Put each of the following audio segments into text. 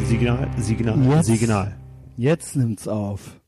Signal. Jetzt nimmt's auf.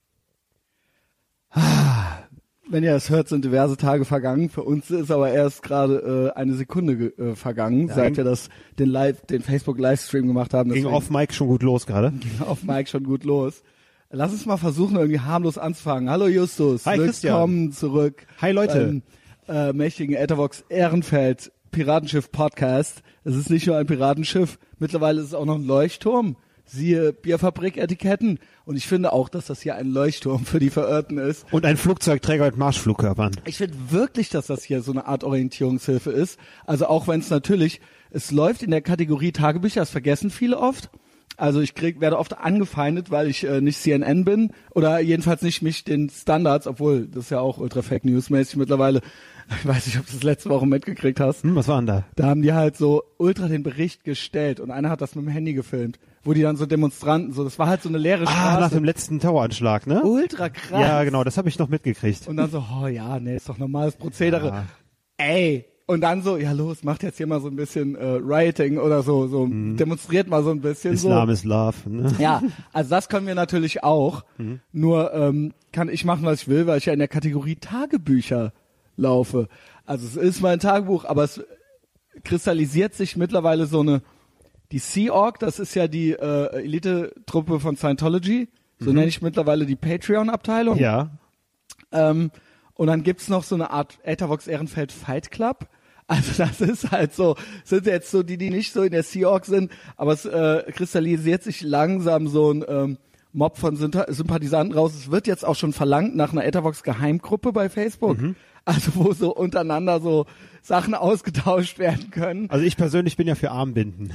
Wenn ihr das hört, sind diverse Tage vergangen. Für uns ist aber erst gerade eine Sekunde vergangen, seit wir den Facebook-Livestream gemacht haben. Ging auf Mike schon gut los gerade. Ging auf Mike schon gut los. Lass uns mal versuchen, irgendwie harmlos anzufangen. Hallo Justus, hi, willkommen zurück. Hi Leute. Mächtigen Ethervox Ehrenfeld Piratenschiff Podcast. Es ist nicht nur ein Piratenschiff, mittlerweile ist es auch noch ein Leuchtturm. Siehe Bierfabrik-Etiketten. Und ich finde auch, dass das hier ein Leuchtturm für die Verirrten ist. Und ein Flugzeugträger mit Marschflugkörpern. Ich finde wirklich, dass das hier so eine Art Orientierungshilfe ist. Also auch wenn es natürlich, es läuft in der Kategorie Tagebücher, das vergessen viele oft. Also ich werde oft angefeindet, weil ich nicht CNN bin oder jedenfalls nicht mich den Standards, obwohl das ist ja auch ultra Fake News mäßig mittlerweile. Ich weiß nicht, ob du das letzte Woche mitgekriegt hast. Was war denn da? Da haben die halt so ultra den Bericht gestellt und einer hat das mit dem Handy gefilmt, wo die dann so Demonstranten, so das war halt so eine leere Straße. Nach dem letzten Terroranschlag, ne? Ultra krass. Ja, genau, das habe ich noch mitgekriegt. Und dann so, oh ja, nee, ist doch normales Prozedere. Ja. Ey. Und dann so, ja los, macht jetzt hier mal so ein bisschen Rioting oder so demonstriert mal so ein bisschen. Islam so. is love. Ne? Ja, also das können wir natürlich auch. Nur kann ich machen, was ich will, weil ich ja in der Kategorie Tagebücher laufe. Also es ist mein Tagebuch, aber es kristallisiert sich mittlerweile die Sea Org, das ist ja die Elite-Truppe von Scientology, so nenne ich mittlerweile die Patreon-Abteilung. Ja. Und dann gibt's noch so eine Art Ethervox Ehrenfeld Fight Club. Also das ist halt so, sind jetzt so die nicht so in der Sea Org sind, aber es kristallisiert sich langsam so ein Mob von Sympathisanten raus. Es wird jetzt auch schon verlangt nach einer Ethervox Geheimgruppe bei Facebook. Also wo so untereinander so Sachen ausgetauscht werden können. Also ich persönlich bin ja für Armbinden.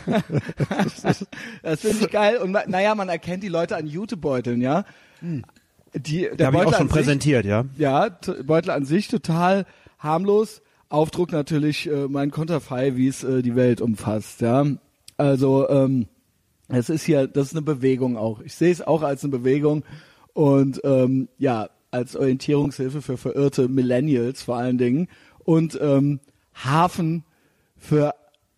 Das finde ich geil. Und naja, man erkennt die Leute an Jutebeuteln, ja. Der habe ich auch schon präsentiert, ja. Ja, Beutel an sich total harmlos. Aufdruck natürlich mein Konterfei, wie es die Welt umfasst, ja. Also das ist eine Bewegung auch. Ich sehe es auch als eine Bewegung und als Orientierungshilfe für verirrte Millennials vor allen Dingen und Hafen für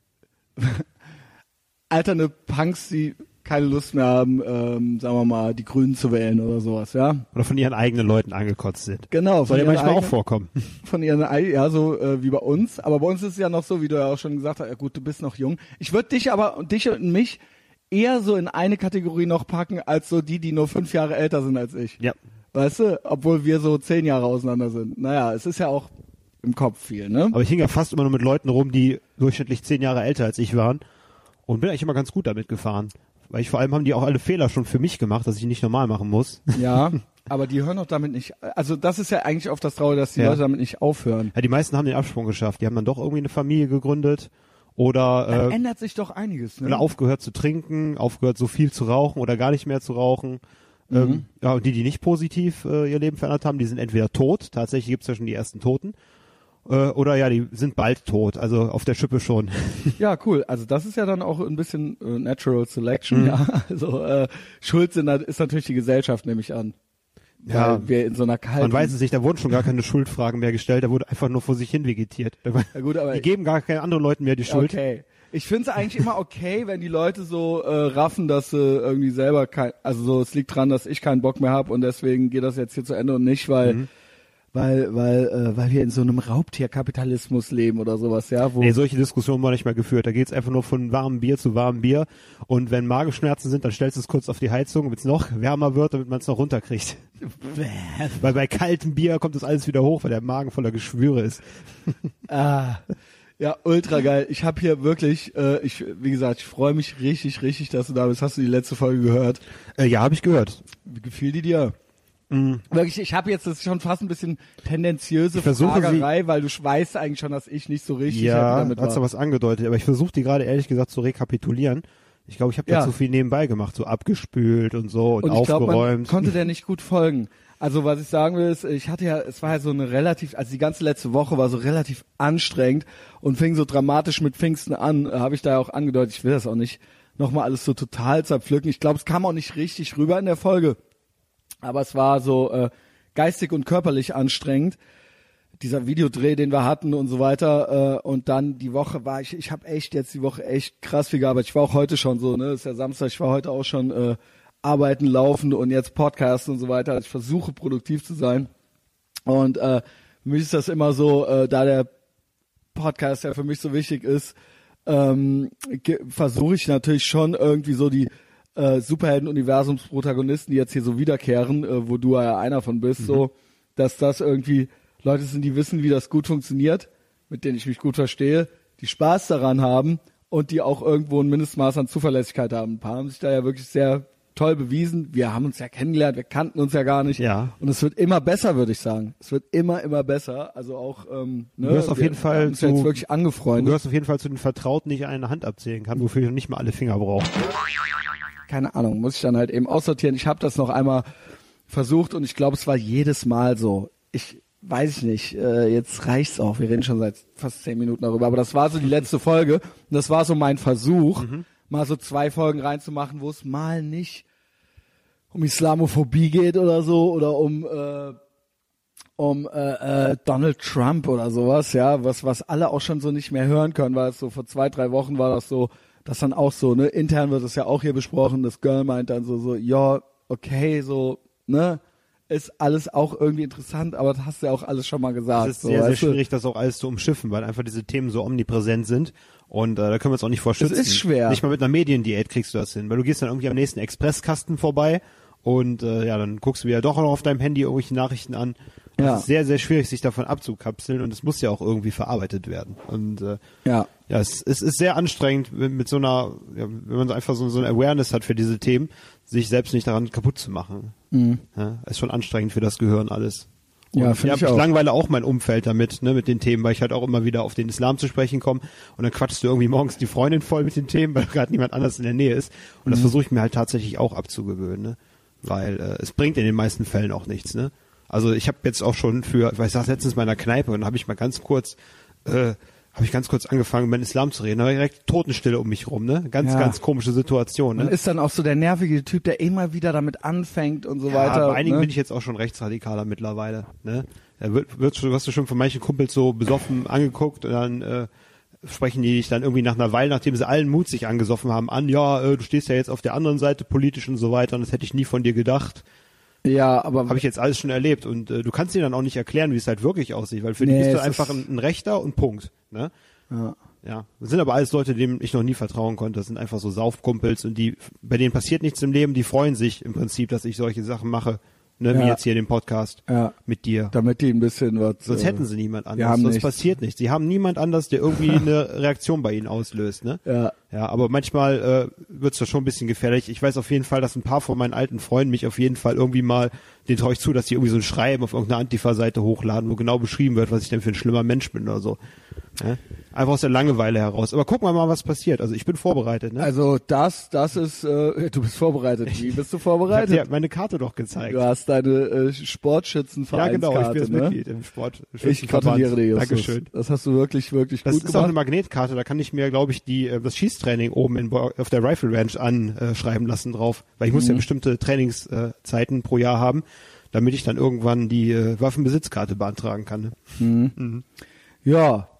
alternde Punks, die keine Lust mehr haben, sagen wir mal, die Grünen zu wählen oder sowas, ja. Oder von ihren eigenen Leuten angekotzt sind. Genau. Soll ja manchmal auch vorkommen. Von ihren, ja, so wie bei uns. Aber bei uns ist es ja noch so, wie du ja auch schon gesagt hast, ja gut, du bist noch jung. Ich würde dich und mich eher so in eine Kategorie noch packen, als so die nur 5 Jahre älter sind als ich. Ja. Weißt du, obwohl wir so 10 Jahre auseinander sind. Naja, es ist ja auch im Kopf viel, ne? Aber ich hing ja fast immer nur mit Leuten rum, die durchschnittlich 10 Jahre älter als ich waren und bin eigentlich immer ganz gut damit gefahren. Weil vor allem haben die auch alle Fehler schon für mich gemacht, dass ich nicht normal machen muss. Ja, aber die hören doch damit nicht, also das ist ja eigentlich oft das Traurige, dass die Leute damit nicht aufhören. Ja, die meisten haben den Absprung geschafft. Die haben dann doch irgendwie eine Familie gegründet oder dann ändert sich doch einiges, ne? Oder aufgehört zu trinken, aufgehört so viel zu rauchen oder gar nicht mehr zu rauchen. Und die nicht positiv ihr Leben verändert haben, die sind entweder tot, tatsächlich gibt's ja schon die ersten Toten, oder ja, die sind bald tot, also auf der Schippe schon. Ja, cool. Also das ist ja dann auch ein bisschen Natural Selection, ja. Also schuld ist natürlich die Gesellschaft, nehme ich an. Ja, weil wir in so einer kalten... Man weiß es nicht, da wurden schon gar keine Schuldfragen mehr gestellt, da wurde einfach nur vor sich hin vegetiert. Ja, gut, aber die geben gar keine anderen Leuten mehr die Schuld. Okay. Ich finde es eigentlich immer okay, wenn die Leute so raffen, dass sie irgendwie selber es liegt dran, dass ich keinen Bock mehr habe und deswegen geht das jetzt hier zu Ende und nicht, weil wir in so einem Raubtierkapitalismus leben oder sowas, ja. Nee, solche Diskussionen waren nicht mehr geführt. Da geht's einfach nur von warmem Bier zu warmem Bier und wenn Magenschmerzen sind, dann stellst du es kurz auf die Heizung, damit es noch wärmer wird, damit man es noch runterkriegt. Weil bei kaltem Bier kommt das alles wieder hoch, weil der Magen voller Geschwüre ist. Ja, ultra geil. Ich habe hier wirklich, wie gesagt, ich freue mich richtig, richtig, dass du da bist. Hast du die letzte Folge gehört? Ja, habe ich gehört. Wie gefiel die dir? Wirklich, ich habe jetzt, das ist schon fast ein bisschen tendenziöse Fragerei, weil du weißt eigentlich schon, dass ich nicht so richtig damit war. Ja, hast du was angedeutet, aber ich versuche die gerade ehrlich gesagt zu rekapitulieren. Ich glaube, ich habe da zu viel nebenbei gemacht, so abgespült und so und aufgeräumt. Ich glaube, man konnte der nicht gut folgen. Also was ich sagen will ist, es war ja so eine die ganze letzte Woche war so relativ anstrengend und fing so dramatisch mit Pfingsten an, habe ich da ja auch angedeutet, ich will das auch nicht nochmal alles so total zerpflücken. Ich glaube, es kam auch nicht richtig rüber in der Folge, aber es war so geistig und körperlich anstrengend. dieser Videodreh, den wir hatten und so weiter. Und dann die Woche war ich habe echt jetzt die Woche echt krass viel gearbeitet. Ich war auch heute schon so, ne, ist ja Samstag, ich war heute auch schon arbeiten, laufen und jetzt Podcasten und so weiter. Also ich versuche produktiv zu sein. Und für mich ist das immer so, da der Podcast ja für mich so wichtig ist, versuche ich natürlich schon irgendwie so die Superhelden-Universums-Protagonisten, die jetzt hier so wiederkehren, wo du ja einer von bist, so, dass das irgendwie Leute sind, die wissen, wie das gut funktioniert, mit denen ich mich gut verstehe, die Spaß daran haben und die auch irgendwo ein Mindestmaß an Zuverlässigkeit haben. Ein paar haben sich da ja wirklich sehr toll bewiesen. Wir haben uns ja kennengelernt, wir kannten uns ja gar nicht. Ja. Und es wird immer besser, würde ich sagen. Es wird immer besser. Also auch, du gehörst auf jeden Fall uns jetzt wirklich angefreundet. Du gehörst auf jeden Fall zu den Vertrauten, die ich an einer Hand abzählen kann, wofür ich noch nicht mal alle Finger brauche. Keine Ahnung, muss ich dann halt eben aussortieren. Ich habe das noch einmal versucht und ich glaube, es war jedes Mal so. Weiß ich nicht, jetzt reicht's auch. Wir reden schon seit fast 10 Minuten darüber, aber das war so die letzte Folge und das war so mein Versuch, mal so 2 Folgen reinzumachen, wo es mal nicht um Islamophobie geht oder so oder um Donald Trump oder sowas, ja, was alle auch schon so nicht mehr hören können, weil es so vor 2-3 Wochen war das so, das dann auch so, ne, intern wird es ja auch hier besprochen, das Girl meint dann so, ja, okay, so, ne, ist alles auch irgendwie interessant, aber das hast du ja auch alles schon mal gesagt. Es ist sehr, sehr schwierig, das auch alles zu umschiffen, weil einfach diese Themen so omnipräsent sind und da können wir uns auch nicht vorstellen. Es ist schwer. Nicht mal mit einer Mediendiät kriegst du das hin, weil du gehst dann irgendwie am nächsten Expresskasten vorbei und dann guckst du ja doch noch auf deinem Handy irgendwelche Nachrichten an. Es ist sehr, sehr schwierig, sich davon abzukapseln und es muss ja auch irgendwie verarbeitet werden. Und es ist sehr anstrengend mit so einer, wenn man einfach so eine Awareness hat für diese Themen, sich selbst nicht daran kaputt zu machen. Ja, ist schon anstrengend für das Gehirn alles. Und ja, finde ich auch. Ich langweile auch mein Umfeld damit, ne, mit den Themen, weil ich halt auch immer wieder auf den Islam zu sprechen komme und dann quatschst du irgendwie morgens die Freundin voll mit den Themen, weil gerade niemand anders in der Nähe ist. Und das versuche ich mir halt tatsächlich auch abzugewöhnen, ne? Weil es bringt in den meisten Fällen auch nichts, ne? Also ich habe jetzt auch schon ich saß letztens mal in einer Kneipe und habe ich ganz kurz angefangen, über den Islam zu reden. Da war direkt Totenstille um mich rum, ne? Ganz komische Situation, ne? Man ist dann auch so der nervige Typ, der immer wieder damit anfängt und so ja, weiter. Bei einigen bin ich jetzt auch schon rechtsradikaler mittlerweile, ne? Da wirst du schon von manchen Kumpels so besoffen angeguckt und dann sprechen die dich dann irgendwie nach einer Weile, nachdem sie allen Mut sich angesoffen haben, an, du stehst ja jetzt auf der anderen Seite politisch und so weiter und das hätte ich nie von dir gedacht. Ja, aber habe ich jetzt alles schon erlebt und du kannst dir dann auch nicht erklären, wie es halt wirklich aussieht, weil für die bist du einfach ein Rechter und Punkt, ne? Ja. Das sind aber alles Leute, denen ich noch nie vertrauen konnte. Das sind einfach so Saufkumpels und bei denen passiert nichts im Leben, die freuen sich im Prinzip, dass ich solche Sachen mache. Ne, wie jetzt hier den Podcast mit dir. Damit die ein bisschen was. Sonst hätten sie niemand anders. Sonst passiert nichts. Sie haben niemand anders, der irgendwie eine Reaktion bei ihnen auslöst. Ne? Ja, aber manchmal wird's da schon ein bisschen gefährlich. Ich weiß auf jeden Fall, dass ein paar von meinen alten Freunden mich auf jeden Fall irgendwie mal, denen traue ich zu, dass die irgendwie so ein Schreiben auf irgendeiner Antifa-Seite hochladen, wo genau beschrieben wird, was ich denn für ein schlimmer Mensch bin oder so. Ja? Einfach aus der Langeweile heraus. Aber gucken wir mal, was passiert. Also ich bin vorbereitet. Ne? Also das ist, du bist vorbereitet. Wie bist du vorbereitet? Ich habe dir meine Karte doch gezeigt. Du hast deine Sportschützenvereinskarte. Ja, genau, ich bin ne? Mitglied im Ich gratuliere dir, Justus. Dankeschön. Das hast du wirklich, wirklich das gut gemacht. Das ist auch eine Magnetkarte, da kann ich mir, glaube ich, das Schießtraining oben auf der Rifle Ranch anschreiben lassen drauf. Weil ich muss ja bestimmte Trainingszeiten pro Jahr haben, damit ich dann irgendwann die Waffenbesitzkarte beantragen kann. Ne? Ja,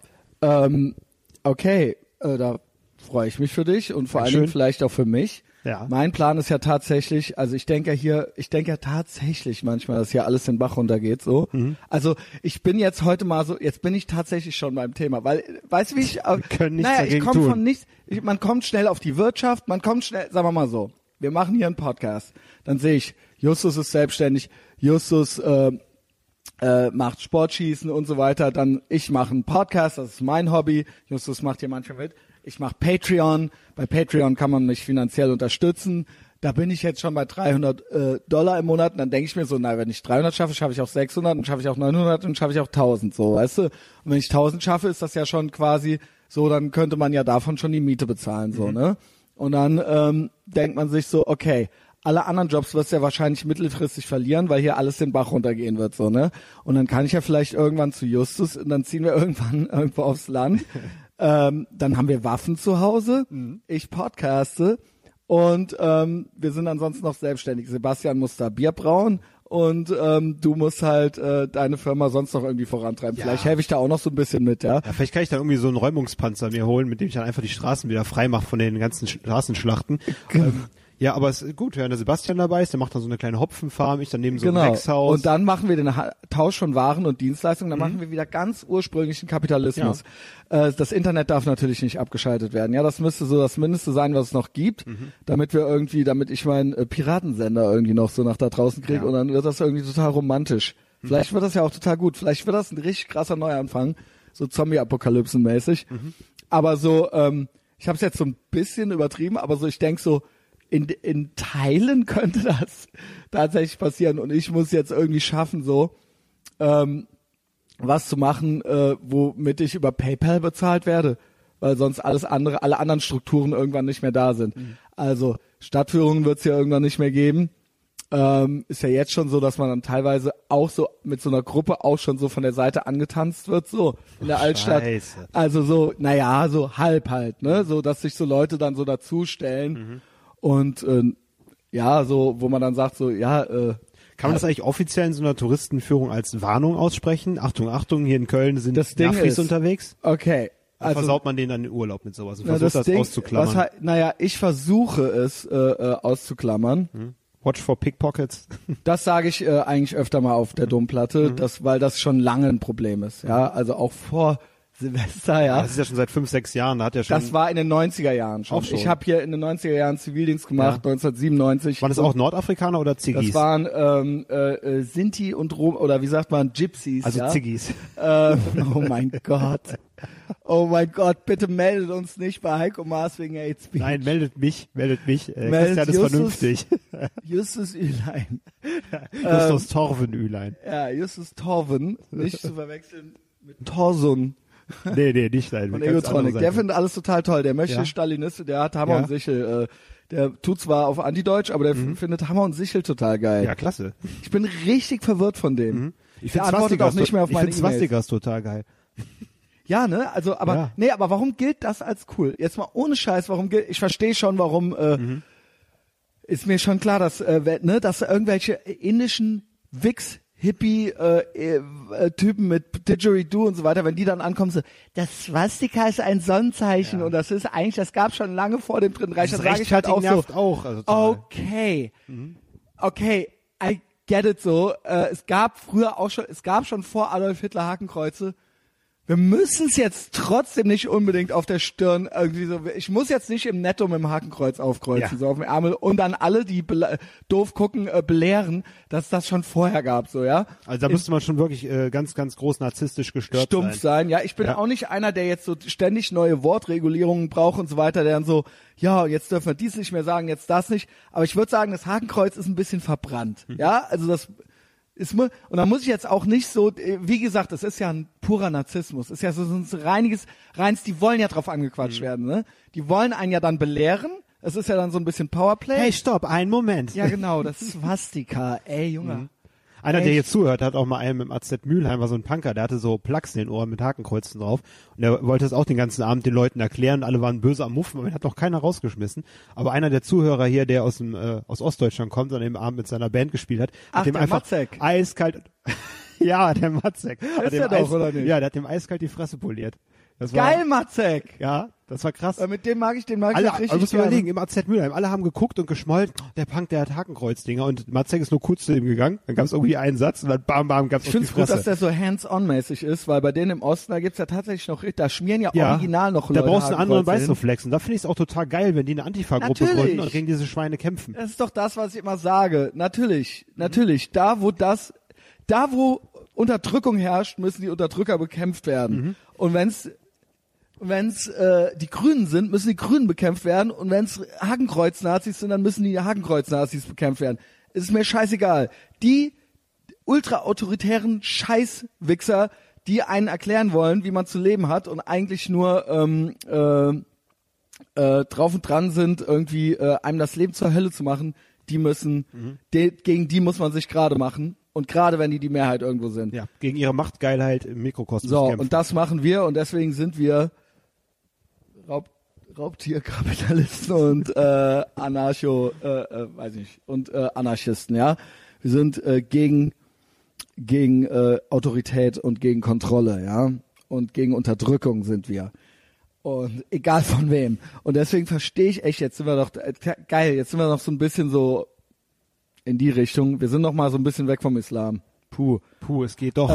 okay, da freue ich mich für dich und vor allen Dingen vielleicht auch für mich. Ja. Mein Plan ist ja tatsächlich, also ich denke ja tatsächlich manchmal, dass hier alles den Bach runtergeht, so. Also ich bin jetzt heute mal so, jetzt bin ich tatsächlich schon beim Thema, weil, weißt du wie ich komme von nichts, man kommt schnell auf die Wirtschaft, man kommt schnell, sagen wir mal so, wir machen hier einen Podcast, dann sehe ich, Justus ist selbstständig, Justus macht Sportschießen und so weiter, dann ich mache einen Podcast, das ist mein Hobby, Justus macht hier manchmal mit, ich mache Patreon, bei Patreon kann man mich finanziell unterstützen, da bin ich jetzt schon bei $300 im Monat und dann denke ich mir so, wenn ich 300 schaffe, schaffe ich auch 600 und schaffe ich auch 900 und schaffe ich auch 1000, so, weißt du, und wenn ich 1000 schaffe, ist das ja schon quasi so, dann könnte man ja davon schon die Miete bezahlen, so, ne, und dann denkt man sich so, okay, alle anderen Jobs wirst du ja wahrscheinlich mittelfristig verlieren, weil hier alles den Bach runtergehen wird, so, ne? Und dann kann ich ja vielleicht irgendwann zu Justus und dann ziehen wir irgendwann irgendwo aufs Land. Dann haben wir Waffen zu Hause, ich podcaste und wir sind ansonsten noch selbstständig. Sebastian muss da Bier brauen und du musst halt deine Firma sonst noch irgendwie vorantreiben. Ja. Vielleicht helfe ich da auch noch so ein bisschen mit, ja. Ja, vielleicht kann ich dann irgendwie so einen Räumungspanzer mir holen, mit dem ich dann einfach die Straßen wieder frei mache von den ganzen Straßenschlachten. Ja, aber es ist gut, wenn der Sebastian dabei ist, der macht dann so eine kleine Hopfenfarm, ich dann neben so ein Gewächshaus. Und dann machen wir den Tausch von Waren und Dienstleistungen, dann machen wir wieder ganz ursprünglichen Kapitalismus. Das Internet darf natürlich nicht abgeschaltet werden. Ja, das müsste so das Mindeste sein, was es noch gibt, damit ich meinen Piratensender irgendwie noch so nach da draußen kriege und dann wird das irgendwie total romantisch. Vielleicht wird das ja auch total gut. Vielleicht wird das ein richtig krasser Neuanfang, so Zombie-Apokalypsen-mäßig. Aber so, ich habe es jetzt so ein bisschen übertrieben, aber so ich denke so, in Teilen könnte das tatsächlich passieren und ich muss jetzt irgendwie schaffen, so was zu machen, womit ich über PayPal bezahlt werde, weil sonst alle anderen Strukturen irgendwann nicht mehr da sind. Also Stadtführungen wird es ja irgendwann nicht mehr geben. Ist ja jetzt schon so, dass man dann teilweise auch so mit so einer Gruppe auch schon so von der Seite angetanzt wird, so in der Altstadt. Scheiße. Also so, naja, so halb halt, ne, so dass sich so Leute dann so dazustellen. Und ja, so, wo man dann sagt, so, ja, kann man das eigentlich offiziell in so einer Touristenführung als Warnung aussprechen? Achtung, Achtung, hier in Köln sind Das Ding Nafris ist- unterwegs. Also, Versaut man denen dann den Urlaub mit sowas und na, versucht das Ding, auszuklammern. ich versuche es auszuklammern. Watch for Pickpockets. Das sage ich eigentlich öfter mal auf der Domplatte, weil das schon lange ein Problem ist. Ja, also auch vor Silvester, ja. Das ist ja schon seit 5, 6 Jahren, da hat ja schon... Das war in den 90er Jahren schon. Auch schon. Ich habe hier in den 90er Jahren Zivildienst gemacht, 1997. Waren das auch Nordafrikaner oder Ziggis? Das waren Sinti und Rom, oder wie sagt man, Gypsies. Also ja? Ziggis. Oh mein Gott. Oh mein Gott, bitte meldet uns nicht bei Heiko Maas wegen Hate Speech. Nein, meldet mich. Meldet Christian ist Justus. vernünftig. Justus Ülein. Justus Torven-Ülein. Ja, Justus Torven, nicht zu verwechseln mit Torsun Nee, nicht sein. von Egotronic. Der findet alles total toll. Der möchte Ja. Stalinist, der hat Hammer Ja. und Sichel. Der tut zwar auf Antideutsch, aber der findet Hammer und Sichel total geil. Ja, klasse. Ich bin richtig verwirrt von dem. Ich Der finde antwortet auch nicht mehr auf meine E-Mails. Swastikas total geil. Ja, ne? Also, aber Ja. nee, aber warum gilt das als cool? Jetzt mal ohne Scheiß, warum gilt? Ich verstehe schon, warum. Ist mir schon klar, dass dass irgendwelche indischen Hippie-Typen mit Didgeridoo und so weiter, wenn die dann ankommen, so, das Swastika ist ein Sonnenzeichen und das ist eigentlich, das gab schon lange vor dem Dritten Reich. Das Das sage ich halt auch so. nervt auch. Also total. Okay, I get it so. Es gab schon vor Adolf Hitler Hakenkreuze. Wir müssen es jetzt trotzdem nicht unbedingt auf der Stirn irgendwie so. Ich muss jetzt nicht im Netto mit dem Hakenkreuz aufkreuzen, Ja. so auf dem Ärmel und dann alle, die doof gucken, belehren, dass das schon vorher gab, so, ja. Also da müsste man schon wirklich ganz, ganz groß narzisstisch gestört Stumpf sein. sein. Ja, ich bin auch nicht einer, der jetzt so ständig neue Wortregulierungen braucht und so weiter, der dann so, ja, jetzt dürfen wir dies nicht mehr sagen, jetzt das nicht. Aber ich würde sagen, das Hakenkreuz ist ein bisschen verbrannt. Ja, also das ist und da muss ich jetzt auch nicht so, wie gesagt, das ist ja ein purer Narzissmus, ist ja so ein reines, die wollen ja drauf angequatscht werden, ne? Die wollen einen ja dann belehren. Es ist ja dann so ein bisschen Powerplay. Hey, stopp, einen Moment. Ja, genau, das Swastika. Ey, Junge. Einer, der Echt? hier zuhört, hat auch mal einen mit dem AZ Mülheim, war so ein Punker, der hatte so Plugs in den Ohren mit Hakenkreuzen drauf. Und der wollte es auch den ganzen Abend den Leuten erklären. Alle waren böse am Muffen, aber ihn hat noch keiner rausgeschmissen. Aber einer der Zuhörer hier, der aus Ostdeutschland kommt und an dem Abend mit seiner Band gespielt hat, Ach, hat dem der einfach Matzek. eiskalt, ja, der Matzek. Hat dem der doch, oder nicht? Ja, der hat dem eiskalt die Fresse poliert. Das war, Geil, Matzek. Ja, das war krass. Mit dem mag ich Alle, auch richtig also muss man gerne. überlegen, im AZ Mülheim, alle haben geguckt und geschmollt, oh, der Punk, der hat Hakenkreuzdinger und Matzek ist nur kurz zu ihm gegangen, dann gab es irgendwie einen Satz und dann bam, bam, gab's Ich auf die finde es gut, Fresse. dass der so hands-on-mäßig ist, weil bei denen im Osten, da gibt's ja tatsächlich noch, da schmieren ja, Ja, original noch da Leute brauchst du einen anderen Hakenkreuze hin. Beißreflex und da finde ich es auch total geil, wenn die eine Antifa-Gruppe Natürlich. gründen und gegen diese Schweine kämpfen. Das ist doch das, was ich immer sage. Natürlich. Da, wo Unterdrückung herrscht, müssen die Unterdrücker bekämpft werden. Und wenn's die Grünen sind, müssen die Grünen bekämpft werden. Und wenn's Hakenkreuz-Nazis sind, dann müssen die Hakenkreuz-Nazis bekämpft werden. Es ist mir scheißegal. Die ultra-autoritären Scheißwichser, die einen erklären wollen, wie man zu leben hat und eigentlich nur drauf und dran sind, irgendwie einem das Leben zur Hölle zu machen, die müssen, gegen die muss man sich gerade machen. Und gerade wenn die Mehrheit irgendwo sind. Ja, gegen ihre Machtgeilheit im Mikrokosmos So, kämpfen. und das machen wir und deswegen sind wir Raubtierkapitalisten und Anarchisten, ja. Wir sind gegen Autorität und gegen Kontrolle, ja. Und gegen Unterdrückung sind wir. Und egal von wem. Und deswegen verstehe ich echt, jetzt sind wir doch, geil, jetzt sind wir noch so ein bisschen so in die Richtung. Wir sind noch mal so ein bisschen weg vom Islam. Puh, es geht doch.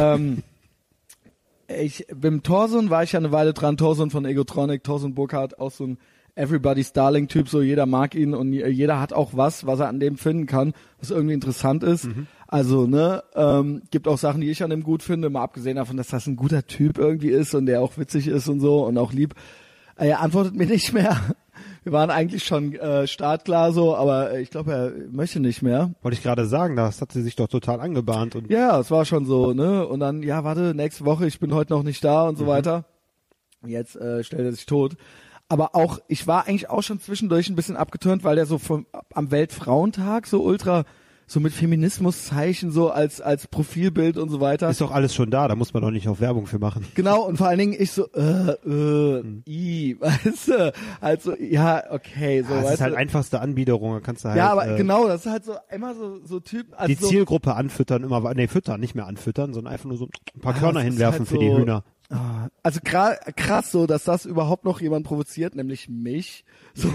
Beim Thorson war ich ja eine Weile dran. Thorson von Egotronic, Thorson Burkhardt, auch so ein Everybody's Darling-Typ, so jeder mag ihn und jeder hat auch was er an dem finden kann, was irgendwie interessant ist. Also, gibt auch Sachen, die ich an dem gut finde, mal abgesehen davon, dass das ein guter Typ irgendwie ist und der auch witzig ist und so und auch lieb. Er antwortet mir nicht mehr. Wir waren eigentlich schon startklar so, aber ich glaube, er möchte nicht mehr. Wollte ich gerade sagen, das hat sie sich doch total angebahnt. Und ja, es war schon so, ne? Und dann, ja, warte, nächste Woche, ich bin heute noch nicht da und so weiter. Jetzt stellt er sich tot. Aber auch, ich war eigentlich auch schon zwischendurch ein bisschen abgeturnt, weil der so am Weltfrauentag so ultra, so mit Feminismuszeichen so als Profilbild und so weiter. Ist doch alles schon da muss man doch nicht auf Werbung für machen. Genau, und vor allen Dingen ich so, weißt du, also, ja, okay, so, das weißt ist halt du. einfachste Anbiederung, da kannst du halt. Ja, aber genau, das ist halt so, immer so Typ, also die Zielgruppe anfüttern, füttern, nicht mehr anfüttern, sondern einfach nur so ein paar Körner das ist hinwerfen halt für die so, Hühner. Also krass so, dass das überhaupt noch jemand provoziert, nämlich mich. So,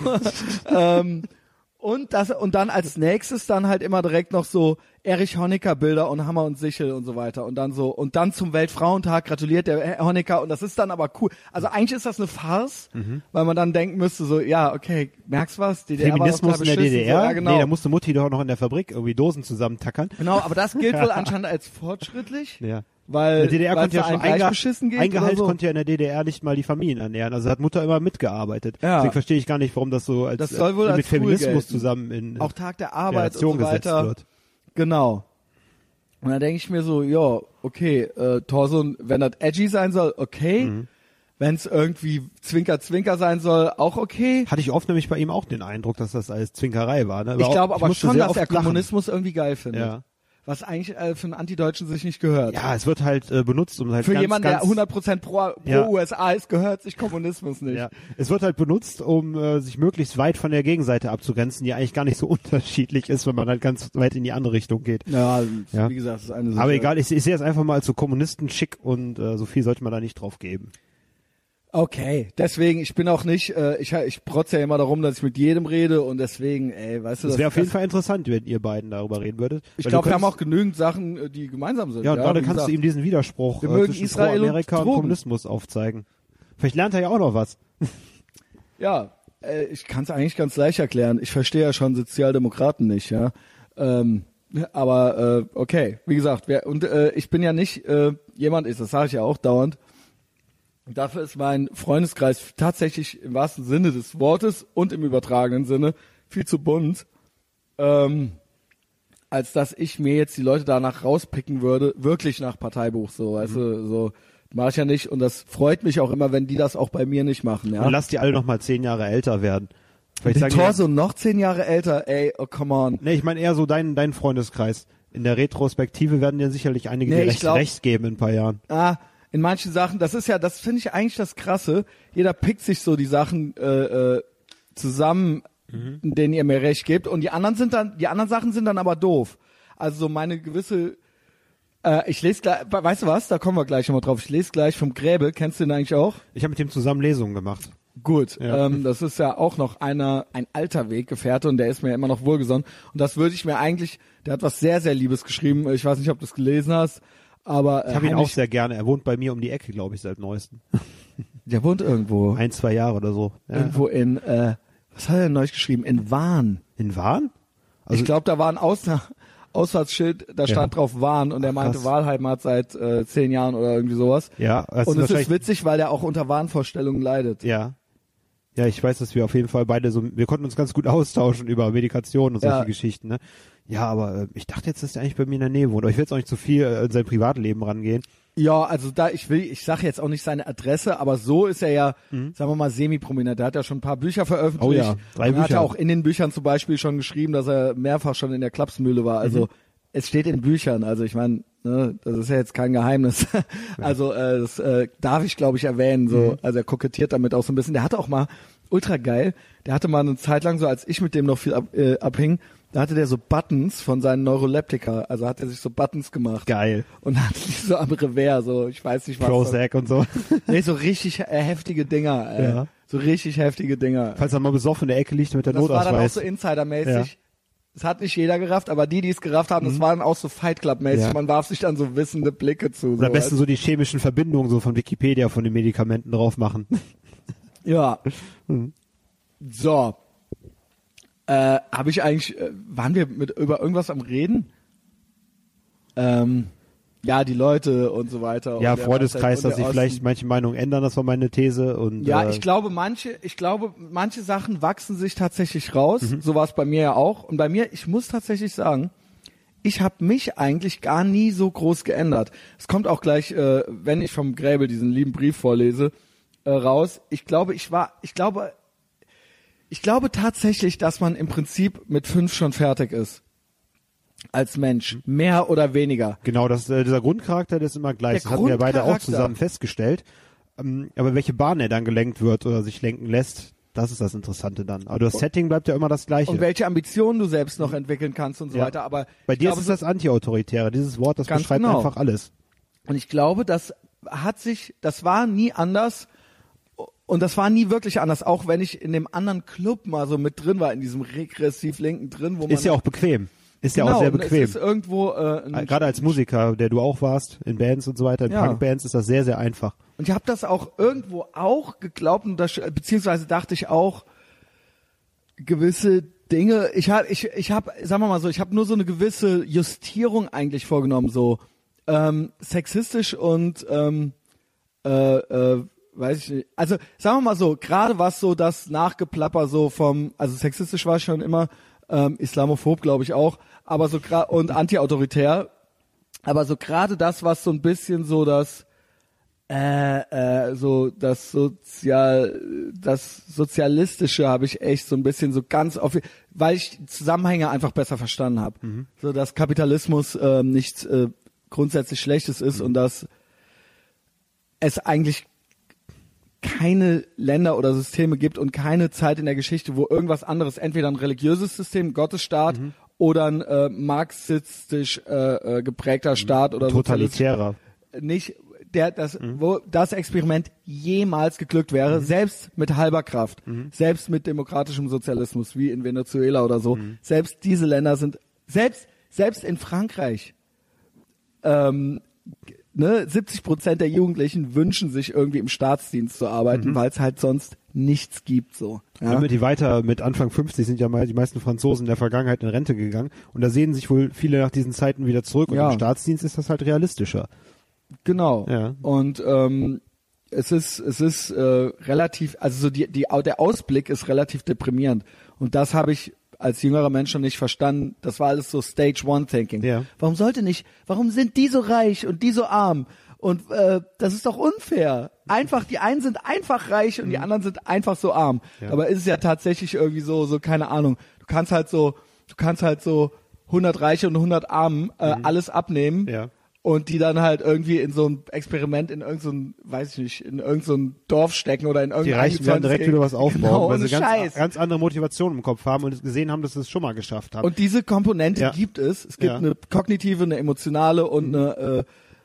und dann als nächstes dann halt immer direkt noch so Erich Honecker Bilder und Hammer und Sichel und so weiter und dann zum Weltfrauentag gratuliert der Honecker und das ist dann aber cool. Also eigentlich ist das eine Farce, weil man dann denken müsste so, ja, okay, merkst was? DDR Feminismus war in der DDR? So, ja, genau. Nee, da musste Mutti doch noch in der Fabrik irgendwie Dosen zusammentackern. Genau, aber das gilt wohl anscheinend als fortschrittlich. Ja. Weil in der DDR konnte ja schon ein Gehalt so. konnte ja in der DDR nicht mal die Familien ernähren. Also hat Mutter immer mitgearbeitet. Ja. Deswegen verstehe ich gar nicht, warum das so als das soll wohl mit als Feminismus cool zusammen in auch Tag der Arbeit Relation und so gesetzt weiter. wird. Genau. Und dann denke ich mir so, ja, okay, Thorson, wenn das edgy sein soll, okay. Wenn es irgendwie Zwinker sein soll, auch okay. Hatte ich oft nämlich bei ihm auch den Eindruck, dass das alles Zwinkerei war. Ne? Ich glaube aber musste schon, sehr dass er oft lachen. Kommunismus irgendwie geil findet. Ja. Was eigentlich für einen Antideutschen sich nicht gehört. Ja, es wird halt benutzt, um halt Für ganz, jemanden, der ganz, 100% pro Ja. USA ist, gehört sich Kommunismus nicht. Ja, es wird halt benutzt, um sich möglichst weit von der Gegenseite abzugrenzen, die eigentlich gar nicht so unterschiedlich ist, wenn man halt ganz weit in die andere Richtung geht. Ja, Ja. wie gesagt, das ist eine Sache. Aber egal, ich sehe es einfach mal als so Kommunisten schick und so viel sollte man da nicht drauf geben. Okay, deswegen, ich bin auch nicht, ich protze ja immer darum, dass ich mit jedem rede und deswegen, weißt du, Das wäre auf jeden Fall interessant, wenn ihr beiden darüber reden würdet. Ich Weil glaube, du wir haben kannst- auch genügend Sachen, die gemeinsam sind. Ja, und gerade wie kannst gesagt. du ihm diesen Widerspruch Wir mögen zwischen Israel und Pro-Amerika und Drogen. Kommunismus aufzeigen. Vielleicht lernt er ja auch noch was. Ja, ich kann es eigentlich ganz leicht erklären. Ich verstehe ja schon Sozialdemokraten nicht, ja. Aber okay, wie gesagt, ich bin ja nicht jemand, das sage ich ja auch dauernd. Dafür ist mein Freundeskreis tatsächlich im wahrsten Sinne des Wortes und im übertragenen Sinne viel zu bunt, als dass ich mir jetzt die Leute danach rauspicken würde, wirklich nach Parteibuch, so, weißt du, so mache ich ja nicht und das freut mich auch immer, wenn die das auch bei mir nicht machen, ja. Und lass die alle noch mal 10 Jahre älter werden. Vielleicht Den sagen die- Torso noch 10 Jahre älter, ey, oh come on. Nee, ich meine eher so dein Freundeskreis. In der Retrospektive werden dir sicherlich einige Nee, dir ich glaub- recht geben in ein paar Jahren. In manchen Sachen, das finde ich eigentlich das Krasse. Jeder pickt sich so die Sachen zusammen, in denen ihr mir recht gebt, und die anderen Sachen sind dann aber doof. Also so meine gewisse, ich lese gleich, weißt du was? Da kommen wir gleich nochmal drauf. Ich lese gleich vom Gräbe. Kennst du den eigentlich auch? Ich habe mit dem zusammen Lesungen gemacht. Gut, Ja. das ist ja auch noch ein alter Weggefährte und der ist mir immer noch wohlgesonnen. Und das würde ich mir eigentlich, der hat was sehr, sehr Liebes geschrieben. Ich weiß nicht, ob du es gelesen hast, aber Ich habe ihn auch sehr gerne. Er wohnt bei mir um die Ecke, glaube ich, seit neuestem. der wohnt irgendwo. 1-2 Jahre oder so. Ja. Irgendwo in, was hat er denn neulich geschrieben? In Wahn. In Wahn? Also Ich glaube, da war ein Ausfahrtsschild, da stand drauf Wahn und er meinte krass. Wahlheimat seit 10 Jahren oder irgendwie sowas. ja, also Und es ist wahrscheinlich- witzig, weil der auch unter Wahnvorstellungen leidet. Ja. Ja, ich weiß, dass wir auf jeden Fall beide wir konnten uns ganz gut austauschen über Medikation und solche Ja. Geschichten, ne? Ja, aber ich dachte jetzt, dass der eigentlich bei mir in der Nähe wohnt. Aber ich will jetzt auch nicht zu viel in sein Privatleben rangehen. Ja, also ich sage jetzt auch nicht seine Adresse, aber so ist er ja, sagen wir mal, semi-prominent. Der hat ja schon ein paar Bücher veröffentlicht. Oh ja, 3 und er hat ja Bücher. auch in den Büchern zum Beispiel schon geschrieben, dass er mehrfach schon in der Klapsmühle war. Also es steht in Büchern. Also ich meine, ne, das ist ja jetzt kein Geheimnis. Also das darf ich, glaube ich, erwähnen. So, also er kokettiert damit auch so ein bisschen. Der hatte auch mal ultra geil. Der hatte mal eine Zeit lang so, als ich mit dem noch viel abhing, Da hatte der so Buttons von seinen Neuroleptika, also hat er sich so Buttons gemacht. Geil. Und hat die so am Revers, so, ich weiß nicht was. Prozac und so. Nee, so richtig heftige Dinger, ey. Ja. So richtig heftige Dinger. Falls er mal besoffen in der Ecke liegt mit der Das war dann auch Notausweis. so Insider-mäßig. Ja. Das hat nicht jeder gerafft, aber die es gerafft haben, das waren auch so Fight Club-mäßig. Ja. Man warf sich dann so wissende Blicke zu. Und am so, besten so die chemischen Verbindungen so von Wikipedia von den Medikamenten drauf machen. Ja. So. Habe ich eigentlich, waren wir über irgendwas am Reden? Ja, die Leute und so weiter. Ja, und der Freundeskreis, Weisheit und dass sich der vielleicht Osten. manche Meinungen ändern, das war meine These. Und, Ja, ich glaube, manche Sachen wachsen sich tatsächlich raus. So war es bei mir ja auch. Und bei mir, ich muss tatsächlich sagen, ich habe mich eigentlich gar nie so groß geändert. Es kommt auch gleich, wenn ich vom Gräbel diesen lieben Brief vorlese, raus. Ich glaube tatsächlich, dass man im Prinzip mit 5 schon fertig ist. Als Mensch. Mehr oder weniger. Genau, dieser Grundcharakter, der ist immer gleich. Der Das hatten wir beide auch Grundcharakter. zusammen festgestellt. Aber welche Bahn er dann gelenkt wird oder sich lenken lässt, das ist das Interessante dann. Aber das Setting bleibt ja immer das gleiche. Und welche Ambitionen du selbst noch entwickeln kannst und so weiter. Aber Bei ich dir glaube, ist es das Anti-Autoritäre. Dieses Wort, das Ganz beschreibt genau. einfach alles. Und ich glaube, das war nie anders. Und das war nie wirklich anders, auch wenn ich in dem anderen Club mal so mit drin war, in diesem regressiv Linken drin, wo man Ist ja auch bequem. Ist ja genau, auch sehr und bequem. Es ist irgendwo Gerade als Musiker, der du auch warst, in Bands und so weiter, in Ja. Punkbands, ist das sehr, sehr einfach. und ich habe das auch irgendwo auch geglaubt und beziehungsweise dachte ich auch gewisse Dinge. Ich habe, sagen wir mal so, ich habe nur so eine gewisse Justierung eigentlich vorgenommen, so sexistisch und weiß ich nicht. Also sagen wir mal so, gerade was so das Nachgeplapper so also sexistisch war ich schon immer, islamophob glaube ich auch, aber so und anti-autoritär, aber so gerade das, was so ein bisschen so das Sozialistische habe ich echt so ein bisschen so ganz weil ich Zusammenhänge einfach besser verstanden habe. So dass Kapitalismus nichts grundsätzlich Schlechtes ist und dass es eigentlich keine Länder oder Systeme gibt und keine Zeit in der Geschichte, wo irgendwas anderes, entweder ein religiöses System, Gottesstaat oder ein marxistisch geprägter Staat oder Totalitärer. nicht wo das Experiment jemals geglückt wäre, selbst mit halber Kraft, selbst mit demokratischem Sozialismus wie in Venezuela oder so, selbst diese Länder sind, selbst in Frankreich, 70% der Jugendlichen wünschen sich irgendwie im Staatsdienst zu arbeiten, weil es halt sonst nichts gibt so. Ja? Damit die weiter mit Anfang 50 sind ja mal die meisten Franzosen in der Vergangenheit in Rente gegangen und da sehen sich wohl viele nach diesen Zeiten wieder zurück und Ja. im Staatsdienst ist das halt realistischer. Genau. Ja. Und es ist relativ, also so der Ausblick ist relativ deprimierend. Und das habe ich als jüngerer Mensch schon nicht verstanden. Das war alles so Stage One Thinking. Ja. Warum sind die so reich und die so arm? Und das ist doch unfair. Einfach, die einen sind einfach reich und die anderen sind einfach so arm. Ja. Aber ist es ja tatsächlich irgendwie so, keine Ahnung. Du kannst halt so 100 Reiche und 100 Armen alles abnehmen. Ja. Und die dann halt irgendwie in so ein Experiment in irgendein Dorf stecken oder in Die irgendein Reichen werden direkt wieder was aufbauen, genau, weil ohne sie Scheiß. ganz andere Motivationen im Kopf haben und gesehen haben, dass sie es schon mal geschafft haben. Und diese Komponente Ja. gibt es. Es gibt Ja. eine kognitive, eine emotionale und eine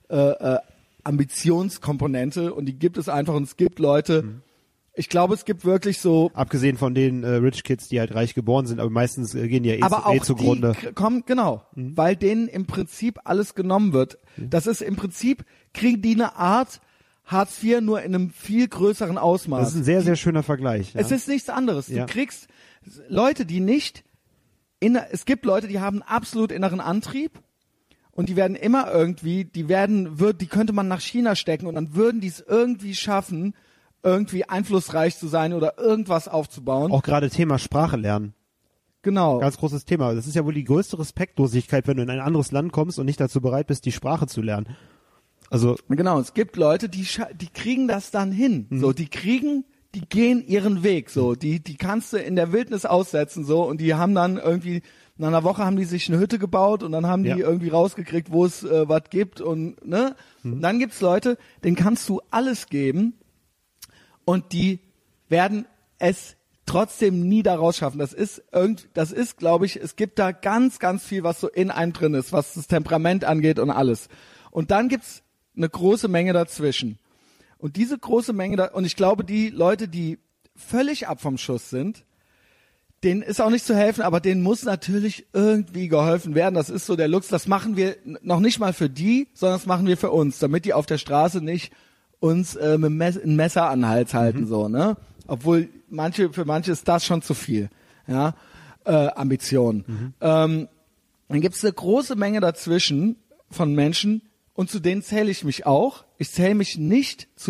Ambitionskomponente und die gibt es einfach und es gibt Leute, ich glaube, es gibt wirklich so, Abgesehen von den Rich Kids, die halt reich geboren sind, aber meistens gehen die ja aber auch zugrunde. die kommen, genau, weil denen im Prinzip alles genommen wird. Das ist im Prinzip, kriegen die eine Art Hartz IV nur in einem viel größeren Ausmaß. Das ist ein sehr, sehr schöner Vergleich. Ja. Es ist nichts anderes. Ja. Du kriegst Leute, die nicht, es gibt Leute, die haben absolut inneren Antrieb und die werden immer irgendwie, die könnte man nach China stecken und dann würden die es irgendwie schaffen, irgendwie einflussreich zu sein oder irgendwas aufzubauen. Auch gerade Thema Sprache lernen. Genau. Ganz großes Thema. Das ist ja wohl die größte Respektlosigkeit, wenn du in ein anderes Land kommst und nicht dazu bereit bist, die Sprache zu lernen. Also Genau, es gibt Leute, die kriegen das dann hin. So, die gehen ihren Weg. So, die kannst du in der Wildnis aussetzen so und die haben dann irgendwie nach einer Woche haben die sich eine Hütte gebaut und dann haben die Ja. irgendwie rausgekriegt, wo es was gibt und ne. Dann gibt's Leute, denen kannst du alles geben und die werden es trotzdem nie da rausschaffen. Das ist, glaube ich, es gibt da ganz, ganz viel, was so in einem drin ist, was das Temperament angeht und alles. Und dann gibt's eine große Menge dazwischen. Und diese große Menge, und ich glaube, die Leute, die völlig ab vom Schuss sind, denen ist auch nicht zu helfen, aber denen muss natürlich irgendwie geholfen werden. Das ist so der Luxus. Das machen wir noch nicht mal für die, sondern das machen wir für uns, damit die auf der Straße nicht uns mit ein Messer an den Hals halten, so, ne? Obwohl für manche ist das schon zu viel, ja, Ambitionen. Dann gibt's eine große Menge dazwischen von Menschen, und zu denen zähle ich mich auch. Ich zähle mich nicht zu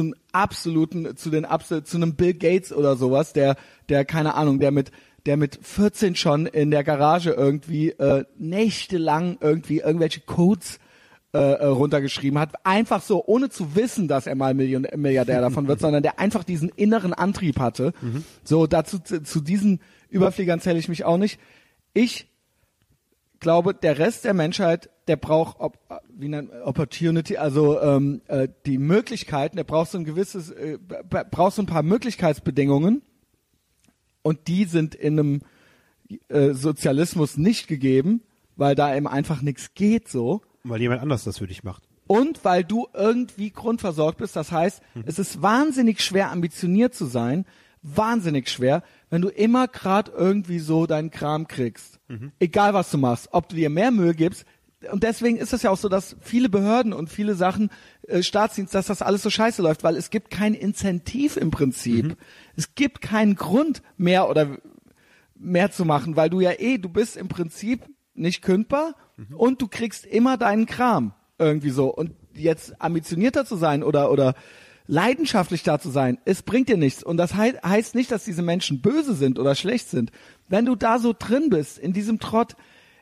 einem Bill Gates oder sowas, der keine Ahnung, der mit 14 schon in der Garage irgendwie nächtelang irgendwie irgendwelche Codes runtergeschrieben hat, einfach so, ohne zu wissen, dass er mal Milliardär davon wird, sondern der einfach diesen inneren Antrieb hatte. So, dazu zu diesen Überfliegern zähle ich mich auch nicht. Ich glaube, der Rest der Menschheit, der braucht Opportunity, also die Möglichkeiten, der braucht so ein paar Möglichkeitsbedingungen, und die sind in einem Sozialismus nicht gegeben, weil da eben einfach nichts geht so. Weil jemand anders das für dich macht. Und weil du irgendwie grundversorgt bist. Das heißt, es ist wahnsinnig schwer, ambitioniert zu sein. Wahnsinnig schwer, wenn du immer gerade irgendwie so deinen Kram kriegst. Egal, was du machst. Ob du dir mehr Mühe gibst. Und deswegen ist es ja auch so, dass viele Behörden und viele Sachen, Staatsdienst, dass das alles so scheiße läuft, weil es gibt kein Incentiv im Prinzip. Es gibt keinen Grund, mehr zu machen, weil du bist im Prinzip nicht kündbar und du kriegst immer deinen Kram irgendwie so. Und jetzt ambitionierter zu sein oder leidenschaftlich da zu sein, es bringt dir nichts. Und das heißt nicht, dass diese Menschen böse sind oder schlecht sind. Wenn du da so drin bist, in diesem Trott,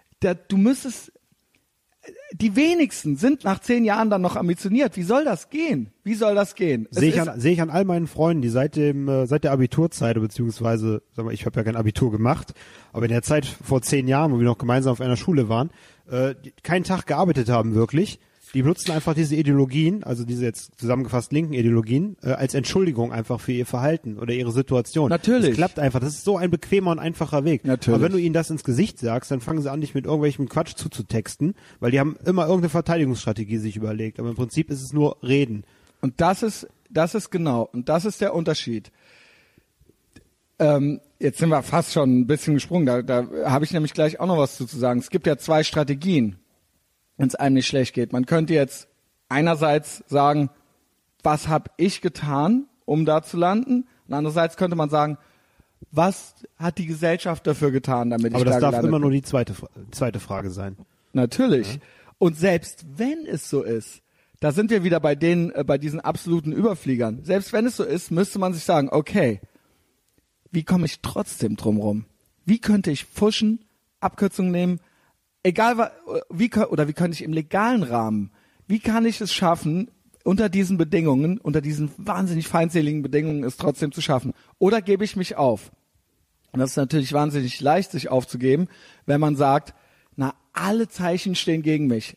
die wenigsten sind nach 10 Jahren dann noch ambitioniert. Wie soll das gehen? Sehe ich an all meinen Freunden, die seit der Abiturzeit, beziehungsweise, sag mal, ich habe ja kein Abitur gemacht, aber in der Zeit vor 10 Jahren, wo wir noch gemeinsam auf einer Schule waren, keinen Tag gearbeitet haben wirklich. Die benutzen einfach diese Ideologien, also diese jetzt zusammengefasst linken Ideologien, als Entschuldigung einfach für ihr Verhalten oder ihre Situation. Natürlich. Das klappt einfach. Das ist so ein bequemer und einfacher Weg. Natürlich. Aber wenn du ihnen das ins Gesicht sagst, dann fangen sie an, dich mit irgendwelchem Quatsch zuzutexten, weil die haben immer irgendeine Verteidigungsstrategie sich überlegt. Aber im Prinzip ist es nur Reden. Und das ist genau. Und das ist der Unterschied. Jetzt sind wir fast schon ein bisschen gesprungen. Da habe ich nämlich gleich auch noch was zu sagen. Es gibt ja 2 Strategien, wenn es einem nicht schlecht geht. Man könnte jetzt einerseits sagen, was habe ich getan, um da zu landen? Und andererseits könnte man sagen, was hat die Gesellschaft dafür getan, damit ich da gelandet bin? Aber das darf immer nur die zweite Frage sein. Natürlich. Ja. Und selbst wenn es so ist, da sind wir wieder bei diesen absoluten Überfliegern. Selbst wenn es so ist, müsste man sich sagen, okay, wie komme ich trotzdem drum rum? Wie könnte ich pfuschen, Abkürzungen nehmen? Egal, wie könnte ich im legalen Rahmen, wie kann ich es schaffen, unter diesen Bedingungen, unter diesen wahnsinnig feindseligen Bedingungen es trotzdem zu schaffen? Oder gebe ich mich auf? Und das ist natürlich wahnsinnig leicht, sich aufzugeben, wenn man sagt, alle Zeichen stehen gegen mich.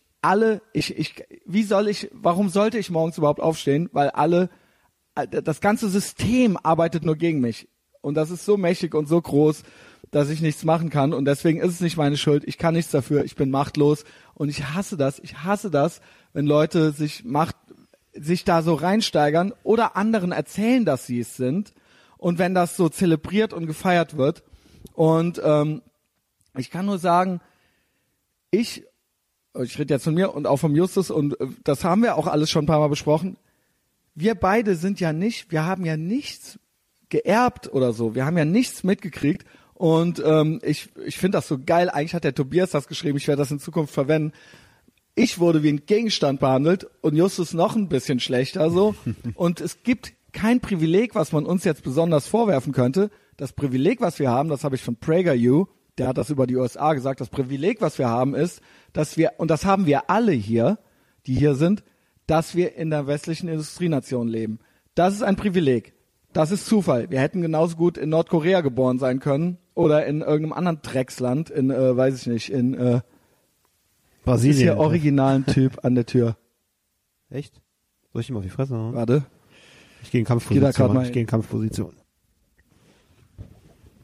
Warum sollte ich morgens überhaupt aufstehen? Weil das ganze System arbeitet nur gegen mich. Und das ist so mächtig und so groß, dass ich nichts machen kann, und deswegen ist es nicht meine Schuld. Ich kann nichts dafür. Ich bin machtlos, und ich hasse das. Ich hasse das, wenn Leute sich da so reinsteigern oder anderen erzählen, dass sie es sind, und wenn das so zelebriert und gefeiert wird. Und ich kann nur sagen, ich rede jetzt von mir und auch vom Justus, und das haben wir auch alles schon ein paar Mal besprochen. Wir beide wir haben ja nichts geerbt oder so. Wir haben ja nichts mitgekriegt. Und ich finde das so geil. Eigentlich hat der Tobias das geschrieben. Ich werde das in Zukunft verwenden. Ich wurde wie ein Gegenstand behandelt und Justus noch ein bisschen schlechter so. Und es gibt kein Privileg, was man uns jetzt besonders vorwerfen könnte. Das Privileg, was wir haben, das habe ich von PragerU, der hat das über die USA gesagt, das Privileg, was wir haben, ist, dass wir, und das haben wir alle hier, die hier sind, dass wir in der westlichen Industrienation leben. Das ist ein Privileg. Das ist Zufall. Wir hätten genauso gut in Nordkorea geboren sein können oder in irgendeinem anderen Drecksland, weiß ich nicht, in Brasilien. Ist hier originalen Typ an der Tür. Echt? Soll ich ihm auf die Fresse hauen? Warte. Ich gehe in Kampfposition.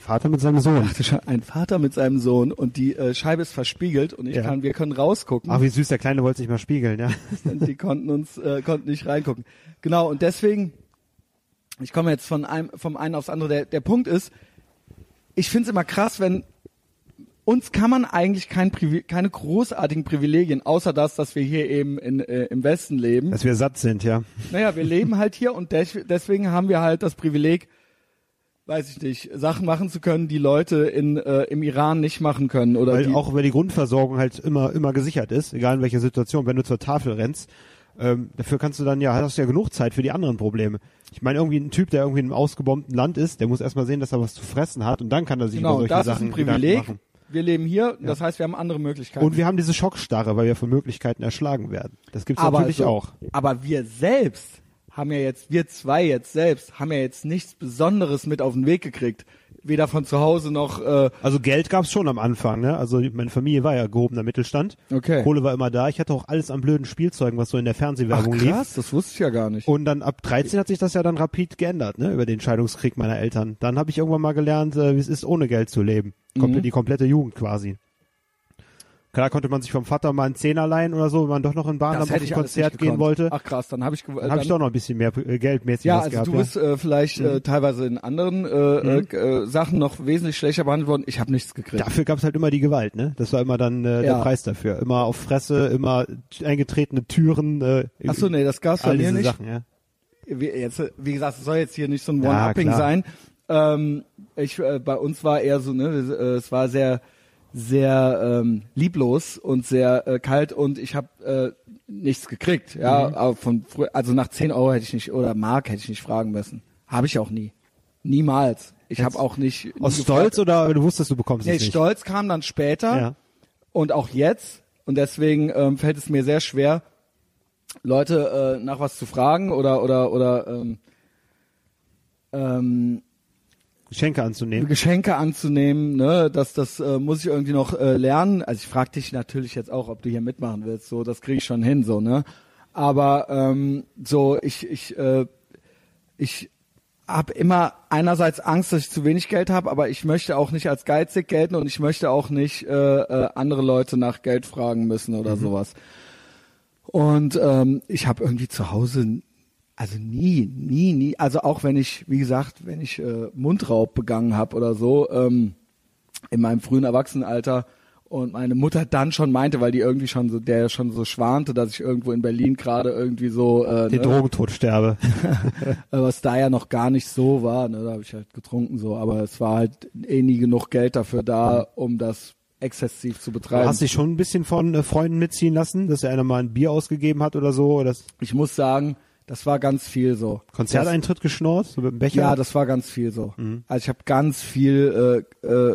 Vater mit seinem Sohn. Ein Vater mit seinem Sohn und die Scheibe ist verspiegelt und wir können rausgucken. Ach, wie süß, der Kleine wollte sich mal spiegeln, ja. Und die konnten nicht reingucken. Genau, und deswegen, ich komme jetzt vom einen aufs andere. Der Punkt ist, ich finde es immer krass, wenn uns kann man eigentlich keine großartigen Privilegien, außer dass wir hier eben im Westen leben. Dass wir satt sind, ja. Naja, wir leben halt hier und deswegen haben wir halt das Privileg, weiß ich nicht, Sachen machen zu können, die Leute im Iran nicht machen können. Oder weil die Grundversorgung halt immer gesichert ist, egal in welcher Situation. Wenn du zur Tafel rennst, dafür hast du ja genug Zeit für die anderen Probleme. Ich meine, irgendwie ein Typ, der irgendwie in einem ausgebombten Land ist, der muss erstmal sehen, dass er was zu fressen hat und dann kann er sich über solche Sachen das ist ein Privileg. machen. Wir leben hier, das heißt, wir haben andere Möglichkeiten. Und wir haben diese Schockstarre, weil wir von Möglichkeiten erschlagen werden. Das gibt's natürlich auch. Aber wir selbst haben ja jetzt nichts Besonderes mit auf den Weg gekriegt. Weder von zu Hause noch... Also Geld gab's schon am Anfang, ne? Also meine Familie war ja gehobener Mittelstand. Okay. Kohle war immer da. Ich hatte auch alles an blöden Spielzeugen, was so in der Fernsehwerbung lief. Krass, das wusste ich ja gar nicht. Und dann ab 13 hat sich das ja dann rapid geändert, ne? Über den Scheidungskrieg meiner Eltern. Dann habe ich irgendwann mal gelernt, wie es ist, ohne Geld zu leben. Die komplette Jugend quasi. Klar konnte man sich vom Vater mal einen Zehner leihen oder so, wenn man doch noch in Bahn auf ein Konzert gehen wollte. Ach krass, dann habe ich doch noch ein bisschen mehr geldmäßig ja, was also gehabt. Du bist vielleicht teilweise in anderen Sachen noch wesentlich schlechter behandelt worden. Ich habe nichts gekriegt. Dafür gab's halt immer die Gewalt, ne? Das war immer dann der Preis dafür. Immer auf Fresse, immer eingetretene Türen. Ach so, nee, das gab's bei mir nicht. Sachen, ja. Wie gesagt, es soll jetzt hier nicht so ein One-Upping sein. Bei uns war eher so, ne, es war sehr lieblos und sehr kalt und ich habe nichts gekriegt. Ja, aber also nach 10 Euro hätte ich nicht oder Mark hätte ich nicht fragen müssen. Habe ich auch nie. Niemals. Ich habe auch nicht. Aus Stolz oder du wusstest, du bekommst es nicht? Stolz kam dann später und auch jetzt und deswegen fällt es mir sehr schwer, Leute nach was zu fragen oder Geschenke anzunehmen, ne, das muss ich irgendwie noch lernen. Also ich frage dich natürlich jetzt auch, ob du hier mitmachen willst, so, das kriege ich schon hin, so, ne. Aber so, ich habe immer einerseits Angst, dass ich zu wenig Geld habe, aber ich möchte auch nicht als geizig gelten und ich möchte auch nicht andere Leute nach Geld fragen müssen oder sowas. Und ich habe irgendwie zu Hause also nie, also auch wenn ich Mundraub begangen habe oder so, in meinem frühen Erwachsenenalter und meine Mutter dann schon meinte, weil die irgendwie schon so schwante, dass ich irgendwo in Berlin gerade irgendwie so den Drogentod sterbe. Was da ja noch gar nicht so war, ne, da habe ich halt getrunken so, aber es war halt nie genug Geld dafür da, um das exzessiv zu betreiben. Du hast dich schon ein bisschen von Freunden mitziehen lassen, dass einer mal ein Bier ausgegeben hat oder so? Oder ich muss sagen, das war ganz viel so. Konzerteintritt geschnorrt, so mit dem Becher? Ja, das war ganz viel so. Also ich habe ganz viele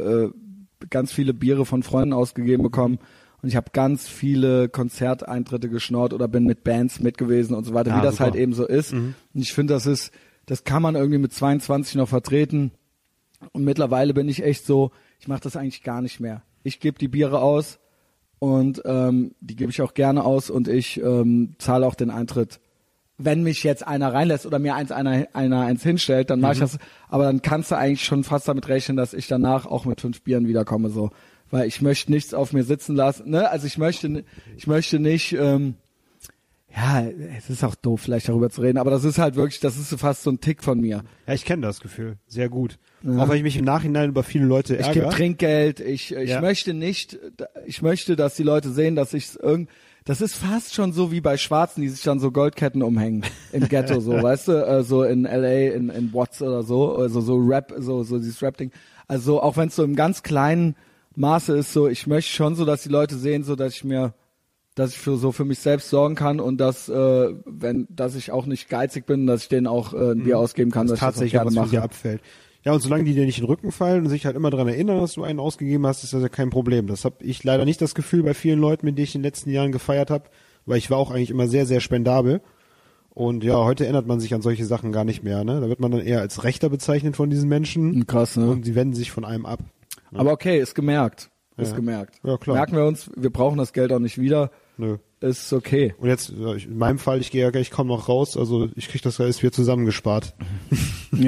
Biere von Freunden ausgegeben bekommen und ich habe ganz viele Konzerteintritte geschnorrt oder bin mit Bands mit gewesen und so weiter, wie das super. Halt eben so ist. Und ich finde, das kann man irgendwie mit 22 noch vertreten. Und mittlerweile bin ich echt so, ich mache das eigentlich gar nicht mehr. Ich gebe die Biere aus und die gebe ich auch gerne aus und ich zahle auch den Eintritt. Wenn mich jetzt einer reinlässt oder mir eins hinstellt, dann mache ich das. Aber dann kannst du eigentlich schon fast damit rechnen, dass ich danach auch mit 5 Bieren wiederkomme, so. Weil ich möchte nichts auf mir sitzen lassen, ne? Also ich möchte nicht, ja, es ist auch doof, vielleicht darüber zu reden, aber das ist halt wirklich, das ist fast so ein Tick von mir. Ja, ich kenne das Gefühl, sehr gut. Ja. Auch wenn ich mich im Nachhinein über viele Leute ärgere. Ich gebe Trinkgeld, ich möchte, dass die Leute sehen, dass das ist fast schon so wie bei Schwarzen, die sich dann so Goldketten umhängen im Ghetto, so, weißt du, so in LA, in Watts oder so, also so Rap, so dieses Rap-Ding. Also auch wenn es so im ganz kleinen Maße ist, so, ich möchte schon so, dass die Leute sehen, so, dass ich für mich selbst sorgen kann und dass ich auch nicht geizig bin, dass ich denen auch ein Bier ausgeben kann, dass ich tatsächlich das auch gerne mache. Abfällt. Ja, und solange die dir nicht in den Rücken fallen und sich halt immer daran erinnern, dass du einen ausgegeben hast, ist das ja kein Problem. Das habe ich leider nicht das Gefühl bei vielen Leuten, mit denen ich in den letzten Jahren gefeiert habe, weil ich war auch eigentlich immer sehr, sehr spendabel. Und ja, heute erinnert man sich an solche Sachen gar nicht mehr, ne? Da wird man dann eher als Rechter bezeichnet von diesen Menschen. Krass, ne? Und sie wenden sich von einem ab. Ne? Aber okay, ist gemerkt. Ist gemerkt. Ja, klar. Merken wir uns, wir brauchen das Geld auch nicht wieder. Nö. Ist okay. Und jetzt, in meinem Fall, ich komme noch raus, also ich krieg das alles wieder zusammengespart. Ja.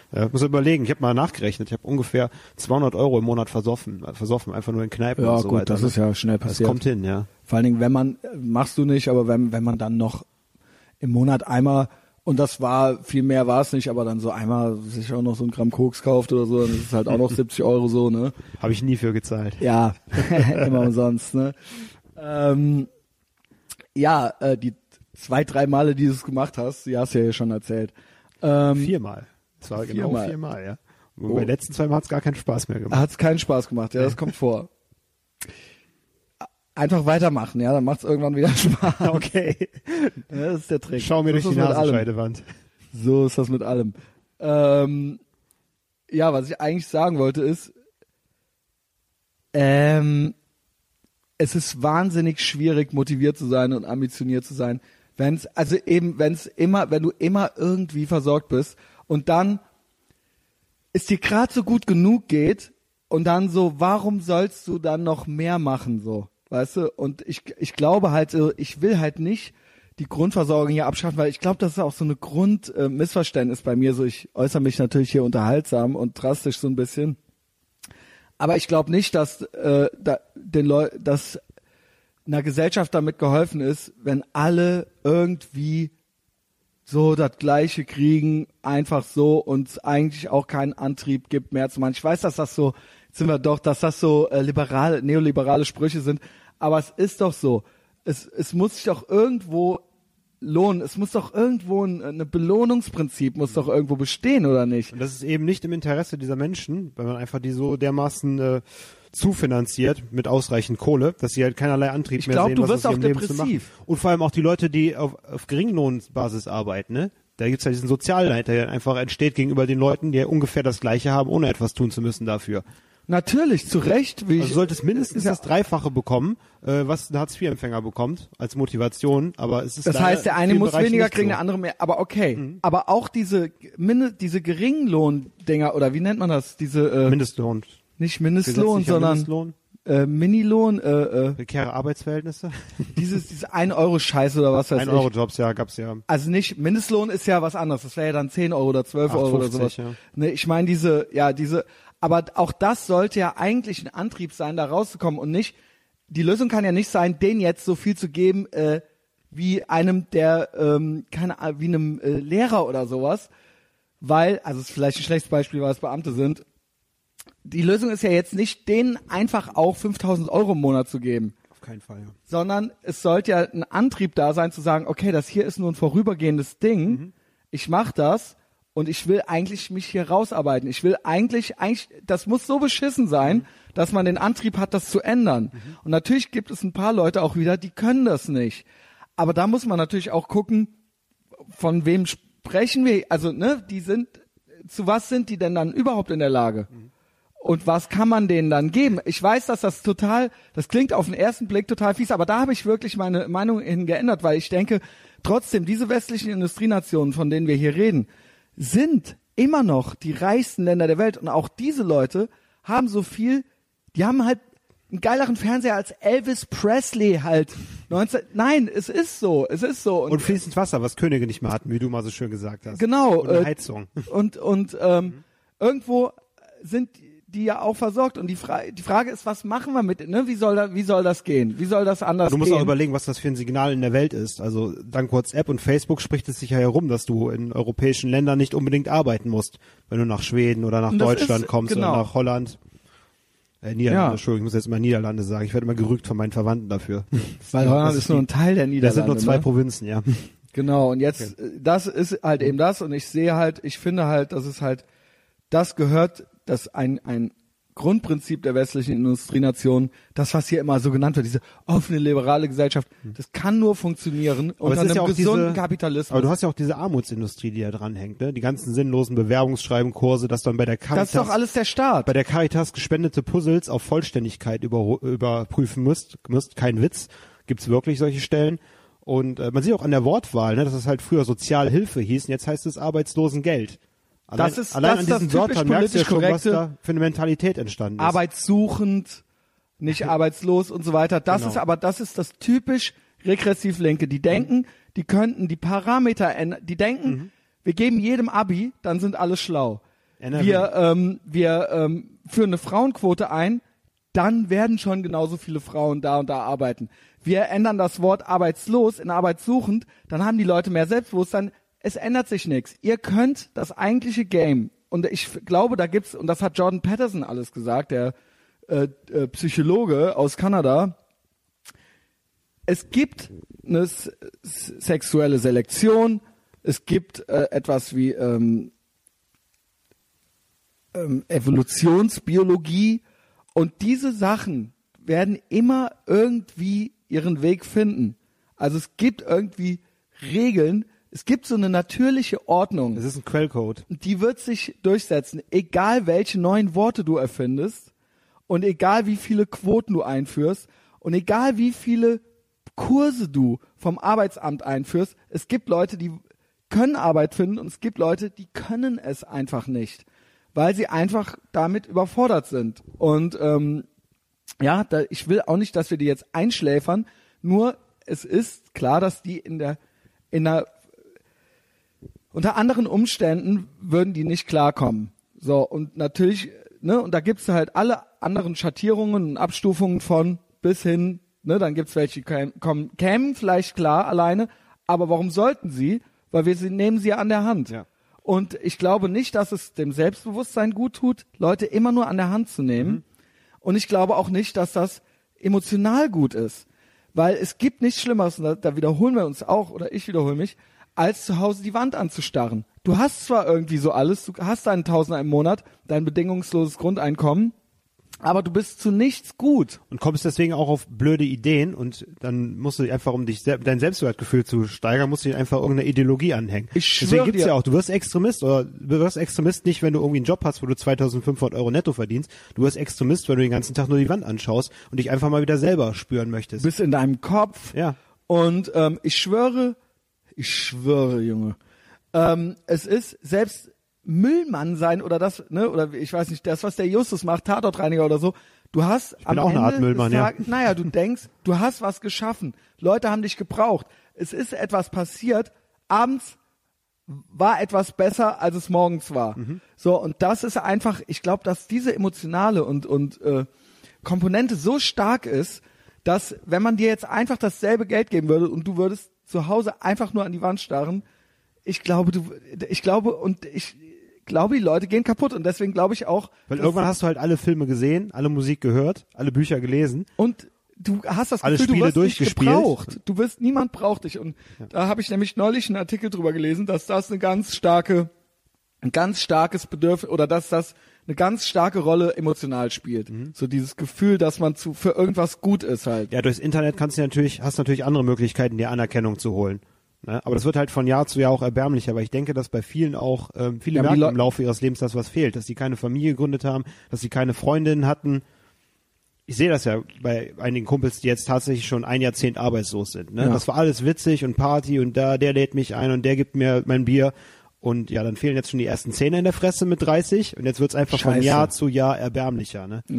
Ja, muss überlegen, ich habe mal nachgerechnet, ich habe ungefähr 200 € im Monat versoffen, einfach nur in Kneipen Ja und so gut, weiter. das ist ja schnell Das passiert. kommt hin, ja. Vor allen Dingen, machst du nicht, aber wenn man dann noch im Monat einmal, und viel mehr war es nicht, aber dann so einmal sich auch noch so ein Gramm Koks kauft oder so, dann ist es halt auch noch 70 € so, ne? Habe ich nie für gezahlt. Ja, immer umsonst, ne? Die 2-3 Male, die du es gemacht hast, die hast du ja hier schon erzählt. 4-mal. Es war genau Viermal. 4-mal, ja. Und bei den letzten 2 Mal hat es gar keinen Spaß mehr gemacht. Hat es keinen Spaß gemacht, ja, das kommt vor. Einfach weitermachen, ja, dann macht es irgendwann wieder Spaß. Okay. Ja, das ist der Trick. Schau mir durch So die ist das mit allem. Nasenscheidewand. So ist das mit allem. Was ich eigentlich sagen wollte ist, es ist wahnsinnig schwierig, motiviert zu sein und ambitioniert zu sein, wenn du immer irgendwie versorgt bist und dann es dir gerade so gut genug geht und dann so, warum sollst du dann noch mehr machen, so, weißt du? Und ich glaube halt, ich will halt nicht die Grundversorgung hier abschaffen, weil ich glaube, das ist auch so eine Grundmissverständnis bei mir, so ich äußere mich natürlich hier unterhaltsam und drastisch so ein bisschen, aber ich glaube nicht, dass dass einer Gesellschaft damit geholfen ist, wenn alle irgendwie so das Gleiche kriegen, einfach so und es eigentlich auch keinen Antrieb gibt mehr zu machen. Ich weiß, dass das so neoliberale Sprüche sind, aber es ist doch so. Es muss sich doch irgendwo lohnen. Es muss doch irgendwo ein Belohnungsprinzip muss doch irgendwo bestehen, oder nicht? Und das ist eben nicht im Interesse dieser Menschen, weil man einfach die so dermaßen zufinanziert mit ausreichend Kohle, dass sie halt keinerlei Antrieb mehr sehen, du was wirst aus auch ihrem Leben zu machen. depressiv. Und vor allem auch die Leute, die auf Geringlohnbasis arbeiten, ne? Da gibt's ja diesen Sozialneid, der einfach entsteht gegenüber den Leuten, die ja ungefähr das Gleiche haben, ohne etwas tun zu müssen dafür. Natürlich, zu Recht. Also sollte es mindestens das Dreifache bekommen, was ein Hartz-IV-Empfänger bekommt, als Motivation, aber es ist das heißt, der eine muss weniger kriegen, so. der andere mehr, aber okay. Aber auch diese Geringlohn-Dinger, oder wie nennt man das? Mindestlohn. Nicht Mindestlohn, Gesetzlicher sondern Mindestlohn. Minilohn, Prekäre Arbeitsverhältnisse. diese 1-Euro-Scheiße oder was weiß ich. 1-Euro-Jobs, ja, gab's ja. Also nicht, Mindestlohn ist ja was anderes, das wäre ja dann 10 € oder 12 € oder 8,50, sowas. ja. Ne, ich meine aber auch das sollte ja eigentlich ein Antrieb sein, da rauszukommen und nicht, die Lösung kann ja nicht sein, denen jetzt so viel zu geben, wie einem wie einem Lehrer oder sowas, weil, also es ist vielleicht ein schlechtes Beispiel, weil es Beamte sind, die Lösung ist ja jetzt nicht, denen einfach auch 5.000 € im Monat zu geben. Auf keinen Fall, ja. Sondern es sollte ja ein Antrieb da sein, zu sagen, okay, das hier ist nur ein vorübergehendes Ding, ich mache das und ich will eigentlich mich hier rausarbeiten. Ich will eigentlich, das muss so beschissen sein, dass man den Antrieb hat, das zu ändern. Und natürlich gibt es ein paar Leute auch wieder, die können das nicht. Aber da muss man natürlich auch gucken, von wem sprechen wir, also, ne, zu was sind die denn dann überhaupt in der Lage? Und was kann man denen dann geben? Ich weiß, dass das klingt auf den ersten Blick total fies, aber da habe ich wirklich meine Meinung hin geändert, weil ich denke, trotzdem, diese westlichen Industrienationen, von denen wir hier reden, sind immer noch die reichsten Länder der Welt. Und auch diese Leute haben die haben halt einen geileren Fernseher als Elvis Presley halt. Nein, es ist so. Und fließend Wasser, was Könige nicht mehr hatten, wie du mal so schön gesagt hast. Genau. Und eine Heizung. Und irgendwo sind die ja auch versorgt. Und die Frage ist, was machen wir mit, ne? Wie soll das gehen? Wie soll das anders gehen? Du musst auch überlegen, was das für ein Signal in der Welt ist. Also dank WhatsApp und Facebook spricht es sich ja herum, dass du in europäischen Ländern nicht unbedingt arbeiten musst, wenn du nach Schweden oder nach Deutschland kommst oder nach Holland. Niederlande, Entschuldigung, ich muss jetzt immer Niederlande sagen. Ich werde immer gerügt von meinen Verwandten dafür. Weil Holland ist nur ein Teil der Niederlande. Das sind nur 2 Provinzen, ja. Genau, und jetzt, das ist halt eben das, und ich finde halt, dass es halt, das gehört, dass ein Grundprinzip der westlichen Industrienation, das, was hier immer so genannt wird, diese offene, liberale Gesellschaft, das kann nur funktionieren unter einem gesunden Kapitalismus. Aber du hast ja auch diese Armutsindustrie, die da dranhängt, ne? Die ganzen sinnlosen Bewerbungsschreiben, Kurse, dass dann bei der Caritas... Das ist doch alles der Staat. Bei der Caritas gespendete Puzzles auf Vollständigkeit überprüfen müsst. Kein Witz. Gibt's wirklich solche Stellen? Und man sieht auch an der Wortwahl, ne, dass es halt früher Sozialhilfe hieß und jetzt heißt es Arbeitslosengeld. Allein an diesen Wörtern merkst du ja schon, was da für eine Mentalität entstanden ist. Arbeitssuchend, nicht arbeitslos und so weiter. Das ist das typisch regressiv Linke. Die denken, die könnten die Parameter ändern. Die denken, wir geben jedem Abi, dann sind alle schlau. wir führen eine Frauenquote ein, dann werden schon genauso viele Frauen da und da arbeiten. Wir ändern das Wort arbeitslos in arbeitssuchend, dann haben die Leute mehr Selbstbewusstsein. Es ändert sich nichts. Ihr könnt das eigentliche Game, und ich glaube, da gibt's, und das hat Jordan Peterson alles gesagt, der Psychologe aus Kanada, es gibt eine sexuelle Selektion, es gibt etwas wie Evolutionsbiologie, und diese Sachen werden immer irgendwie ihren Weg finden. Also es gibt irgendwie Regeln, es gibt so eine natürliche Ordnung. Das ist ein Quellcode. Die wird sich durchsetzen, egal welche neuen Worte du erfindest und egal wie viele Quoten du einführst und egal wie viele Kurse du vom Arbeitsamt einführst. Es gibt Leute, die können Arbeit finden, und es gibt Leute, die können es einfach nicht, weil sie einfach damit überfordert sind. Und ich will auch nicht, dass wir die jetzt einschläfern, nur es ist klar, dass die unter anderen Umständen würden die nicht klarkommen. So, und natürlich, ne, und da gibt's halt alle anderen Schattierungen und Abstufungen von bis hin, ne, dann gibt's welche, die kämen vielleicht klar alleine, aber warum sollten sie? Weil nehmen sie ja an der Hand. Ja. Und ich glaube nicht, dass es dem Selbstbewusstsein gut tut, Leute immer nur an der Hand zu nehmen. Mhm. Und ich glaube auch nicht, dass das emotional gut ist. Weil es gibt nichts Schlimmeres, und da wiederholen wir uns auch, oder ich wiederhole mich, als zu Hause die Wand anzustarren. Du hast zwar irgendwie so alles, du hast deinen Tausender im Monat, dein bedingungsloses Grundeinkommen, aber du bist zu nichts gut. Und kommst deswegen auch auf blöde Ideen, und dann musst du einfach, um dein Selbstwertgefühl zu steigern, musst du dir einfach irgendeine Ideologie anhängen. Deswegen gibt's ja auch, du wirst Extremist nicht, wenn du irgendwie einen Job hast, wo du 2.500 Euro netto verdienst. Du wirst Extremist, wenn du den ganzen Tag nur die Wand anschaust und dich einfach mal wieder selber spüren möchtest. Du bist in deinem Kopf. Ja. Und ich schwöre, Junge, es ist selbst Müllmann sein oder das, ne, oder ich weiß nicht, das, was der Justus macht, Tatortreiniger oder so, du hast am Ende eine Art Müllmann, des Tages, naja, du denkst, du hast was geschaffen, Leute haben dich gebraucht, es ist etwas passiert, abends war etwas besser, als es morgens war. Mhm. So, und das ist einfach, ich glaube, dass diese emotionale und Komponente so stark ist, dass, wenn man dir jetzt einfach dasselbe Geld geben würde und du würdest zu Hause einfach nur an die Wand starren, ich glaube, die Leute gehen kaputt, und deswegen glaube ich auch. Weil irgendwann hast du halt alle Filme gesehen, alle Musik gehört, alle Bücher gelesen. Und du hast das Gefühl, du wirst nicht gebraucht. Niemand braucht dich. Und da habe ich nämlich neulich einen Artikel drüber gelesen, dass das ein ganz starkes Bedürfnis, oder dass das eine ganz starke Rolle emotional spielt. Mhm. So dieses Gefühl, dass man für irgendwas gut ist halt. Ja, durchs Internet hast du natürlich andere Möglichkeiten, dir Anerkennung zu holen. Ne? Aber das wird halt von Jahr zu Jahr auch erbärmlicher, weil ich denke, dass bei vielen auch, viele merken im Laufe ihres Lebens, dass was fehlt, dass sie keine Familie gegründet haben, dass sie keine Freundinnen hatten. Ich sehe das ja bei einigen Kumpels, die jetzt tatsächlich schon ein Jahrzehnt arbeitslos sind. Ne? Ja. Das war alles witzig und Party, und der lädt mich ein und der gibt mir mein Bier. Und ja, dann fehlen jetzt schon die ersten Zähne in der Fresse mit 30, und jetzt wird's einfach von Jahr zu Jahr erbärmlicher. Ne?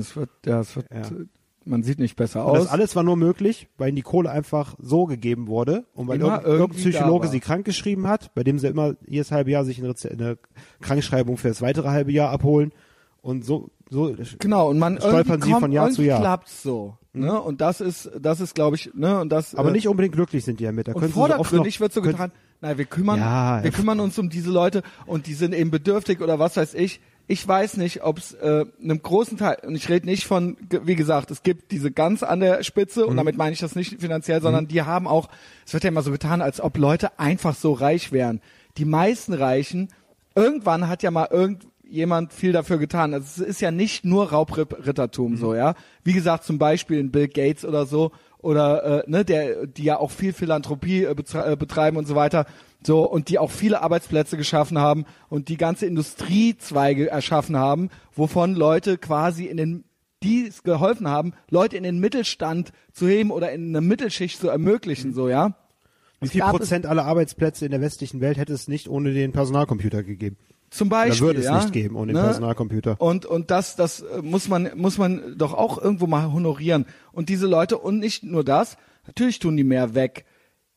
Man sieht nicht besser aus. Und das alles war nur möglich, weil ihnen die Kohle einfach so gegeben wurde, und weil irgendein Psychologe sie krankgeschrieben hat, bei dem sie immer jedes halbe Jahr sich eine Krankschreibung für das weitere halbe Jahr abholen, und so genau, und man stolpern sie von Jahr zu Jahr. Klappt's so, ne? Und das ist, glaube ich, ne? Und das. Aber nicht unbedingt glücklich sind die ja mit. Da und vordergründig wird so getan. Nein, wir kümmern uns um diese Leute, und die sind eben bedürftig oder was weiß ich. Ich weiß nicht, ob es einem großen Teil, und ich rede nicht von, wie gesagt, es gibt diese ganz an der Spitze, und damit meine ich das nicht finanziell, sondern die haben auch, es wird ja immer so getan, als ob Leute einfach so reich wären. Die meisten Reichen, irgendwann hat ja mal irgendjemand viel dafür getan. Also es ist ja nicht nur Raubrittertum so, ja. Wie gesagt, zum Beispiel in Bill Gates oder so, oder die ja auch viel Philanthropie betreiben und so weiter. So, und die auch viele Arbeitsplätze geschaffen haben und die ganze Industriezweige erschaffen haben, wovon Leute quasi die es geholfen haben, Leute in den Mittelstand zu heben oder in eine Mittelschicht zu ermöglichen, so, ja. Wie viel Prozent aller Arbeitsplätze in der westlichen Welt hätte es nicht ohne den Personalcomputer gegeben? Zum Beispiel, oder würde es nicht geben ohne den Personalcomputer. Und das muss man doch auch irgendwo mal honorieren. Und diese Leute, und nicht nur das, natürlich tun die mehr weg.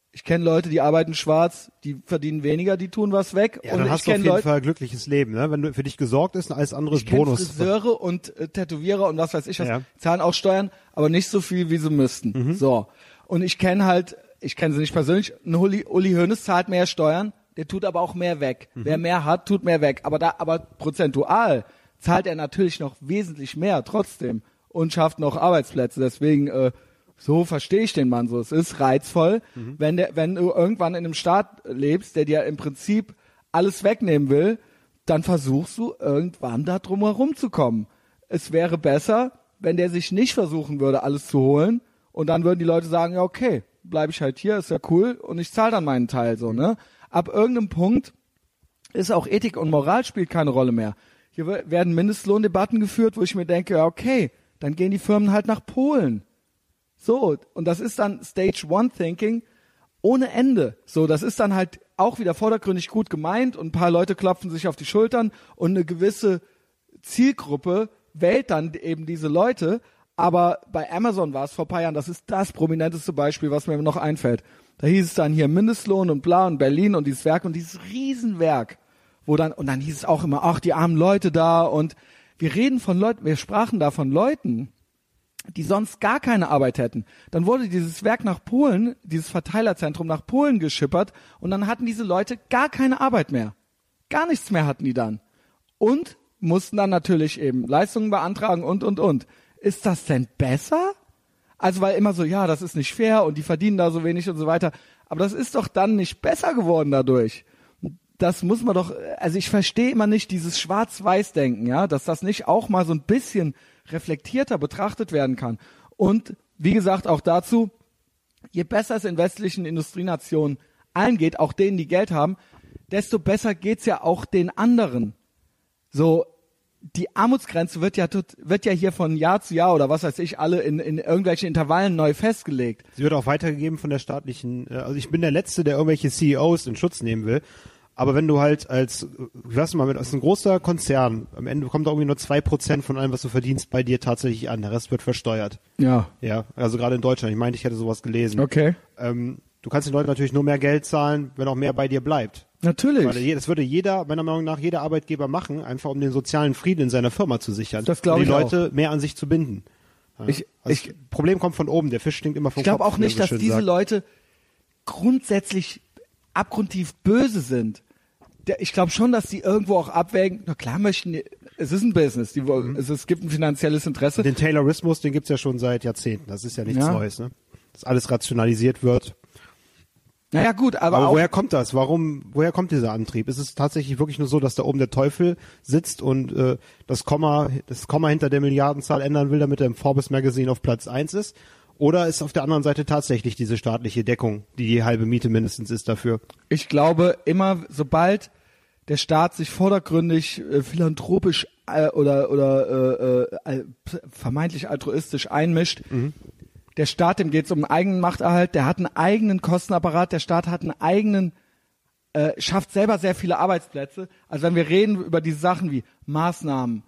Ich kenne Leute, die arbeiten schwarz, die verdienen weniger, die tun was weg. Ja, und dann ich hast du auf kenne jeden Leute, Fall ein glückliches Leben, ne? Wenn du für dich gesorgt ist, und alles andere ist ich kenne Bonus. Friseure und Tätowierer und was weiß ich was, Ja. zahlen auch Steuern, aber nicht so viel, wie sie müssten. So. Und ich kenne sie nicht persönlich, ein Uli Hoeneß zahlt mehr Steuern, der tut aber auch mehr weg. Wer mehr hat, tut mehr weg. Aber prozentual zahlt er natürlich noch wesentlich mehr trotzdem und schafft noch Arbeitsplätze. Deswegen, so verstehe ich den Mann so. Es ist reizvoll, wenn du irgendwann in einem Staat lebst, der dir im Prinzip alles wegnehmen will, dann versuchst du irgendwann da drum herum zu kommen. Es wäre besser, wenn der sich nicht versuchen würde, alles zu holen, und dann würden die Leute sagen, ja okay, bleibe ich halt hier, ist ja cool, und ich zahle dann meinen Teil so, ne? Ab irgendeinem Punkt ist auch Ethik und Moral spielt keine Rolle mehr. Hier werden Mindestlohndebatten geführt, wo ich mir denke, ja okay, dann gehen die Firmen halt nach Polen. So, und das ist dann Stage One Thinking ohne Ende. So, das ist dann halt auch wieder vordergründig gut gemeint und ein paar Leute klopfen sich auf die Schultern und eine gewisse Zielgruppe wählt dann eben diese Leute. Aber bei Amazon war es vor ein paar Jahren, das ist das prominenteste Beispiel, was mir noch einfällt. Da hieß es dann hier Mindestlohn und bla und Berlin und dieses Werk und dieses Riesenwerk, und dann hieß es auch immer, ach, die armen Leute da, und wir sprachen da von Leuten, die sonst gar keine Arbeit hätten. Dann wurde dieses Werk nach Polen, dieses Verteilerzentrum nach Polen geschippert, und dann hatten diese Leute gar keine Arbeit mehr. Gar nichts mehr hatten die dann. Und mussten dann natürlich eben Leistungen beantragen und. Ist das denn besser? Also weil immer so, ja, das ist nicht fair und die verdienen da so wenig und so weiter. Aber das ist doch dann nicht besser geworden dadurch. Das muss man doch, also ich verstehe immer nicht dieses Schwarz-Weiß-Denken, ja, dass das nicht auch mal so ein bisschen reflektierter betrachtet werden kann. Und wie gesagt, auch dazu, je besser es in westlichen Industrienationen allen geht, auch denen, die Geld haben, desto besser geht's ja auch den anderen. So, die Armutsgrenze wird ja hier von Jahr zu Jahr oder was weiß ich alle in irgendwelchen Intervallen neu festgelegt. Sie wird auch weitergegeben von der staatlichen, also ich bin der Letzte, der irgendwelche CEOs in Schutz nehmen will. Aber wenn du halt als ein großer Konzern, am Ende kommt da irgendwie nur 2% von allem, was du verdienst, bei dir tatsächlich an. Der Rest wird versteuert. Ja. Ja, also gerade in Deutschland. Ich meinte, ich hätte sowas gelesen. Okay. Du kannst den Leuten natürlich nur mehr Geld zahlen, wenn auch mehr bei dir bleibt. Natürlich. Weil das würde meiner Meinung nach, jeder Arbeitgeber machen, einfach um den sozialen Frieden in seiner Firma zu sichern. Das glaube ich auch. Die Leute mehr an sich zu binden. Ja. Das Problem kommt von oben, der Fisch stinkt immer vom Kopf. Ich glaube auch nicht, dass diese Leute grundsätzlich abgrundtief böse sind. Ich glaube schon, dass die irgendwo auch abwägen, na klar es ist ein Business, es gibt ein finanzielles Interesse. Den Taylorismus, den gibt's ja schon seit Jahrzehnten, das ist ja nichts Neues, ne? Dass alles rationalisiert wird. Naja gut, aber auch, woher kommt das? Woher kommt dieser Antrieb? Ist es tatsächlich wirklich nur so, dass da oben der Teufel sitzt und das Komma hinter der Milliardenzahl ändern will, damit er im Forbes Magazine auf Platz 1 ist? Oder ist auf der anderen Seite tatsächlich diese staatliche Deckung, die halbe Miete mindestens ist dafür? Ich glaube, immer sobald der Staat sich vordergründig philanthropisch oder vermeintlich altruistisch einmischt, der Staat, dem geht es um einen eigenen Machterhalt, der hat einen eigenen Kostenapparat, der Staat hat einen eigenen, schafft selber sehr viele Arbeitsplätze. Also wenn wir reden über diese Sachen wie Maßnahmen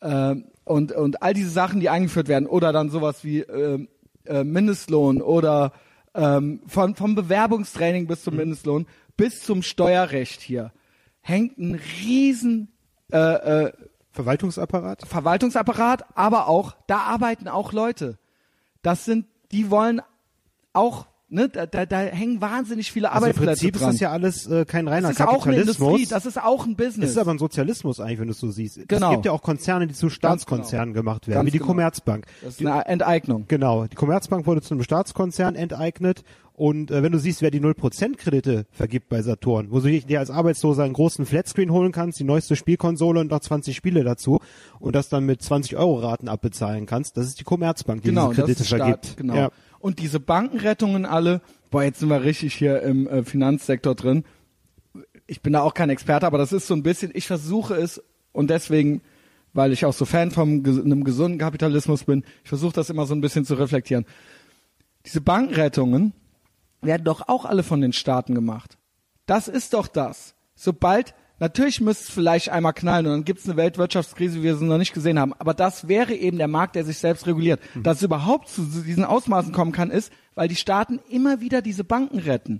und all diese Sachen, die eingeführt werden, oder dann sowas wie Mindestlohn oder vom Bewerbungstraining bis zum Mindestlohn bis zum Steuerrecht hier hängt ein riesen Verwaltungsapparat, aber auch, da arbeiten auch Leute. Die wollen auch, ne, da hängen wahnsinnig viele Arbeitsplätze also im Prinzip dran. ist das ja alles kein reiner Das ist Kapitalismus. auch eine Industrie, das ist auch ein Business. Es ist aber ein Sozialismus eigentlich, wenn du es so siehst. Genau. Es gibt ja auch Konzerne, die zu Staatskonzernen gemacht werden, Ganz wie die genau. Commerzbank. Das ist eine Enteignung. Genau, die Commerzbank wurde zu einem Staatskonzern enteignet. Und wenn du siehst, wer die 0% Kredite vergibt bei Saturn, wo du dir als Arbeitsloser einen großen Flatscreen holen kannst, die neueste Spielkonsole und noch 20 Spiele dazu und das dann mit 20-Euro-Raten abbezahlen kannst, das ist die Commerzbank, die diese Kredite vergibt. Genau. Ja. Und diese Bankenrettungen alle, jetzt sind wir richtig hier im Finanzsektor drin. Ich bin da auch kein Experte, aber das ist so ein bisschen, ich versuche es und deswegen, weil ich auch so Fan von einem gesunden Kapitalismus bin, ich versuche das immer so ein bisschen zu reflektieren. Diese Bankenrettungen werden doch auch alle von den Staaten gemacht. Das ist doch das. Natürlich müsste es vielleicht einmal knallen und dann gibt es eine Weltwirtschaftskrise, wie wir sie noch nicht gesehen haben. Aber das wäre eben der Markt, der sich selbst reguliert. Dass es überhaupt zu diesen Ausmaßen kommen kann, ist, weil die Staaten immer wieder diese Banken retten.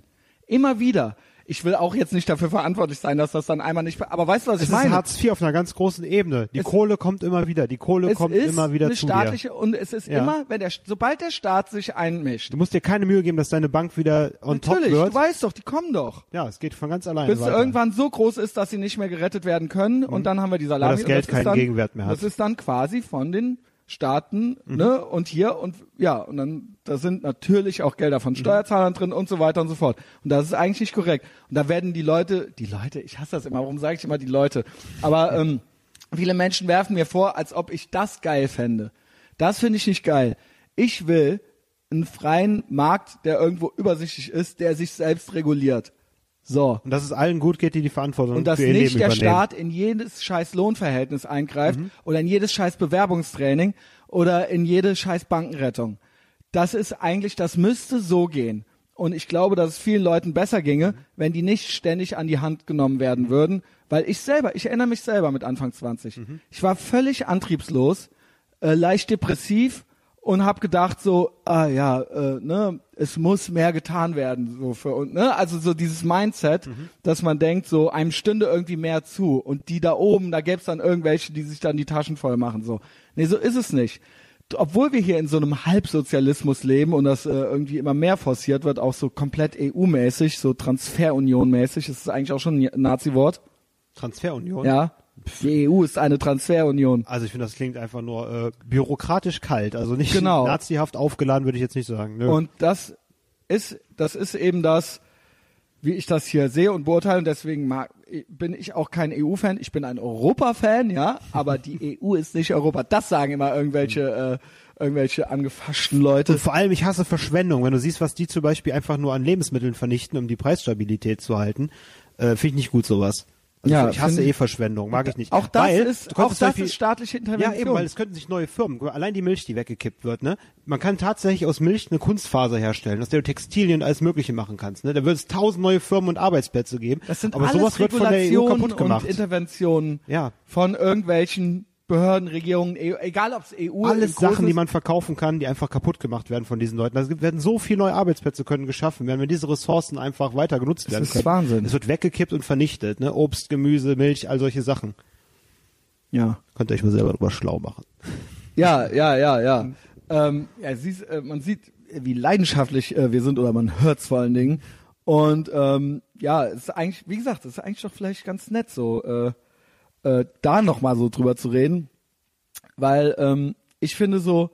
Immer wieder. Ich will auch jetzt nicht dafür verantwortlich sein, dass das dann einmal nicht, aber weißt du, was ich meine? Es ist Hartz IV auf einer ganz großen Ebene. Die Kohle kommt immer wieder. Die Kohle kommt immer wieder zu dir. Es ist eine staatliche, und es ist immer, sobald der Staat sich einmischt. Du musst dir keine Mühe geben, dass deine Bank wieder on top wird. Natürlich, du weißt doch, die kommen doch. Ja, es geht von ganz alleine Bis weiter. irgendwann so groß ist, dass sie nicht mehr gerettet werden können und dann haben wir die Salami. Weil das Geld keinen Gegenwert mehr hat. Das ist dann quasi von den Staaten, ne, und hier und ja, und dann, da sind natürlich auch Gelder von Steuerzahlern drin und so weiter und so fort. Und das ist eigentlich nicht korrekt. Und da werden die Leute, ich hasse das immer, warum sage ich immer die Leute? Aber viele Menschen werfen mir vor, als ob ich das geil fände. Das finde ich nicht geil. Ich will einen freien Markt, der irgendwo übersichtlich ist, der sich selbst reguliert. So. Und dass es allen gut geht, die Verantwortung Und dass für ihr nicht Leben der übernehmen. Staat in jedes scheiß Lohnverhältnis eingreift oder in jedes scheiß Bewerbungstraining oder in jede scheiß Bankenrettung. Das ist eigentlich, das müsste so gehen. Und ich glaube, dass es vielen Leuten besser ginge, wenn die nicht ständig an die Hand genommen werden würden. Weil ich erinnere mich selber mit Anfang 20. Ich war völlig antriebslos, leicht depressiv und habe gedacht so, es muss mehr getan werden, so für uns, ne? Also so dieses Mindset, dass man denkt, so einem stünde irgendwie mehr zu und die da oben, da gäbe es dann irgendwelche, die sich dann die Taschen voll machen, so. Nee, so ist es nicht. Obwohl wir hier in so einem Halbsozialismus leben und das irgendwie immer mehr forciert wird, auch so komplett EU-mäßig, so Transferunion-mäßig, das ist eigentlich auch schon ein Nazi-Wort. Transferunion? Ja. Die EU ist eine Transferunion. Also ich finde, das klingt einfach nur bürokratisch kalt, also nicht Genau. nazihaft aufgeladen, würde ich jetzt nicht sagen. Nö. Und das ist eben das, wie ich das hier sehe und beurteile. Und deswegen bin ich auch kein EU-Fan. Ich bin ein Europa-Fan, ja, aber die EU ist nicht Europa. Das sagen immer irgendwelche angefaschten Leute. Und vor allem, ich hasse Verschwendung. Wenn du siehst, was die zum Beispiel einfach nur an Lebensmitteln vernichten, um die Preisstabilität zu halten, finde ich nicht gut sowas. Also Ja, ich hasse Verschwendung, mag ich nicht. Auch das weil, ist staatliche Intervention. Ja, eben, weil es könnten sich neue Firmen, allein die Milch, die weggekippt wird, ne? Man kann tatsächlich aus Milch eine Kunstfaser herstellen, aus der du Textilien und alles Mögliche machen kannst, ne? Da wird es 1000 neue Firmen und Arbeitsplätze geben. Das sind aber alles sowas wird von der EU Regulationen kaputt gemacht. und Interventionen Ja. von irgendwelchen Behörden, Regierungen, egal ob es EU Alles groß Sachen, die ist. man verkaufen kann, die einfach kaputt gemacht werden von diesen Leuten. Also werden so viele neue Arbeitsplätze können geschaffen werden, wenn diese Ressourcen einfach weiter genutzt werden können. Das ist Wahnsinn. Es wird weggekippt und vernichtet, ne? Obst, Gemüse, Milch, all solche Sachen. Ja. Könnt ihr euch mal selber drüber schlau machen. Ja. Man sieht, wie leidenschaftlich wir sind, oder man hört's vor allen Dingen. Und es ist eigentlich, wie gesagt, es ist eigentlich doch vielleicht ganz nett, so da nochmal so drüber zu reden. Weil ich finde so,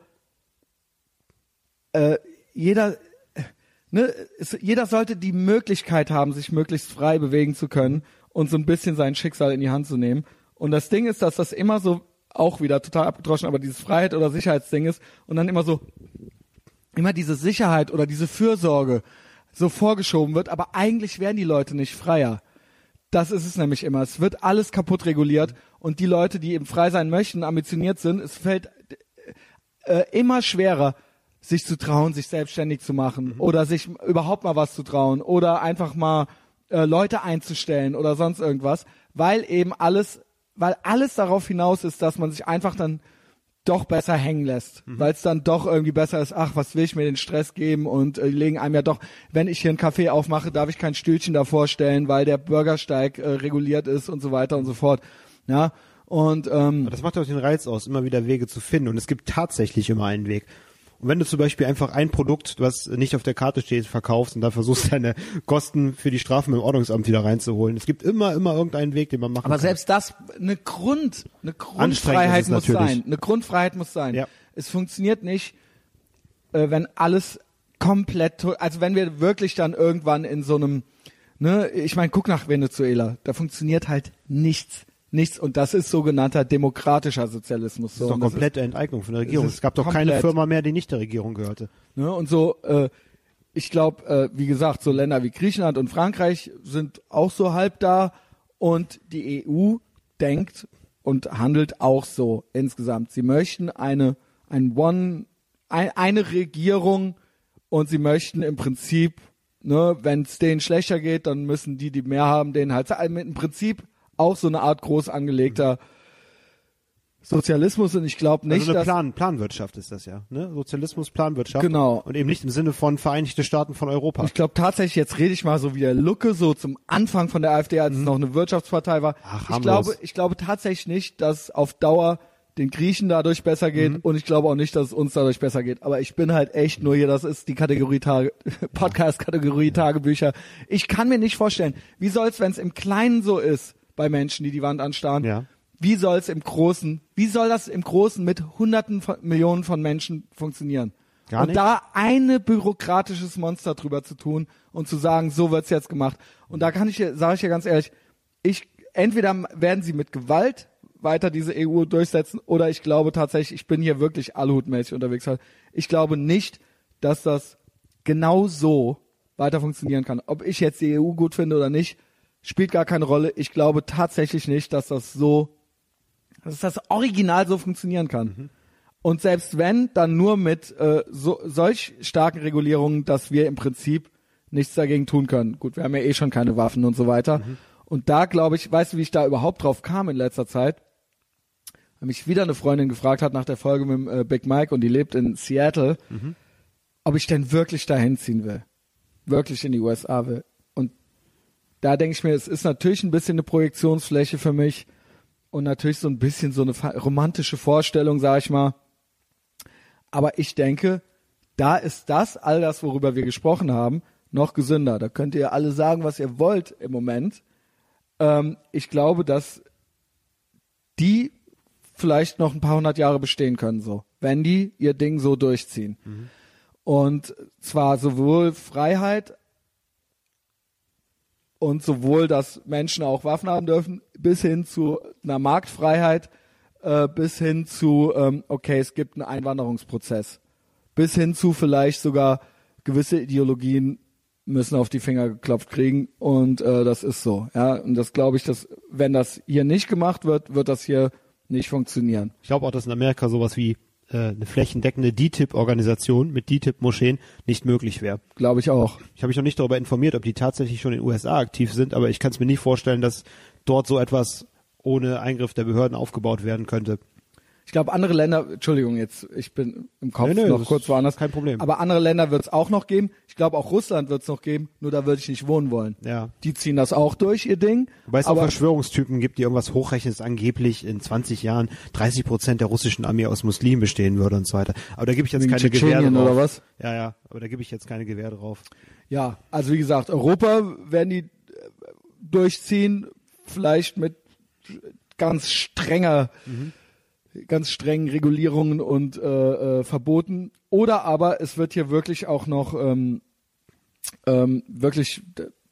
jeder sollte die Möglichkeit haben, sich möglichst frei bewegen zu können und so ein bisschen sein Schicksal in die Hand zu nehmen. Und das Ding ist, dass das immer so, auch wieder total abgedroschen, aber dieses Freiheit- oder Sicherheitsding ist und dann immer diese Sicherheit oder diese Fürsorge so vorgeschoben wird, aber eigentlich werden die Leute nicht freier. Das ist es nämlich immer. Es wird alles kaputt reguliert und die Leute, die eben frei sein möchten, ambitioniert sind, es fällt immer schwerer, sich zu trauen, sich selbstständig zu machen oder sich überhaupt mal was zu trauen oder einfach mal Leute einzustellen oder sonst irgendwas, weil alles darauf hinaus ist, dass man sich einfach dann doch besser hängen lässt, weil es dann doch irgendwie besser ist, ach, was will ich mir den Stress geben und die legen einem ja doch, wenn ich hier einen Café aufmache, darf ich kein Stühlchen davor stellen, weil der Bürgersteig reguliert ist und so weiter und so fort. Ja, und das macht auch den Reiz aus, immer wieder Wege zu finden und es gibt tatsächlich immer einen Weg. Und wenn du zum Beispiel einfach ein Produkt, was nicht auf der Karte steht, verkaufst und dann versuchst, deine Kosten für die Strafen im Ordnungsamt wieder reinzuholen. Es gibt immer irgendeinen Weg, den man machen kann. aber selbst das, eine Grundfreiheit muss sein. Eine Grundfreiheit muss sein. Ja. Es funktioniert nicht, wenn alles komplett, also wenn wir wirklich dann irgendwann in so einem, ne, ich meine, guck nach Venezuela, da funktioniert halt nichts. Und das ist sogenannter demokratischer Sozialismus. Das ist doch komplette Enteignung von der Regierung. Es gab doch komplett. keine Firma mehr, die nicht der Regierung gehörte. Ne, und so, ich glaube, wie gesagt, so Länder wie Griechenland und Frankreich sind auch so halb da und die EU denkt und handelt auch so insgesamt. Sie möchten eine Regierung und sie möchten im Prinzip, ne, wenn es denen schlechter geht, dann müssen die mehr haben, denen halt im Prinzip auch so eine Art groß angelegter Sozialismus und ich glaube nicht, also eine dass... Planwirtschaft ist das ja, ne? Sozialismus, Planwirtschaft. Genau. Und eben nicht im Sinne von Vereinigte Staaten von Europa. Ich glaube tatsächlich, jetzt rede ich mal so wie der Lucke, so zum Anfang von der AfD, als es noch eine Wirtschaftspartei war. Ach, ich glaube tatsächlich nicht, dass auf Dauer den Griechen dadurch besser geht und ich glaube auch nicht, dass es uns dadurch besser geht. Aber ich bin halt echt nur hier, das ist die Kategorie Podcast-Kategorie Tagebücher. Ich kann mir nicht vorstellen, wie soll's, wenn es im Kleinen so ist, bei Menschen, die Wand anstarren, Ja. wie soll das im Großen mit Hunderten von Millionen von Menschen funktionieren? Gar und nicht. da eine bürokratisches Monster drüber zu tun und zu sagen, so wird's jetzt gemacht. Und da sage ich ja ganz ehrlich, entweder werden sie mit Gewalt weiter diese EU durchsetzen oder ich glaube tatsächlich, ich bin hier wirklich allhutmäßig unterwegs. Ich glaube nicht, dass das genau so weiter funktionieren kann. Ob ich jetzt die EU gut finde oder nicht, spielt gar keine Rolle. Ich glaube tatsächlich nicht, dass das Original so funktionieren kann. Und selbst wenn, dann nur mit solch starken Regulierungen, dass wir im Prinzip nichts dagegen tun können. Gut, wir haben ja eh schon keine Waffen und so weiter. Und da glaube ich, weißt du, wie ich da überhaupt drauf kam in letzter Zeit? Weil mich wieder eine Freundin gefragt hat nach der Folge mit dem Big Mike und die lebt in Seattle, ob ich denn wirklich dahin ziehen will. Wirklich in die USA will. Und da denke ich mir, es ist natürlich ein bisschen eine Projektionsfläche für mich und natürlich so ein bisschen so eine romantische Vorstellung, sag ich mal. Aber ich denke, da ist all das, worüber wir gesprochen haben, noch gesünder. Da könnt ihr alle sagen, was ihr wollt im Moment. Ich glaube, dass die vielleicht noch ein paar hundert Jahre bestehen können, so, wenn die ihr Ding so durchziehen. Und zwar sowohl Freiheit und sowohl, dass Menschen auch Waffen haben dürfen, bis hin zu einer Marktfreiheit, bis hin zu, okay, es gibt einen Einwanderungsprozess, bis hin zu vielleicht sogar gewisse Ideologien müssen auf die Finger geklopft kriegen und das ist so. Ja, und das glaube ich, dass wenn das hier nicht gemacht wird, wird das hier nicht funktionieren. Ich glaube auch, dass in Amerika sowas wie eine flächendeckende DTIP-Organisation mit DTIP-Moscheen nicht möglich wäre. Glaube ich auch. Ich habe mich noch nicht darüber informiert, ob die tatsächlich schon in den USA aktiv sind, aber ich kann es mir nicht vorstellen, dass dort so etwas ohne Eingriff der Behörden aufgebaut werden könnte. Ich glaube, andere Länder, Entschuldigung, jetzt, ich bin im Kopf noch kurz woanders. Kein Problem. Aber andere Länder wird es auch noch geben. Ich glaube, auch Russland wird es noch geben, nur da würde ich nicht wohnen wollen. Ja. Die ziehen das auch durch, ihr Ding. Wobei es auch Verschwörungstypen gibt, die irgendwas hochrechnen, dass angeblich in 20 Jahren 30% der russischen Armee aus Muslimen bestehen würde und so weiter. Aber da gebe ich jetzt keine Gewähr drauf. Oder was? Ja, aber da gebe ich jetzt keine Gewähr drauf. Ja, also wie gesagt, Europa werden die durchziehen, vielleicht mit ganz strengen Regulierungen und Verboten. Oder aber es wird hier wirklich auch noch wirklich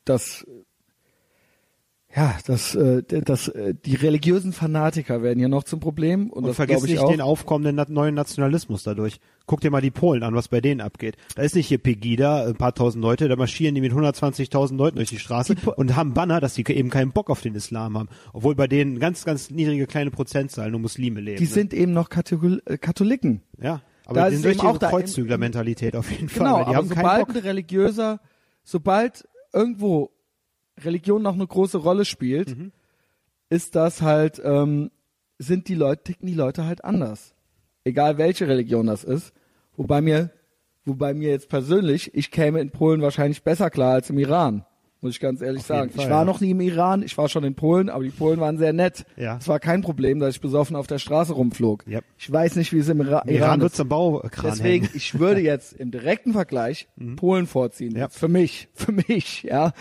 die religiösen Fanatiker werden hier noch zum Problem. Und das vergiss glaube ich nicht auch. den aufkommenden neuen Nationalismus dadurch. Guck dir mal die Polen an, was bei denen abgeht. Da ist nicht hier Pegida, ein paar tausend Leute, da marschieren die mit 120.000 Leuten durch die Straße und haben Banner, dass sie eben keinen Bock auf den Islam haben. Obwohl bei denen ganz, ganz niedrige kleine Prozentzahl nur Muslime leben. Die sind eben noch Katholiken. Ja, aber Da die ist sind durch eben auch ihre da Kreuzzügler-Mentalität auf jeden Fall. Genau, Weil die aber haben keinen Bock. sobald irgendwo Religion noch eine große Rolle spielt, ist das halt, ticken die Leute halt anders. Egal welche Religion das ist. Wobei mir jetzt persönlich, ich käme in Polen wahrscheinlich besser klar als im Iran. Muss ich ganz ehrlich sagen. Fall, Ich war ja. noch nie im Iran, ich war schon in Polen, aber die Polen waren sehr nett. Ja. Es war kein Problem, dass ich besoffen auf der Straße rumflog. Yep. Ich weiß nicht, wie es im Iran Iran ist. wird's am Baukran Deswegen, hängen. ich würde jetzt im direkten Vergleich Polen vorziehen. Ja. Für mich, ja.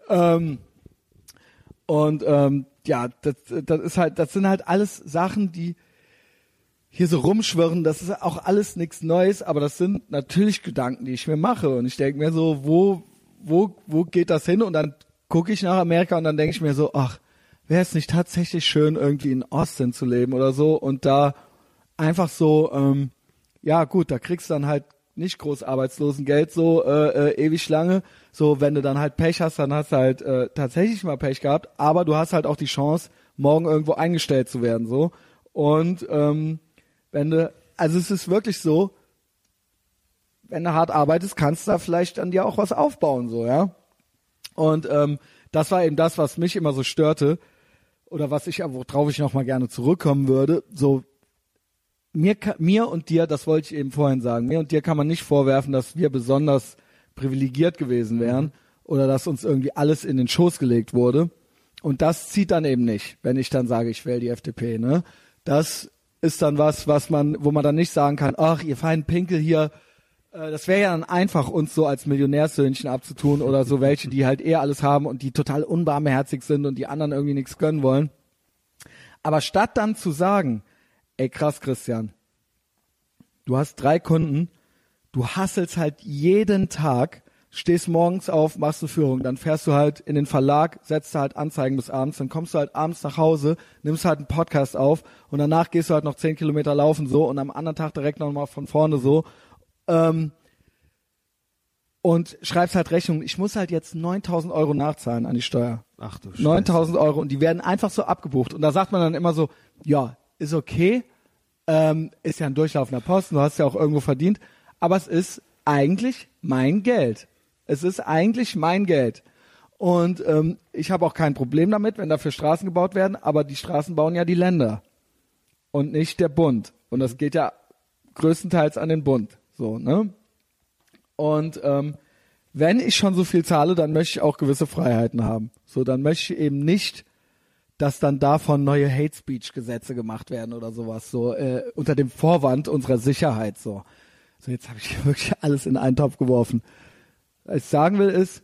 Ja, das sind halt alles Sachen, die hier so rumschwirren. Das ist auch alles nichts Neues, aber das sind natürlich Gedanken, die ich mir mache. Und ich denke mir so, wo geht das hin? Und dann gucke ich nach Amerika und dann denke ich mir so, ach, wäre es nicht tatsächlich schön, irgendwie in Austin zu leben oder so und da einfach so, ja gut, da kriegst du dann halt nicht groß Arbeitslosengeld so ewig lange. So, wenn du dann halt Pech hast, dann hast du halt tatsächlich mal Pech gehabt, aber du hast halt auch die Chance, morgen irgendwo eingestellt zu werden. So. Und also es ist wirklich so, wenn du hart arbeitest, kannst du da vielleicht an dir auch was aufbauen, so, ja. Und das war eben das, was mich immer so störte, oder worauf ich noch mal gerne zurückkommen würde, so mir und dir, das wollte ich eben vorhin sagen, mir und dir kann man nicht vorwerfen, dass wir besonders privilegiert gewesen wären oder dass uns irgendwie alles in den Schoß gelegt wurde. Und das zieht dann eben nicht, wenn ich dann sage, ich wähle die FDP, ne? Das ist dann wo man dann nicht sagen kann, ach, ihr feinen Pinkel hier, das wäre ja dann einfach, uns so als Millionärssöhnchen abzutun oder so welche, die halt alles haben und die total unbarmherzig sind und die anderen irgendwie nichts gönnen wollen. Aber statt dann zu sagen, ey krass, Christian, du hast 3 Kunden, du hasselst halt jeden Tag, stehst morgens auf, machst eine Führung, dann fährst du halt in den Verlag, setzt du halt Anzeigen bis abends, dann kommst du halt abends nach Hause, nimmst halt einen Podcast auf und danach gehst du halt noch 10 Kilometer laufen so und am anderen Tag direkt nochmal von vorne so und schreibst halt Rechnung. Ich muss halt jetzt 9.000 € nachzahlen an die Steuer. Ach du Scheiße. 9.000 € und die werden einfach so abgebucht und da sagt man dann immer so, ja, ist okay, ist ja ein durchlaufender Posten, du hast ja auch irgendwo verdient, aber es ist eigentlich mein Geld. Es ist eigentlich mein Geld. Und ich habe auch kein Problem damit, wenn dafür Straßen gebaut werden, aber die Straßen bauen ja die Länder und nicht der Bund. Und das geht ja größtenteils an den Bund. So, ne? Und wenn ich schon so viel zahle, dann möchte ich auch gewisse Freiheiten haben. So, dann möchte ich eben nicht, dass dann davon neue Hate-Speech-Gesetze gemacht werden oder sowas, so unter dem Vorwand unserer Sicherheit. So, jetzt habe ich wirklich alles in einen Topf geworfen. Was ich sagen will ist,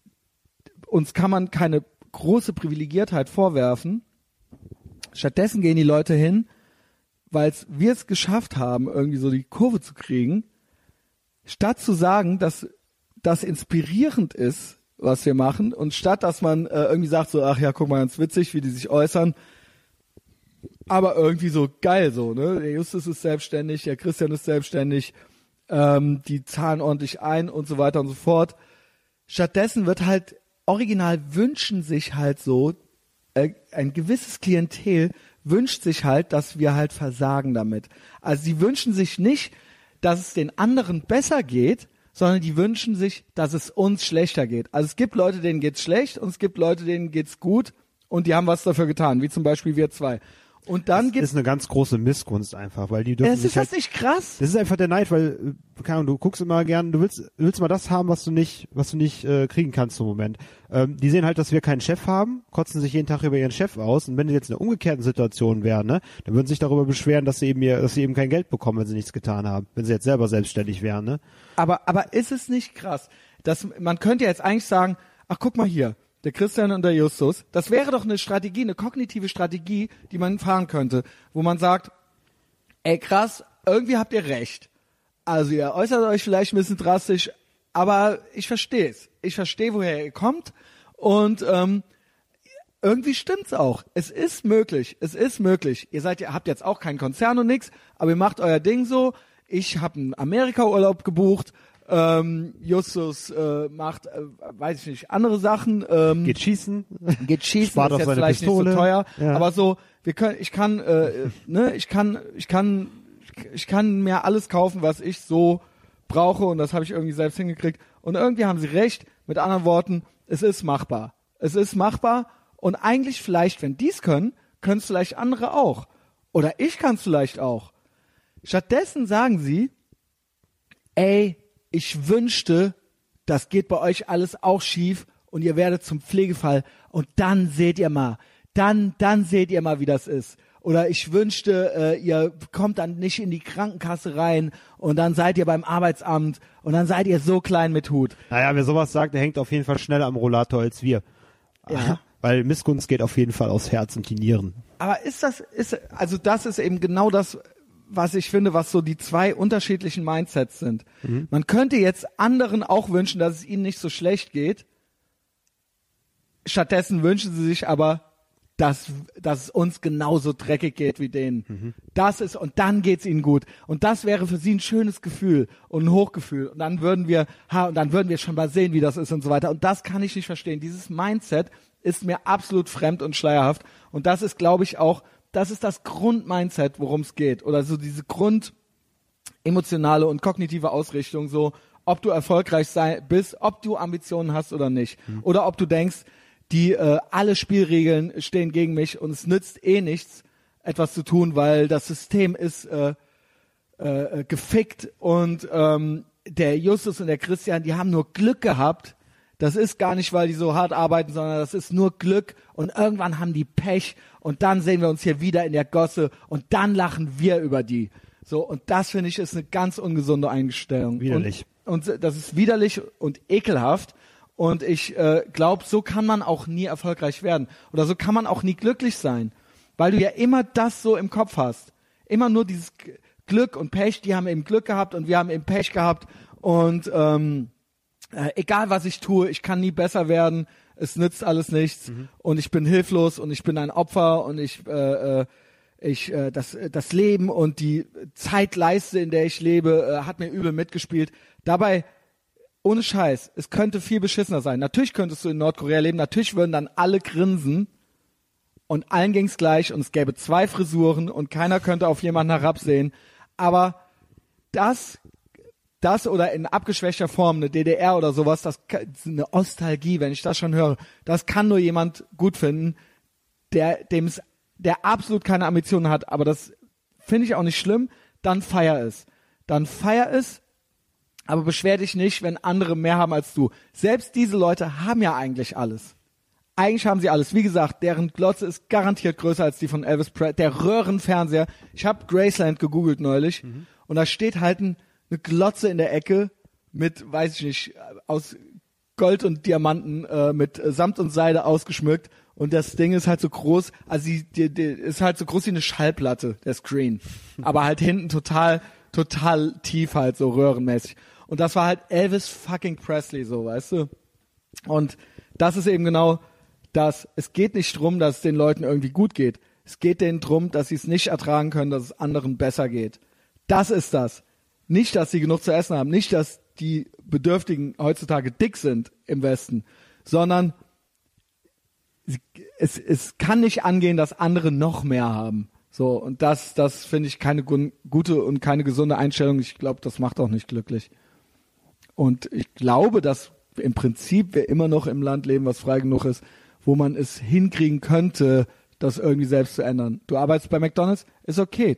uns kann man keine große Privilegiertheit vorwerfen. Stattdessen gehen die Leute hin, weil wir es geschafft haben, irgendwie so die Kurve zu kriegen, statt zu sagen, dass das inspirierend ist, was wir machen, und statt dass man irgendwie sagt so, ach ja, guck mal, ganz witzig, wie die sich äußern, aber irgendwie so geil so, ne? Der Justus ist selbstständig, der Christian ist selbstständig, die zahlen ordentlich ein und so weiter und so fort. Stattdessen wird halt original wünschen sich halt so, ein gewisses Klientel wünscht sich halt, dass wir halt versagen damit. Also sie wünschen sich nicht, dass es den anderen besser geht, sondern die wünschen sich, dass es uns schlechter geht. Also es gibt Leute, denen geht's schlecht und es gibt Leute, denen geht's gut und die haben was dafür getan, wie zum Beispiel wir 2. Und dann das ist eine ganz große Missgunst einfach, weil die dürfen sich ist das nicht krass? Das ist einfach der Neid, weil keine Ahnung, du guckst immer gern, du willst mal das haben, was du nicht kriegen kannst im Moment. Die sehen halt, dass wir keinen Chef haben, kotzen sich jeden Tag über ihren Chef aus, und wenn die jetzt in einer umgekehrten Situation wären, ne, dann würden sie sich darüber beschweren, dass sie eben kein Geld bekommen, wenn sie nichts getan haben, wenn sie jetzt selber selbstständig wären, ne? Aber ist es nicht krass, dass man könnte ja jetzt eigentlich sagen, ach guck mal hier, der Christian und der Justus, das wäre doch eine Strategie, eine kognitive Strategie, die man fahren könnte, wo man sagt, ey krass, irgendwie habt ihr recht. Also ihr äußert euch vielleicht ein bisschen drastisch, aber ich verstehe es. Ich verstehe, woher ihr kommt, und irgendwie stimmt's auch. Es ist möglich. Ihr habt jetzt auch keinen Konzern und nix, aber ihr macht euer Ding so. Ich habe einen Amerika-Urlaub gebucht. Justus macht, weiß ich nicht, andere Sachen. Geht schießen. Spart auf ist jetzt seine vielleicht Pistole. nicht so teuer, Ja. aber so, ich kann mir alles kaufen, was ich so brauche, und das habe ich irgendwie selbst hingekriegt. Und irgendwie haben sie recht. Mit anderen Worten, es ist machbar. Und eigentlich vielleicht, wenn die es können es vielleicht andere auch. Oder ich kann es vielleicht auch. Stattdessen sagen sie, ey, ich wünschte, das geht bei euch alles auch schief und ihr werdet zum Pflegefall, und dann seht ihr mal, wie das ist. Oder ich wünschte, ihr kommt dann nicht in die Krankenkasse rein und dann seid ihr beim Arbeitsamt und dann seid ihr so klein mit Hut. Naja, wer sowas sagt, der hängt auf jeden Fall schneller am Rollator als wir. Ja. Weil Missgunst geht auf jeden Fall aufs Herz und die Nieren. Aber das ist eben genau das, was ich finde, was so die 2 unterschiedlichen Mindsets sind. Mhm. Man könnte jetzt anderen auch wünschen, dass es ihnen nicht so schlecht geht. Stattdessen wünschen sie sich aber, dass es uns genauso dreckig geht wie denen. Mhm. Und dann geht's ihnen gut. Und das wäre für sie ein schönes Gefühl und ein Hochgefühl. Und dann würden wir schon mal sehen, wie das ist und so weiter. Und das kann ich nicht verstehen. Dieses Mindset ist mir absolut fremd und schleierhaft. Und das ist, glaube ich, auch, das ist das Grundmindset, worum es geht. Oder so diese grundemotionale und kognitive Ausrichtung, so, ob du erfolgreich bist, ob du Ambitionen hast oder nicht. Mhm. Oder ob du denkst, alle Spielregeln stehen gegen mich und es nützt eh nichts, etwas zu tun, weil das System ist gefickt und der Justus und der Christian, die haben nur Glück gehabt. Das ist gar nicht, weil die so hart arbeiten, sondern das ist nur Glück und irgendwann haben die Pech und dann sehen wir uns hier wieder in der Gosse und dann lachen wir über die. So, und das finde ich ist eine ganz ungesunde Einstellung. Widerlich. Und das ist widerlich und ekelhaft. Und ich glaube, so kann man auch nie erfolgreich werden. Oder so kann man auch nie glücklich sein. Weil du ja immer das so im Kopf hast. Immer nur dieses Glück und Pech. Die haben eben Glück gehabt und wir haben eben Pech gehabt. Und egal was ich tue, ich kann nie besser werden. Es nützt alles nichts. Und ich bin hilflos und ich bin ein Opfer und das Leben und die Zeitleiste, in der ich lebe, hat mir übel mitgespielt. Dabei, ohne Scheiß, es könnte viel beschissener sein. Natürlich könntest du in Nordkorea leben, natürlich würden dann alle grinsen und allen ging's gleich und es gäbe 2 Frisuren und keiner könnte auf jemanden herabsehen. Aber das oder in abgeschwächter Form, eine DDR oder sowas, das ist eine Nostalgie, wenn ich das schon höre. Das kann nur jemand gut finden, der absolut keine Ambitionen hat, aber das finde ich auch nicht schlimm, dann feier es. Aber beschwer dich nicht, wenn andere mehr haben als du. Selbst diese Leute haben ja eigentlich alles. Eigentlich haben sie alles. Wie gesagt, deren Glotze ist garantiert größer als die von Elvis Presley. Der Röhrenfernseher. Ich habe Graceland gegoogelt neulich und da steht halt eine Glotze in der Ecke mit, weiß ich nicht, aus Gold und Diamanten, mit Samt und Seide ausgeschmückt. Und das Ding ist halt so groß, also die ist halt so groß wie eine Schallplatte, der Screen. Aber halt hinten total tief halt, so röhrenmäßig. Und das war halt Elvis fucking Presley, so, weißt du? Und das ist eben genau das. Es geht nicht drum, dass es den Leuten irgendwie gut geht. Es geht denen drum, dass sie es nicht ertragen können, dass es anderen besser geht. Das ist das. Nicht, dass sie genug zu essen haben. Nicht, dass die Bedürftigen heutzutage dick sind im Westen. Sondern es kann nicht angehen, dass andere noch mehr haben. So, und das finde ich keine gute und keine gesunde Einstellung. Ich glaube, das macht auch nicht glücklich. Und ich glaube, dass im Prinzip wir immer noch im Land leben, was frei genug ist, wo man es hinkriegen könnte, das irgendwie selbst zu ändern. Du arbeitest bei McDonald's, ist okay.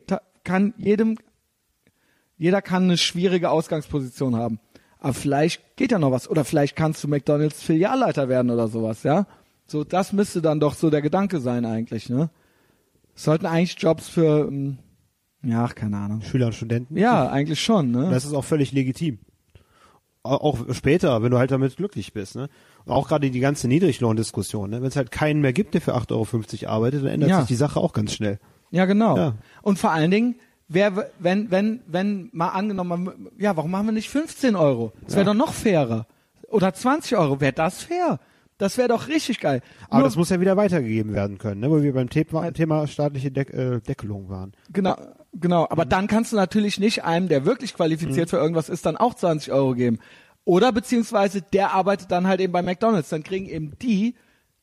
Jeder kann eine schwierige Ausgangsposition haben. Aber vielleicht geht ja noch was. Oder vielleicht kannst du McDonald's Filialleiter werden oder sowas, ja? So, das müsste dann doch so der Gedanke sein eigentlich, ne? Es sollten eigentlich Jobs für, keine Ahnung. Schüler und Studenten? Ja, eigentlich schon, ne? Das ist auch völlig legitim. Auch später, wenn du halt damit glücklich bist, ne? Und auch gerade die ganze Niedriglohndiskussion, ne? Wenn es halt keinen mehr gibt, der für 8,50 € arbeitet, dann ändert sich die Sache auch ganz schnell. Ja, genau. Ja. Und vor allen Dingen, wenn mal angenommen, warum machen wir nicht 15 €? Das wäre doch noch fairer. Oder 20 €, wäre das fair? Das wäre doch richtig geil. Aber das muss ja wieder weitergegeben werden können, ne? Wo wir beim Thema staatliche Deckelung waren. Genau. Aber dann kannst du natürlich nicht einem, der wirklich qualifiziert für irgendwas ist, dann auch 20 € geben. Oder beziehungsweise der arbeitet dann halt eben bei McDonald's. Dann kriegen eben die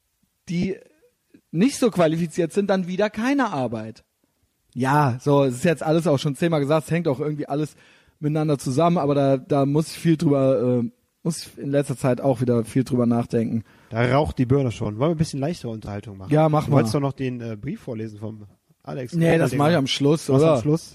nicht so qualifiziert sind, dann wieder keine Arbeit. Ja, so, es ist jetzt alles auch schon 10-mal gesagt, es hängt auch irgendwie alles miteinander zusammen, aber da muss ich in letzter Zeit auch wieder viel drüber nachdenken. Da raucht die Birne schon. Wollen wir ein bisschen leichtere Unterhaltung machen? Ja, mach mal. Du wolltest doch noch den Brief vorlesen vom Alex. Nee, das mache ich am Schluss, oder? Was am Schluss?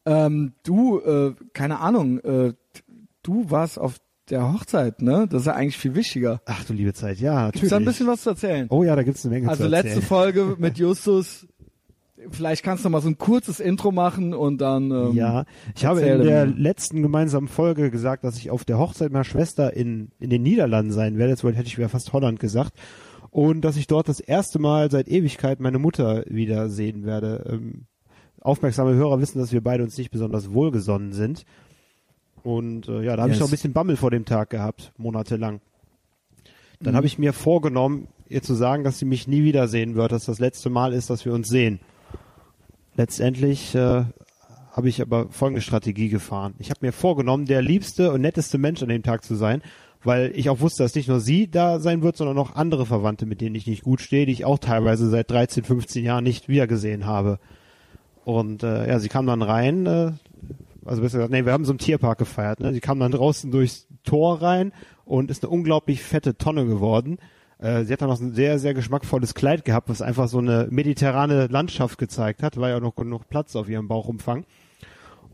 Keine Ahnung, du warst auf der Hochzeit, ne? Das ist ja eigentlich viel wichtiger. Ach du liebe Zeit, ja, natürlich. Gibt's da ein bisschen was zu erzählen? Oh ja, da gibt's eine Menge zu erzählen. Also letzte Folge mit Justus, vielleicht kannst du mal so ein kurzes Intro machen und dann ich habe in der letzten gemeinsamen Folge gesagt, dass ich auf der Hochzeit meiner Schwester in den Niederlanden sein werde. Jetzt hätte ich wieder fast Holland gesagt. Und dass ich dort das erste Mal seit Ewigkeit meine Mutter wieder sehen werde. Aufmerksame Hörer wissen, dass wir beide uns nicht besonders wohlgesonnen sind. Und da habe ich noch ein bisschen Bammel vor dem Tag gehabt, monatelang. Dann habe ich mir vorgenommen, ihr zu sagen, dass sie mich nie wiedersehen wird, dass das letzte Mal ist, dass wir uns sehen. Letztendlich habe ich aber folgende Strategie gefahren. Ich habe mir vorgenommen, der liebste und netteste Mensch an dem Tag zu sein, weil ich auch wusste, dass nicht nur sie da sein wird, sondern auch andere Verwandte, mit denen ich nicht gut stehe, die ich auch teilweise seit 13, 15 Jahren nicht wiedergesehen habe. Und sie kam dann rein, also besser gesagt, wir haben so im Tierpark gefeiert, ne? Sie kam dann draußen durchs Tor rein und ist eine unglaublich fette Tonne geworden. Sie hat dann noch ein sehr, sehr geschmackvolles Kleid gehabt, was einfach so eine mediterrane Landschaft gezeigt hat, war ja noch genug Platz auf ihrem Bauchumfang.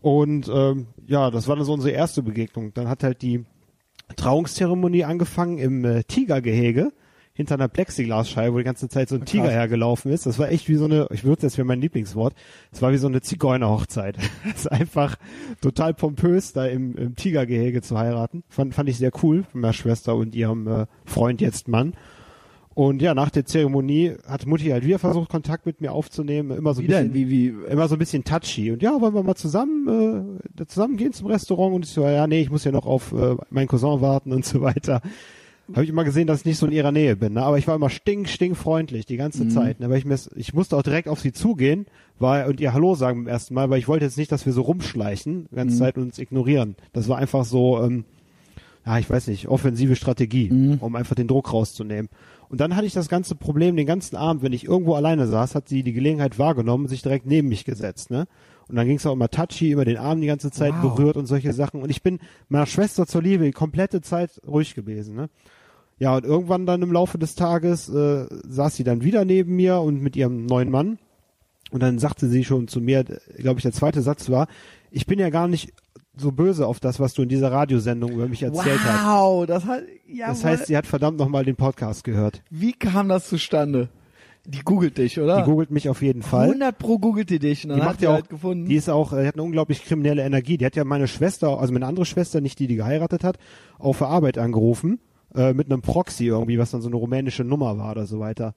Und das war dann so unsere erste Begegnung. Dann hat halt die Trauungszeremonie angefangen im Tigergehege hinter einer Plexiglasscheibe, wo die ganze Zeit so ein Tiger hergelaufen ist. Das war echt wie so eine, ich benutze jetzt für mein Lieblingswort, das war wie so eine Zigeunerhochzeit. Das ist einfach total pompös, da im Tigergehege zu heiraten. Fand ich sehr cool von meiner Schwester und ihrem Freund, jetzt Mann. Und ja, nach der Zeremonie hat Mutti halt wieder versucht, Kontakt mit mir aufzunehmen. Immer so ein bisschen, immer so ein bisschen touchy. Und ja, wollen wir mal zusammen gehen zum Restaurant? Und ich so, ja, nee, ich muss ja noch auf meinen Cousin warten und so weiter. Habe ich immer gesehen, dass ich nicht so in ihrer Nähe bin. Ne? Aber ich war immer stinkfreundlich die ganze Zeit. Ne? Weil ich musste auch direkt auf sie zugehen und ihr Hallo sagen beim ersten Mal, weil ich wollte jetzt nicht, dass wir so rumschleichen die ganze Zeit und uns ignorieren. Das war einfach so, ich weiß nicht, offensive Strategie, um einfach den Druck rauszunehmen. Und dann hatte ich das ganze Problem den ganzen Abend, wenn ich irgendwo alleine saß, hat sie die Gelegenheit wahrgenommen und sich direkt neben mich gesetzt. Ne? Und dann ging es auch immer touchy, immer den Arm die ganze Zeit berührt und solche Sachen. Und ich bin meiner Schwester zur Liebe die komplette Zeit ruhig gewesen. Ne? Ja, und irgendwann dann im Laufe des Tages saß sie dann wieder neben mir und mit ihrem neuen Mann. Und dann sagte sie schon zu mir, glaube ich, der zweite Satz war, ich bin ja gar nicht so böse auf das, was du in dieser Radiosendung über mich erzählt hast. Wow, das heißt, sie hat verdammt nochmal den Podcast gehört. Wie kam das zustande? Die googelt dich, oder? Die googelt mich auf jeden Fall. 100% googelt die dich. Und dann die macht ja auch, halt gefunden. Die ist auch, die hat eine unglaublich kriminelle Energie. Die hat ja meine Schwester, also meine andere Schwester, nicht die geheiratet hat, auf der Arbeit angerufen, mit einem Proxy irgendwie, was dann so eine rumänische Nummer war oder so weiter.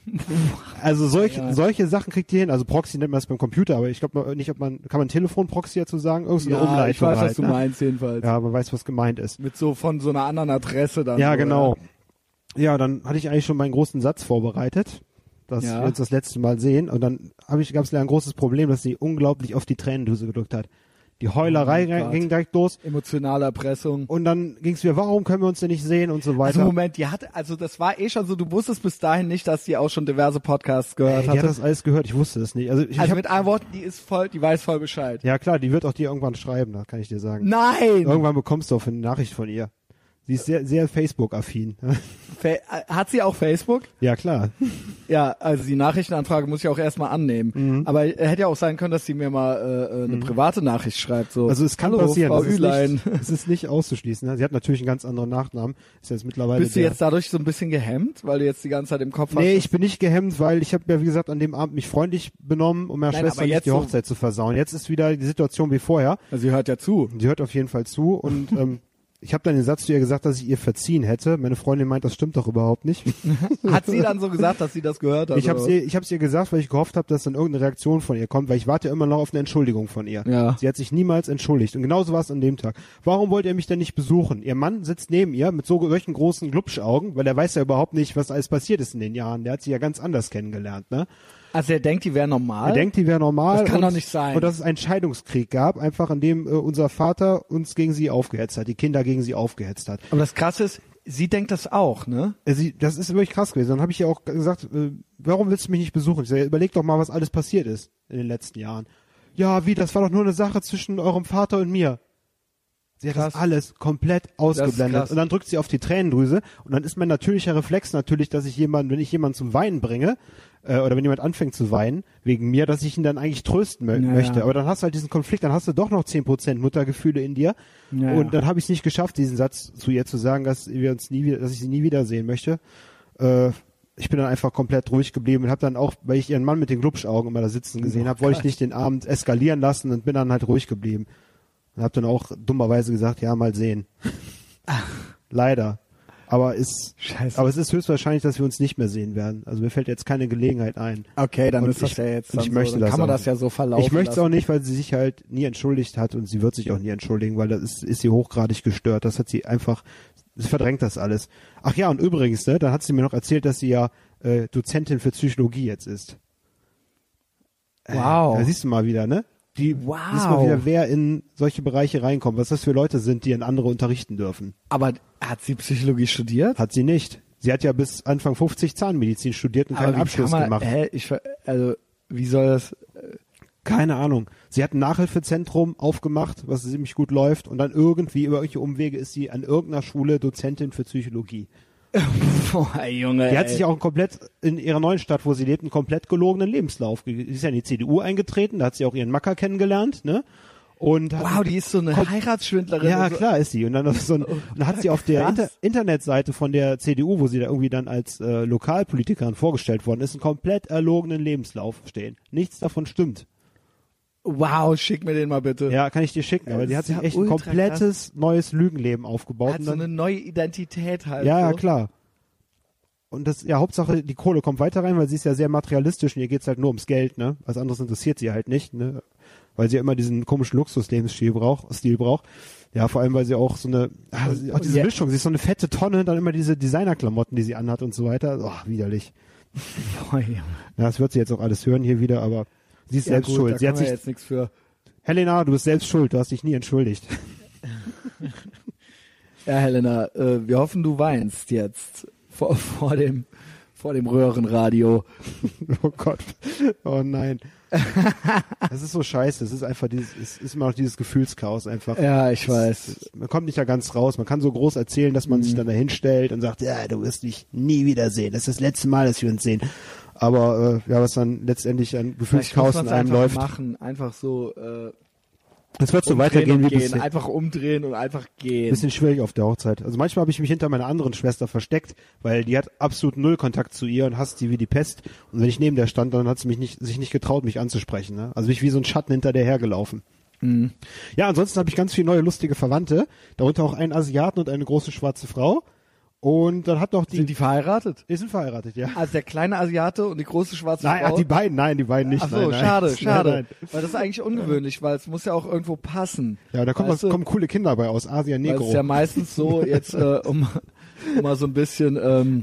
Also solche Sachen kriegt ihr hin. Also Proxy nennt man das beim Computer, aber ich glaube nicht, kann man Telefon-Proxy dazu sagen? Irgend so eine Umleitung. Ich weiß, halt, was du meinst, jedenfalls. Ja, man weiß, was gemeint ist. Mit so von so einer anderen Adresse dann. Ja, so, genau. Ja, dann hatte ich eigentlich schon meinen großen Satz vorbereitet, dass wir uns das letzte Mal sehen. Und dann gab es ein großes Problem, dass sie unglaublich auf die Tränendrüse gedrückt hat. Die Heulerei ging direkt los. Emotionale Erpressung. Und dann ging es wieder, warum können wir uns denn nicht sehen und so weiter. Also Moment, das war schon so, du wusstest bis dahin nicht, dass die auch schon diverse Podcasts gehört hat. Die hat das alles gehört, ich wusste das nicht. Also mit einem Wort, die weiß voll Bescheid. Ja klar, die wird auch dir irgendwann schreiben, das kann ich dir sagen. Nein! Irgendwann bekommst du auch eine Nachricht von ihr. Sie ist sehr, sehr Facebook-affin. Hat sie auch Facebook? Ja, klar. Ja, also die Nachrichtenanfrage muss ich auch erstmal annehmen. Aber hätte ja auch sein können, dass sie mir mal eine private Nachricht schreibt. So, also es kann hallo, passieren. Frau Ülein. Es ist nicht auszuschließen. Ne? Sie hat natürlich einen ganz anderen Nachnamen. Ist jetzt mittlerweile Bist du jetzt dadurch so ein bisschen gehemmt, weil du jetzt die ganze Zeit im Kopf hast? Nee, ich bin nicht gehemmt, weil ich habe ja, wie gesagt, an dem Abend mich freundlich benommen, um meiner Schwester nicht die Hochzeit zu versauen. Jetzt ist wieder die Situation wie vorher. Also sie hört ja zu. Sie hört auf jeden Fall zu und ich habe dann den Satz zu ihr gesagt, dass ich ihr verziehen hätte. Meine Freundin meint, das stimmt doch überhaupt nicht. Hat sie dann so gesagt, dass sie das gehört hat? Ich habe es ihr gesagt, weil ich gehofft habe, dass dann irgendeine Reaktion von ihr kommt, weil ich warte ja immer noch auf eine Entschuldigung von ihr. Ja. Sie hat sich niemals entschuldigt. Und genauso war es an dem Tag. Warum wollt ihr mich denn nicht besuchen? Ihr Mann sitzt neben ihr mit solchen großen Glubschaugen, weil er weiß ja überhaupt nicht, was alles passiert ist in den Jahren. Der hat sie ja ganz anders kennengelernt, ne? Also er denkt, die wäre normal? Er denkt, die wäre normal. Das kann doch nicht sein. Und dass es einen Scheidungskrieg gab, einfach in dem unser Vater uns gegen sie aufgehetzt hat, die Kinder gegen sie aufgehetzt hat. Aber das Krasse ist, sie denkt das auch, ne? Das ist wirklich krass gewesen. Dann habe ich ihr auch gesagt, warum willst du mich nicht besuchen? Ich sage, überleg doch mal, was alles passiert ist in den letzten Jahren. Ja, wie, das war doch nur eine Sache zwischen eurem Vater und mir. Sie hat das alles komplett ausgeblendet. Und dann drückt sie auf die Tränendrüse und dann ist mein natürlicher Reflex natürlich, dass wenn ich jemanden zum Weinen bringe, oder wenn jemand anfängt zu weinen, wegen mir, dass ich ihn dann eigentlich trösten möchte. Aber dann hast du halt diesen Konflikt, dann hast du doch noch 10% Muttergefühle in dir. Ja. Und dann habe ich es nicht geschafft, diesen Satz zu ihr zu sagen, dass ich sie nie wiedersehen möchte. Ich bin dann einfach komplett ruhig geblieben und habe dann auch, weil ich ihren Mann mit den Glubschaugen immer da sitzen gesehen habe, wollte ich nicht den Abend eskalieren lassen und bin dann halt ruhig geblieben. Und habe dann auch dummerweise gesagt, ja, mal sehen. Leider. Aber es ist höchstwahrscheinlich, dass wir uns nicht mehr sehen werden. Also mir fällt jetzt keine Gelegenheit ein. Okay, dann ist das ja jetzt dann so. Dann kann man das ja so verlaufen. Ich möchte es auch nicht, weil sie sich halt nie entschuldigt hat und sie wird sich auch nie entschuldigen, weil das ist sie hochgradig gestört. Das hat sie einfach, sie verdrängt das alles. Ach ja, und übrigens, ne, dann hat sie mir noch erzählt, dass sie ja Dozentin für Psychologie jetzt ist. Wow. Da siehst du mal wieder, ne? Siehst mal wieder, wer in solche Bereiche reinkommt, was das für Leute sind, die an andere unterrichten dürfen. Aber hat sie Psychologie studiert? Hat sie nicht. Sie hat ja bis Anfang 50 Zahnmedizin studiert und keinen Abschluss gemacht. Wie soll das? Keine Ahnung. Sie hat ein Nachhilfezentrum aufgemacht, was ziemlich gut läuft und dann irgendwie über irgendwelche Umwege ist sie an irgendeiner Schule Dozentin für Psychologie. Boah, Junge. Die hat sich auch komplett in ihrer neuen Stadt, wo sie lebt, einen komplett gelogenen Lebenslauf. Sie ist ja in die CDU eingetreten, da hat sie auch ihren Macker kennengelernt, ne? Und wow, die ist so eine Heiratsschwindlerin. Ja, so. klar ist sie. Und dann noch so dann hat sie auf der Internetseite von der CDU, wo sie da irgendwie dann als Lokalpolitikerin vorgestellt worden ist, einen komplett erlogenen Lebenslauf stehen. Nichts davon stimmt. Wow, schick mir den mal bitte. Ja, kann ich dir schicken. Aber die hat sich echt ein komplettes neues Lügenleben aufgebaut. Hat so eine neue Identität halt. Ja, so. klar. Und das, ja, Hauptsache, die Kohle kommt weiter rein, weil sie ist ja sehr materialistisch und ihr geht's halt nur ums Geld, ne? Was anderes interessiert sie halt nicht, ne? Weil sie ja immer diesen komischen Luxuslebensstil braucht. Ja, vor allem, weil sie auch so eine, auch diese Mischung, sie ist so eine fette Tonne, dann immer diese Designerklamotten, die sie anhat und so weiter. Oh, widerlich. Oh, ja. Ja, das wird sie jetzt auch alles hören hier wieder, aber sie ist selbst schuld. Sie hat sich jetzt nichts für. Helena, du bist selbst schuld, du hast dich nie entschuldigt. Ja, Helena, wir hoffen, du weinst jetzt vor dem Röhrenradio. Oh Gott. Oh nein. Das ist so scheiße. Es ist einfach es ist immer noch dieses Gefühlschaos einfach. Ja, ich weiß. Man kommt nicht da ganz raus. Man kann so groß erzählen, dass man sich dann da hinstellt und sagt, ja, du wirst mich nie wiedersehen. Das ist das letzte Mal, dass wir uns sehen. Aber ja, was dann letztendlich an Gefühlschaos in einem läuft. Einfach so es wird so weitergehen wie bisher. Einfach umdrehen und einfach gehen. Bisschen schwierig auf der Hochzeit. Also manchmal habe ich mich hinter meiner anderen Schwester versteckt, weil die hat absolut null Kontakt zu ihr und hasst sie wie die Pest. Und wenn ich neben der stand, dann hat sie sich nicht getraut, mich anzusprechen. Ne? Also ich wie so ein Schatten hinter der hergelaufen. Mhm. Ja, ansonsten habe ich ganz viele neue lustige Verwandte, darunter auch einen Asiaten und eine große schwarze Frau. Und dann hat noch Sind die verheiratet? Die sind verheiratet, ja. Also der kleine Asiate und die große schwarze Frau? Nein, die beiden nicht. Ach so, nein. schade. Nein. Weil das ist eigentlich ungewöhnlich, weil es muss ja auch irgendwo passen. Ja, da kommen coole Kinder bei aus Asia Negro. Weil es ist ja meistens so, jetzt um mal so ein bisschen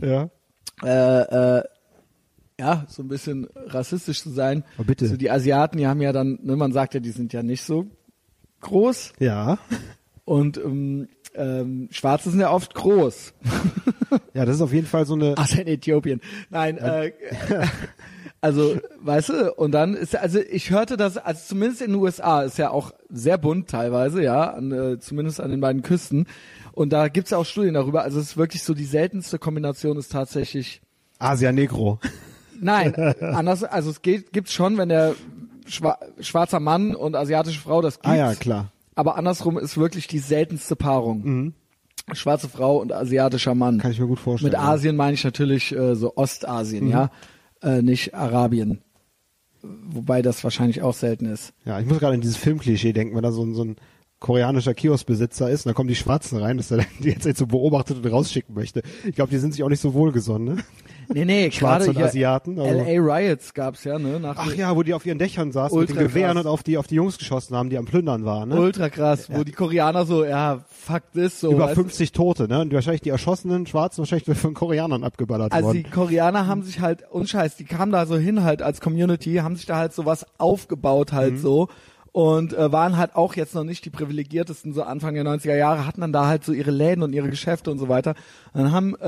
so ein bisschen rassistisch zu sein. Oh, bitte. So die Asiaten, die haben ja dann, ne, man sagt ja, die sind ja nicht so groß. Ja. Und Schwarze sind ja oft groß. Ja, das ist auf jeden Fall so eine... Ach, in Äthiopien. Nein, also, weißt du, und dann ist, also ich hörte das, also zumindest in den USA ist ja auch sehr bunt teilweise, ja, zumindest an den beiden Küsten. Und da gibt's ja auch Studien darüber, also es ist wirklich so, die seltenste Kombination ist tatsächlich... Asia Negro. Nein, anders, also es gibt's schon, wenn der schwarzer Mann und asiatische Frau, das gibt's. Ah ja, klar. Aber andersrum ist wirklich die seltenste Paarung. Mhm. Schwarze Frau und asiatischer Mann. Kann ich mir gut vorstellen. Mit Asien meine ich natürlich so Ostasien, ja, nicht Arabien. Wobei das wahrscheinlich auch selten ist. Ja, ich muss gerade an dieses Filmklischee denken, wenn da so ein koreanischer Kioskbesitzer ist und dann kommen die Schwarzen rein, dass er die jetzt so beobachtet und rausschicken möchte. Ich glaube, die sind sich auch nicht so wohlgesonnen, ne? Nee, Schwarze gerade und Asiaten. LA Riots gab's ja, ne? Ach ja, wo die auf ihren Dächern saßen mit den Gewehren und auf die Jungs geschossen haben, die am Plündern waren, ne? Ultra krass, wo die Koreaner so, ja, fuck this, so. Über 50 Tote, ne? Und wahrscheinlich die erschossenen Schwarzen wahrscheinlich von Koreanern abgeballert worden. Also die Koreaner haben sich halt, unscheiß, die kamen da so hin halt als Community, haben sich da halt so was aufgebaut halt so. Und waren halt auch jetzt noch nicht die privilegiertesten, so Anfang der 90er Jahre, hatten dann da halt so ihre Läden und ihre Geschäfte und so weiter. Und dann haben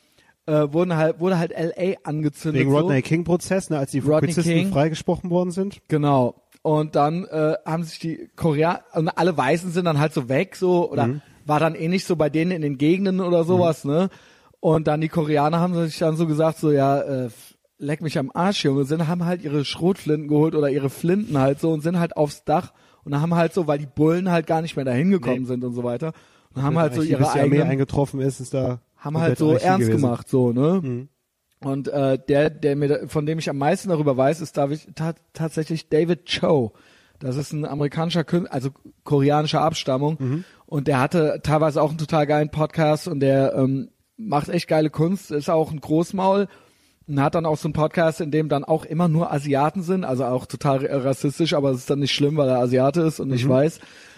wurde halt LA angezündet. Wegen Rodney King-Prozess, ne, als die Polizisten freigesprochen worden sind. Genau. Und dann haben sich die Koreaner, und alle Weißen sind dann halt so weg, so, oder war dann eh nicht so bei denen in den Gegenden oder sowas, ne? Und dann die Koreaner haben sich dann so gesagt, so, ja, leck mich am Arsch, Junge, haben halt ihre Schrotflinten geholt oder ihre Flinten halt so und sind halt aufs Dach und haben halt so, weil die Bullen halt gar nicht mehr dahin gekommen sind und so weiter, und haben halt so ihre eigene Armee eingetroffen ist da haben halt so ernst gemacht, so, ne? Und von dem ich am meisten darüber weiß, ist tatsächlich David Cho. Das ist ein amerikanischer Künstler, also koreanischer Abstammung. Und der hatte teilweise auch einen total geilen Podcast und der macht echt geile Kunst, ist auch ein Großmaul und hat dann auch so einen Podcast, in dem dann auch immer nur Asiaten sind, also auch total rassistisch, aber es ist dann nicht schlimm, weil er Asiate ist und nicht weiß.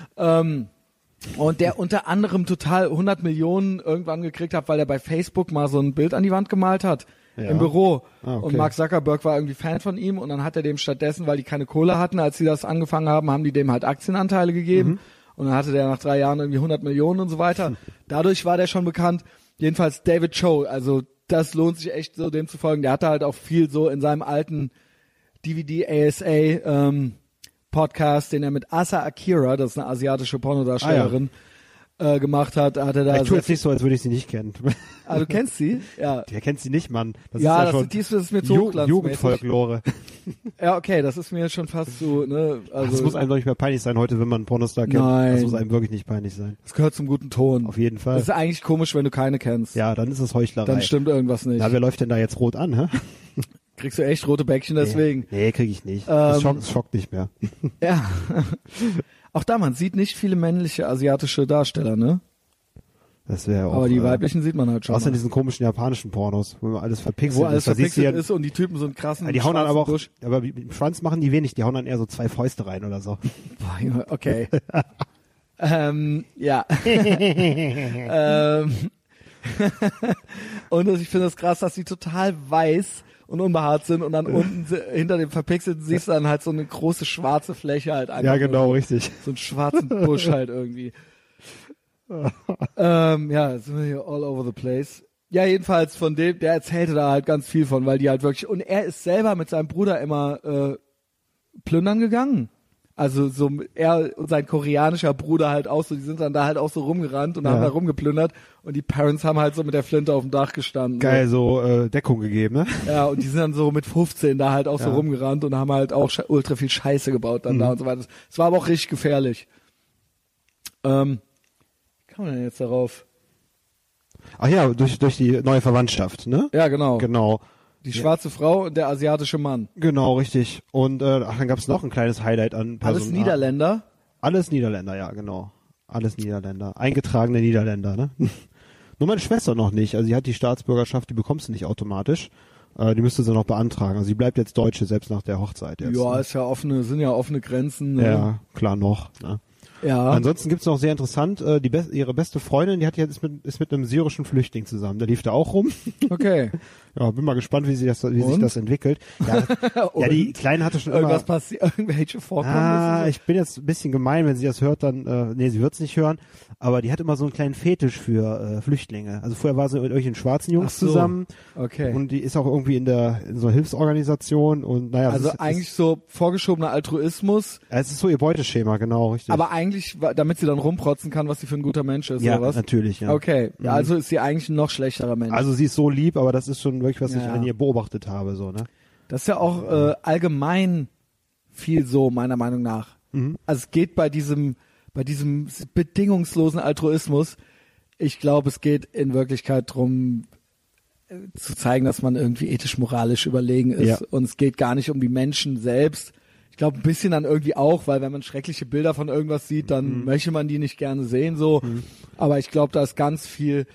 Und der unter anderem total 100 Millionen irgendwann gekriegt hat, weil er bei Facebook mal so ein Bild an die Wand gemalt hat. Ja. Im Büro. Ah, okay. Und Mark Zuckerberg war irgendwie Fan von ihm und dann hat er dem stattdessen, weil die keine Kohle hatten, als sie das angefangen haben, haben die dem halt Aktienanteile gegeben. Und dann hatte der nach 3 Jahren irgendwie 100 Millionen und so weiter. Dadurch war der schon bekannt. Jedenfalls David Cho, also das lohnt sich echt so dem zu folgen. Der hatte halt auch viel so in seinem alten DVD ASA Podcast, den er mit Asa Akira, das ist eine asiatische Pornodarstellerin, gemacht hat. Ich tue jetzt nicht so, als würde ich sie nicht kennen. Ah, du kennst sie? Ja. Der kennt sie nicht, Mann. Das ist mir zu Jugendfolklore. Ja, okay, das ist mir schon fast so, ne, also. Das muss einem doch nicht mehr peinlich sein heute, wenn man einen Pornostar kennt. Nein. Das muss einem wirklich nicht peinlich sein. Das gehört zum guten Ton. Auf jeden Fall. Das ist eigentlich komisch, wenn du keine kennst. Ja, dann ist es Heuchlerei. Dann stimmt irgendwas nicht. Na, wer läuft denn da jetzt rot an, hä? Kriegst du echt rote Bäckchen deswegen? Nee, krieg ich nicht. Das schockt nicht mehr. Ja. Auch da, man sieht nicht viele männliche asiatische Darsteller, ne? Das wäre auch. Aber die weiblichen sieht man halt schon. Außer in diesen komischen japanischen Pornos, wo alles verpixelt wo alles ist. verpixelt ist und die Typen so einen krassen Die hauen dann aber auch, Busch. aber im Schwanz machen die wenig, die hauen dann eher so 2 Fäuste rein oder so. Boah, Junge, okay. Ja. Und ich finde das krass, dass die total weiß und unbehaart sind und dann unten hinter dem Verpixelten siehst du dann halt so eine große schwarze Fläche halt einfach. Ja, genau, richtig. So einen schwarzen Busch halt irgendwie. Ja, sind wir hier all over the place. Ja, jedenfalls von dem, der erzählte da halt ganz viel von, weil die halt wirklich, und er ist selber mit seinem Bruder immer plündern gegangen. Also so er und sein koreanischer Bruder halt auch so, die sind dann da halt auch so rumgerannt und haben da rumgeplündert und die Parents haben halt so mit der Flinte auf dem Dach gestanden. Geil, so Deckung gegeben, ne? Ja, und die sind dann so mit 15 da halt auch so rumgerannt und haben halt auch ultra viel Scheiße gebaut dann da und so weiter. Es war aber auch richtig gefährlich. Wie kann man denn jetzt darauf? Ach ja, durch die neue Verwandtschaft, ne? Ja, genau. Genau. Die schwarze Frau und der asiatische Mann. Genau, richtig. Und dann gab es noch ein kleines Highlight an Personal. Alles Niederländer? Alles Niederländer, ja, genau. Alles Niederländer. Eingetragene Niederländer, ne? Nur meine Schwester noch nicht. Also sie hat die Staatsbürgerschaft, die bekommst du nicht automatisch. Die müsste sie noch beantragen. Also sie bleibt jetzt Deutsche, selbst nach der Hochzeit jetzt. Ja, Ne? sind ja offene Grenzen. Ne? Ja, klar noch. Ne? Ja. Ansonsten gibt's noch sehr interessant, ihre beste Freundin, die ist mit einem syrischen Flüchtling zusammen. Der lief da auch rum. Okay. Ja, bin mal gespannt, wie sich das entwickelt. Ja, die Kleine hatte schon irgendwas passiert, irgendwelche Vorkommnisse. Ich bin jetzt ein bisschen gemein, wenn sie das hört, dann, sie wird's nicht hören, aber die hat immer so einen kleinen Fetisch für Flüchtlinge. Also vorher war sie mit irgendwelchen schwarzen Jungs zusammen. Okay. Und die ist auch irgendwie in so einer Hilfsorganisation und naja. Also eigentlich so vorgeschobener Altruismus. Es ist so ihr Beuteschema, genau, richtig. Aber eigentlich, damit sie dann rumprotzen kann, was sie für ein guter Mensch ist, ja, oder was? Natürlich, ja. Okay, ja, also ist sie eigentlich ein noch schlechterer Mensch. Also sie ist so lieb, aber das ist schon wirklich, was ich an ihr beobachtet habe, so, ne? Das ist ja auch allgemein viel so, meiner Meinung nach. Mhm. Also es geht bei diesem bedingungslosen Altruismus, ich glaube, es geht in Wirklichkeit drum zu zeigen, dass man irgendwie ethisch-moralisch überlegen ist. Ja. Und es geht gar nicht um die Menschen selbst. Ich glaube, ein bisschen dann irgendwie auch, weil wenn man schreckliche Bilder von irgendwas sieht, dann möchte man die nicht gerne sehen, so. Aber ich glaube, da ist ganz viel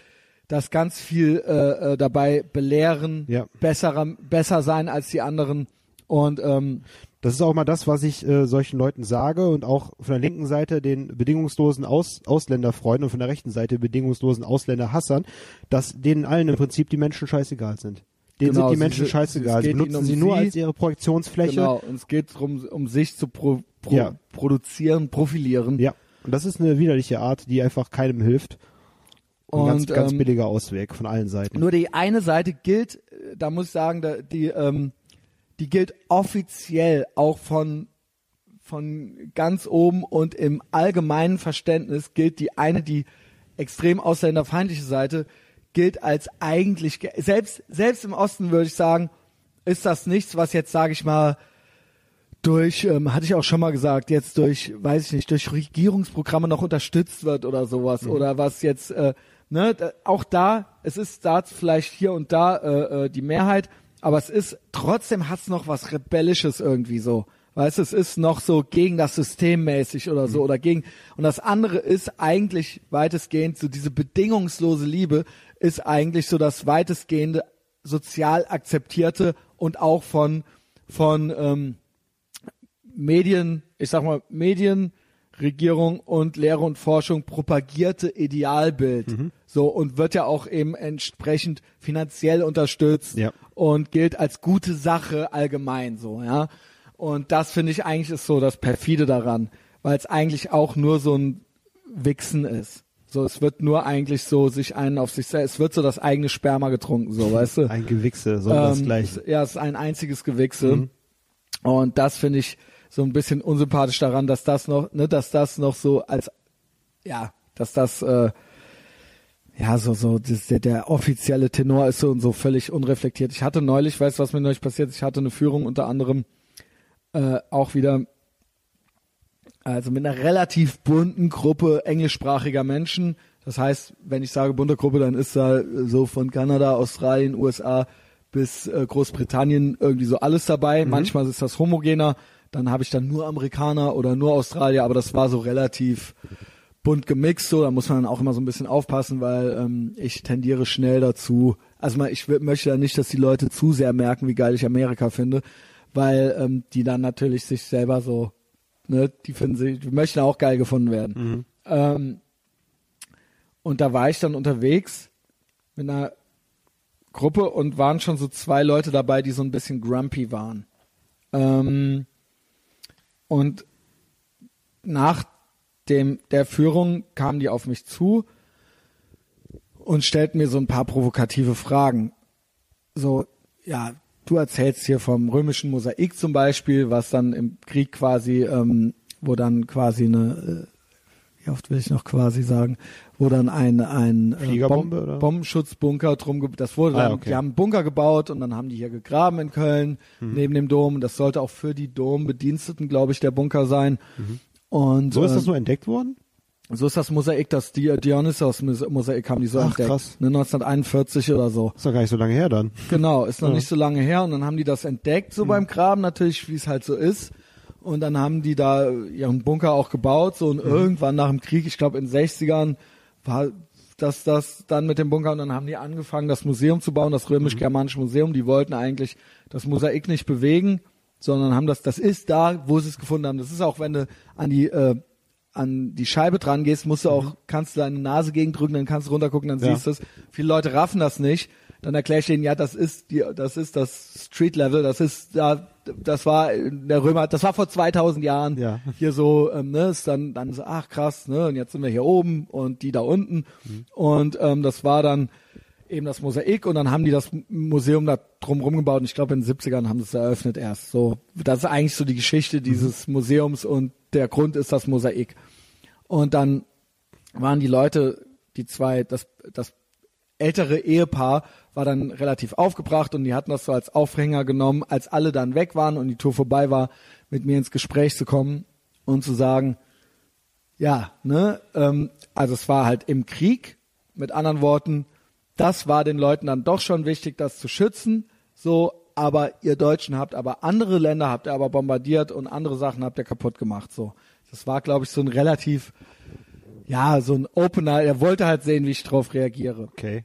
dabei belehren, besser sein als die anderen. Und das ist auch mal das, was ich solchen Leuten sage und auch von der linken Seite den bedingungslosen Ausländerfreunden und von der rechten Seite bedingungslosen Ausländerhassern, dass denen allen im Prinzip die Menschen scheißegal sind. Denen sind die Menschen scheißegal. Sie benutzen sie nur als ihre Projektionsfläche. Genau, und es geht darum, um sich zu produzieren, profilieren. Ja, und das ist eine widerliche Art, die einfach keinem hilft. Und ganz billiger Ausweg von allen Seiten. Nur die eine Seite gilt, da muss ich sagen, die gilt offiziell auch von ganz oben und im allgemeinen Verständnis gilt die extrem ausländerfeindliche Seite gilt als eigentlich, selbst im Osten würde ich sagen, ist das nichts, was jetzt, sage ich mal, durch, hatte ich auch schon mal gesagt, jetzt durch Regierungsprogramme noch unterstützt wird oder sowas oder was jetzt, auch da, es ist da vielleicht hier und da die Mehrheit, aber es ist, trotzdem hat's noch was Rebellisches irgendwie so. Weißt du, es ist noch so gegen das System mäßig oder so oder gegen, und das andere ist eigentlich weitestgehend so diese bedingungslose Liebe ist eigentlich so das weitestgehende sozial akzeptierte und auch von Medien, ich sag mal Medien, Regierung und Lehre und Forschung propagierte Idealbild. So, und wird ja auch eben entsprechend finanziell unterstützt und gilt als gute Sache allgemein so, ja. Und das finde ich eigentlich ist so das perfide daran, weil es eigentlich auch nur so ein Wichsen ist. So, es wird nur eigentlich so es wird so das eigene Sperma getrunken, so, weißt du. Ein Gewichse, so das Gleiche. Ja, es ist ein einziges Gewichse. Und das finde ich so ein bisschen unsympathisch daran, dass das noch so als, dass das, der offizielle Tenor ist so und so völlig unreflektiert. Ich hatte neulich, weißt du, was mir neulich passiert ist? Ich hatte eine Führung unter anderem auch wieder also mit einer relativ bunten Gruppe englischsprachiger Menschen. Das heißt, wenn ich sage bunte Gruppe, dann ist da so von Kanada, Australien, USA bis Großbritannien irgendwie so alles dabei. Manchmal ist das homogener, dann habe ich dann nur Amerikaner oder nur Australier, aber das war so relativ bunt gemixt, so, da muss man dann auch immer so ein bisschen aufpassen, weil ich tendiere schnell dazu, also ich möchte ja nicht, dass die Leute zu sehr merken, wie geil ich Amerika finde, weil die dann natürlich sich selber so, ne, die möchten auch geil gefunden werden. Und da war ich dann unterwegs mit einer Gruppe und waren schon so 2 Leute dabei, die so ein bisschen grumpy waren. Und nach der Führung kamen die auf mich zu und stellten mir so ein paar provokative Fragen. So, ja, du erzählst hier vom römischen Mosaik zum Beispiel, was dann im Krieg quasi, wo dann quasi wie oft will ich noch quasi sagen, wo dann ein Fliegerbombe, oder? Bombenschutzbunker das wurde dann, okay. Die haben einen Bunker gebaut und dann haben die hier gegraben in Köln, neben dem Dom. Das sollte auch für die Dombediensteten, glaube ich, der Bunker sein. Und so ist das nur entdeckt worden? So ist das Mosaik, das Dionysos-Mosaik haben die so entdeckt. Krass. 1941 oder so. Ist doch gar nicht so lange her dann. Genau, ist noch nicht so lange her. Und dann haben die das entdeckt, so beim Graben natürlich, wie es halt so ist. Und dann haben die da ihren Bunker auch gebaut. So, und irgendwann nach dem Krieg, ich glaube in den 60ern, war das dann mit dem Bunker. Und dann haben die angefangen, das Museum zu bauen, das römisch-germanische Museum. Die wollten eigentlich das Mosaik nicht bewegen, sondern haben das ist da, wo sie es gefunden haben. Das ist auch, wenn du an die Scheibe dran gehst, kannst du deine Nase gegendrücken, dann kannst du runtergucken, dann siehst du es. Viele Leute raffen das nicht. Dann erkläre ich denen, ja, das ist das Street Level, das war der Römer, das war vor 2000 Jahren hier so, ist dann so, ach krass, ne, und jetzt sind wir hier oben und die da unten. Und das war dann eben das Mosaik und dann haben die das Museum da drumherum gebaut und ich glaube in den 70ern haben sie es eröffnet erst. So, das ist eigentlich so die Geschichte dieses Museums und der Grund ist das Mosaik. Und dann waren die Leute, das ältere Ehepaar war dann relativ aufgebracht und die hatten das so als Aufhänger genommen, als alle dann weg waren und die Tour vorbei war, mit mir ins Gespräch zu kommen und zu sagen, ja, ne, also es war halt im Krieg, mit anderen Worten, das war den Leuten dann doch schon wichtig, das zu schützen, so, aber ihr Deutschen habt aber andere Länder, habt ihr aber bombardiert und andere Sachen habt ihr kaputt gemacht, so. Das war, glaube ich, so ein relativ, ja, so ein Opener, er wollte halt sehen, wie ich drauf reagiere. Okay.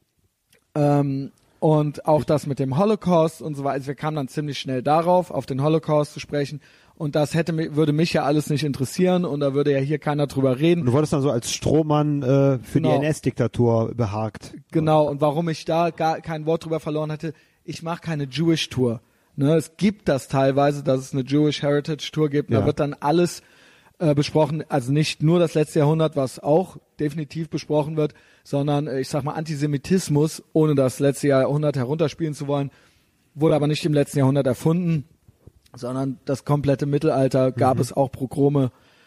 Und auch das mit dem Holocaust und so weiter, also wir kamen dann ziemlich schnell darauf, auf den Holocaust zu sprechen und das würde mich ja alles nicht interessieren und da würde ja hier keiner drüber reden. Und du wurdest dann so als Strohmann für die NS-Diktatur behagt. Genau, und warum ich da gar kein Wort drüber verloren hatte, ich mache keine Jewish Tour. Ne, es gibt das teilweise, dass es eine Jewish Heritage Tour gibt und da wird dann alles besprochen, also nicht nur das letzte Jahrhundert, was auch definitiv besprochen wird, sondern ich sag mal Antisemitismus, ohne das letzte Jahrhundert herunterspielen zu wollen, wurde aber nicht im letzten Jahrhundert erfunden, sondern das komplette Mittelalter gab es auch Pogrome,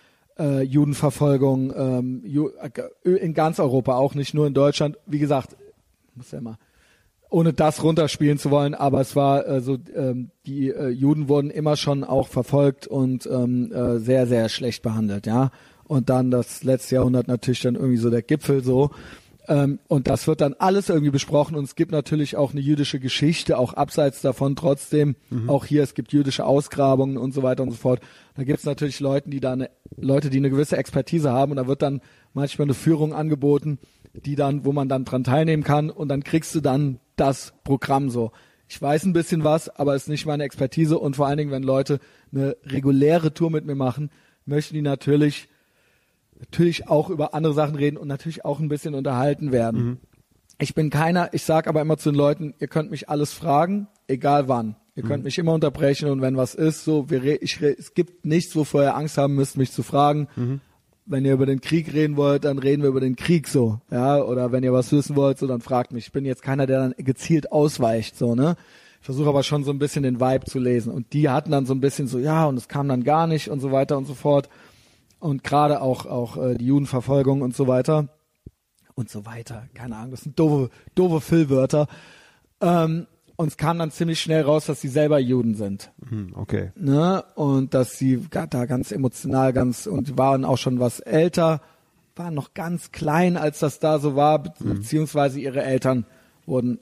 Judenverfolgung in ganz Europa, auch nicht nur in Deutschland. Wie gesagt, muss ja immer ohne das runterspielen zu wollen, aber es war die Juden wurden immer schon auch verfolgt und sehr, sehr schlecht behandelt, ja. Und dann das letzte Jahrhundert natürlich dann irgendwie so der Gipfel so. Und das wird dann alles irgendwie besprochen und es gibt natürlich auch eine jüdische Geschichte, auch abseits davon trotzdem. Auch hier, es gibt jüdische Ausgrabungen und so weiter und so fort. Da gibt es natürlich Leute, die eine gewisse Expertise haben und da wird dann manchmal eine Führung angeboten, wo man dann dran teilnehmen kann und dann kriegst du dann das Programm so. Ich weiß ein bisschen was, aber es ist nicht meine Expertise und vor allen Dingen, wenn Leute eine reguläre Tour mit mir machen, möchten die natürlich auch über andere Sachen reden und natürlich auch ein bisschen unterhalten werden. Ich sage aber immer zu den Leuten, ihr könnt mich alles fragen, egal wann. Ihr könnt mich immer unterbrechen und wenn was ist, so, es gibt nichts, wovor ihr Angst haben müsst, mich zu fragen. Wenn ihr über den Krieg reden wollt, dann reden wir über den Krieg so, ja, oder wenn ihr was wissen wollt, so, dann fragt mich. Ich bin jetzt keiner, der dann gezielt ausweicht, so, ne. Ich versuche aber schon so ein bisschen den Vibe zu lesen und die hatten dann so ein bisschen so, ja, und es kam dann gar nicht und so weiter und so fort und gerade auch die Judenverfolgung und so weiter und so weiter, keine Ahnung, das sind doofe Füllwörter. Und es kam dann ziemlich schnell raus, dass sie selber Juden sind. Okay. Ne? Und dass sie da ganz emotional und die waren auch schon was älter, waren noch ganz klein, als das da so war, beziehungsweise ihre Eltern wurden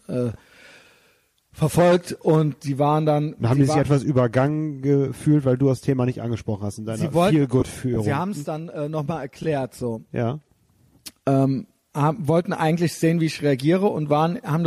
verfolgt und die waren dann... Haben die sich etwas übergangen gefühlt, weil du das Thema nicht angesprochen hast in deiner Feel-Good-Führung? Sie haben es dann nochmal erklärt, so. Ja. Wollten eigentlich sehen, wie ich reagiere und haben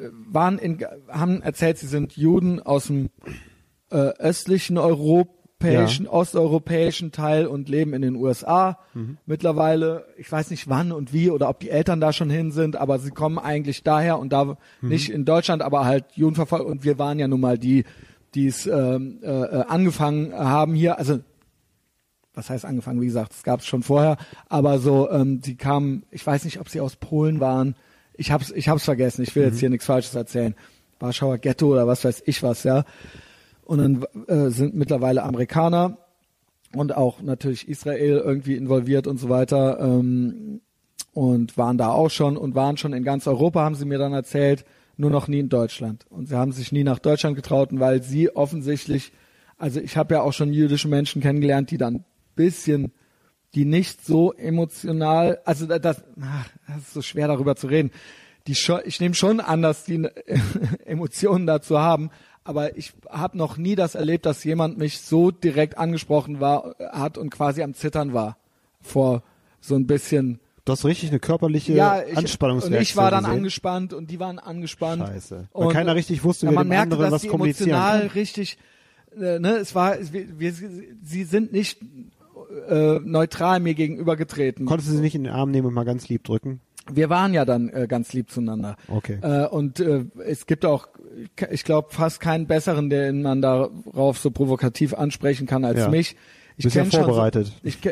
erzählt, sie sind Juden aus dem östlichen osteuropäischen Teil und leben in den USA mittlerweile. Ich weiß nicht wann und wie oder ob die Eltern da schon hin sind, aber sie kommen eigentlich daher und da nicht in Deutschland, aber halt Juden verfolgt und wir waren ja nun mal die es angefangen haben hier, also was heißt angefangen, wie gesagt, das gab es schon vorher, aber so, die kamen, ich weiß nicht, ob sie aus Polen waren, ich hab's vergessen, ich will jetzt hier nichts Falsches erzählen, Warschauer Ghetto oder was weiß ich was, ja, und dann sind mittlerweile Amerikaner und auch natürlich Israel irgendwie involviert und so weiter und waren da auch schon und waren schon in ganz Europa, haben sie mir dann erzählt, nur noch nie in Deutschland und sie haben sich nie nach Deutschland getraut, weil sie offensichtlich, also ich habe ja auch schon jüdische Menschen kennengelernt, die dann bisschen, die nicht so emotional, also das ist so schwer darüber zu reden. Ich nehme schon an, dass die Emotionen dazu haben, aber ich habe noch nie das erlebt, dass jemand mich so direkt angesprochen hat und quasi am Zittern war vor so ein bisschen. Du hast richtig eine körperliche Anspannungsreaktion. Und ich war dann angespannt und die waren angespannt. Scheiße. Weil keiner richtig wusste, wie dem anderen was kommunizieren kann. Man merkte, dass die emotional richtig, sie sind nicht neutral mir gegenüber getreten. Konntest du sie nicht in den Arm nehmen und mal ganz lieb drücken? Wir waren ja dann ganz lieb zueinander. Okay. Und es gibt auch, ich glaube, fast keinen besseren, den man darauf so provokativ ansprechen kann als mich. Ich bist ja vorbereitet.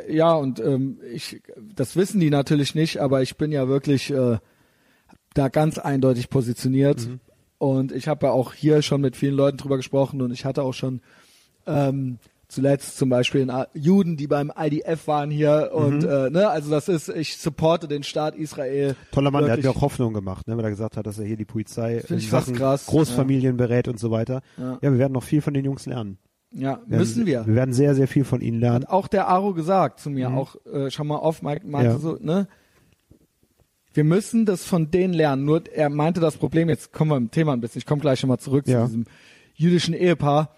Das wissen die natürlich nicht, aber ich bin ja wirklich da ganz eindeutig positioniert. Und ich habe ja auch hier schon mit vielen Leuten drüber gesprochen und ich hatte auch schon zuletzt zum Beispiel Juden, die beim IDF waren hier und also das ist, ich supporte den Staat Israel. Toller Mann, der hat mir auch Hoffnung gemacht, ne, weil er gesagt hat, dass er hier die Polizei in Sachen Großfamilien berät und so weiter. Ja, wir werden noch viel von den Jungs lernen. Ja, müssen wir. Wir werden sehr, sehr viel von ihnen lernen. Hat auch der Aro gesagt zu mir, auch schon mal off, meinte so, ne? Wir müssen das von denen lernen. Nur er meinte das Problem, jetzt kommen wir im Thema ein bisschen, ich komme gleich schon mal zurück zu diesem jüdischen Ehepaar.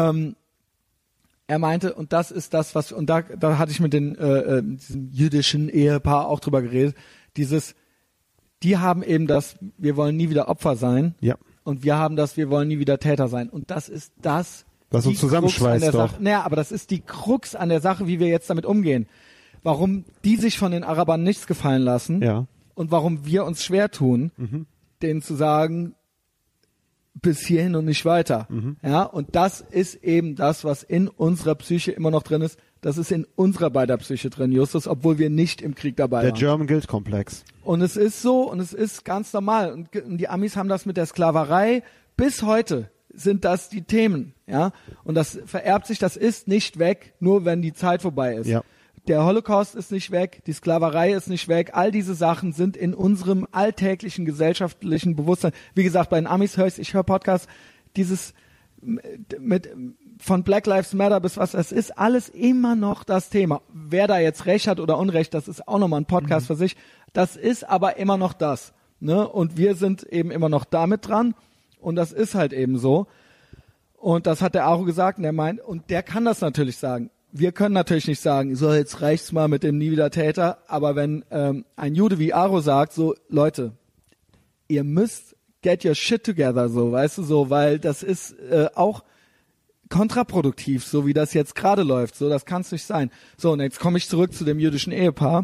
Er meinte, und das ist das, was, und da hatte ich mit diesem jüdischen Ehepaar auch drüber geredet, die haben eben das, wir wollen nie wieder Opfer sein. Ja. Und wir haben das, wir wollen nie wieder Täter sein. Und das ist das, was uns zusammenschweißt doch. Naja, aber das ist die Krux an der Sache, wie wir jetzt damit umgehen. Warum die sich von den Arabern nichts gefallen lassen und warum wir uns schwer tun, denen zu sagen, bis hierhin und nicht weiter. Ja, und das ist eben das, was in unserer Psyche immer noch drin ist. Das ist in unserer beider Psyche drin, Justus, obwohl wir nicht im Krieg dabei waren. Der German Guild Komplex. Und es ist so, und es ist ganz normal. Und die Amis haben das mit der Sklaverei. Bis heute sind das die Themen. Ja, und das vererbt sich, das ist nicht weg, nur wenn die Zeit vorbei ist. Ja. Der Holocaust ist nicht weg, die Sklaverei ist nicht weg. All diese Sachen sind in unserem alltäglichen gesellschaftlichen Bewusstsein. Wie gesagt, bei den Amis ich höre Podcasts, dieses von Black Lives Matter bis was, es ist alles immer noch das Thema. Wer da jetzt Recht hat oder Unrecht, das ist auch nochmal ein Podcast für sich. Das ist aber immer noch das. Ne? Und wir sind eben immer noch damit dran. Und das ist halt eben so. Und das hat der Aro gesagt und der meint, und der kann das natürlich sagen. Wir können natürlich nicht sagen, so jetzt reicht's mal mit dem nie wieder Täter, aber wenn ein Jude wie Aro sagt, so Leute, ihr müsst get your shit together, so, weißt du, so, weil das ist auch kontraproduktiv, so wie das jetzt gerade läuft, so, das kann's nicht sein. So, und jetzt komme ich zurück zu dem jüdischen Ehepaar.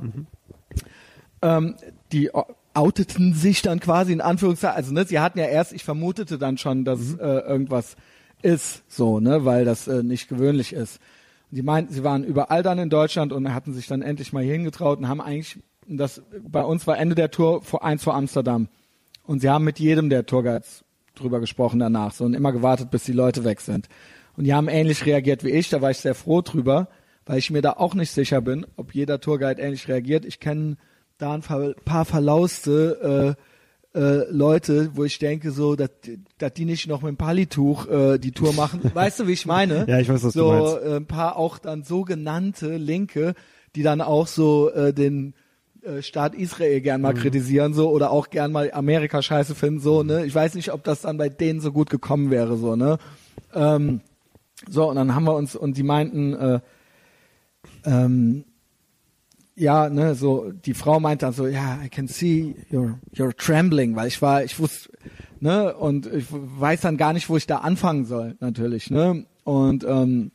Die outeten sich dann quasi in Anführungszeichen, also ne, sie hatten ja erst, ich vermutete dann schon, dass irgendwas ist, so, ne, weil das nicht gewöhnlich ist. Die meinten, sie waren überall dann in Deutschland und hatten sich dann endlich mal hier hingetraut und haben eigentlich, bei uns war Ende der Tour vor Amsterdam. Und sie haben mit jedem der Tourguides drüber gesprochen danach, so, und immer gewartet, bis die Leute weg sind. Und die haben ähnlich reagiert wie ich, da war ich sehr froh drüber, weil ich mir da auch nicht sicher bin, ob jeder Tourguide ähnlich reagiert. Ich kenne da ein paar verlauste Leute, wo ich denke so, dass die nicht noch mit dem Palituch die Tour machen. Weißt du, wie ich meine? Ja, ich weiß, was so, du meinst. Ein paar auch dann sogenannte Linke, die dann auch so den Staat Israel gern mal kritisieren so oder auch gern mal Amerika scheiße finden so, ne? Ich weiß nicht, ob das dann bei denen so gut gekommen wäre so, ne? So, und dann haben wir uns, und die meinten, ja, ne, so, die Frau meinte dann so, ja, I can see you're trembling, weil ich wusste, ne, und ich weiß dann gar nicht, wo ich da anfangen soll, natürlich, ne, und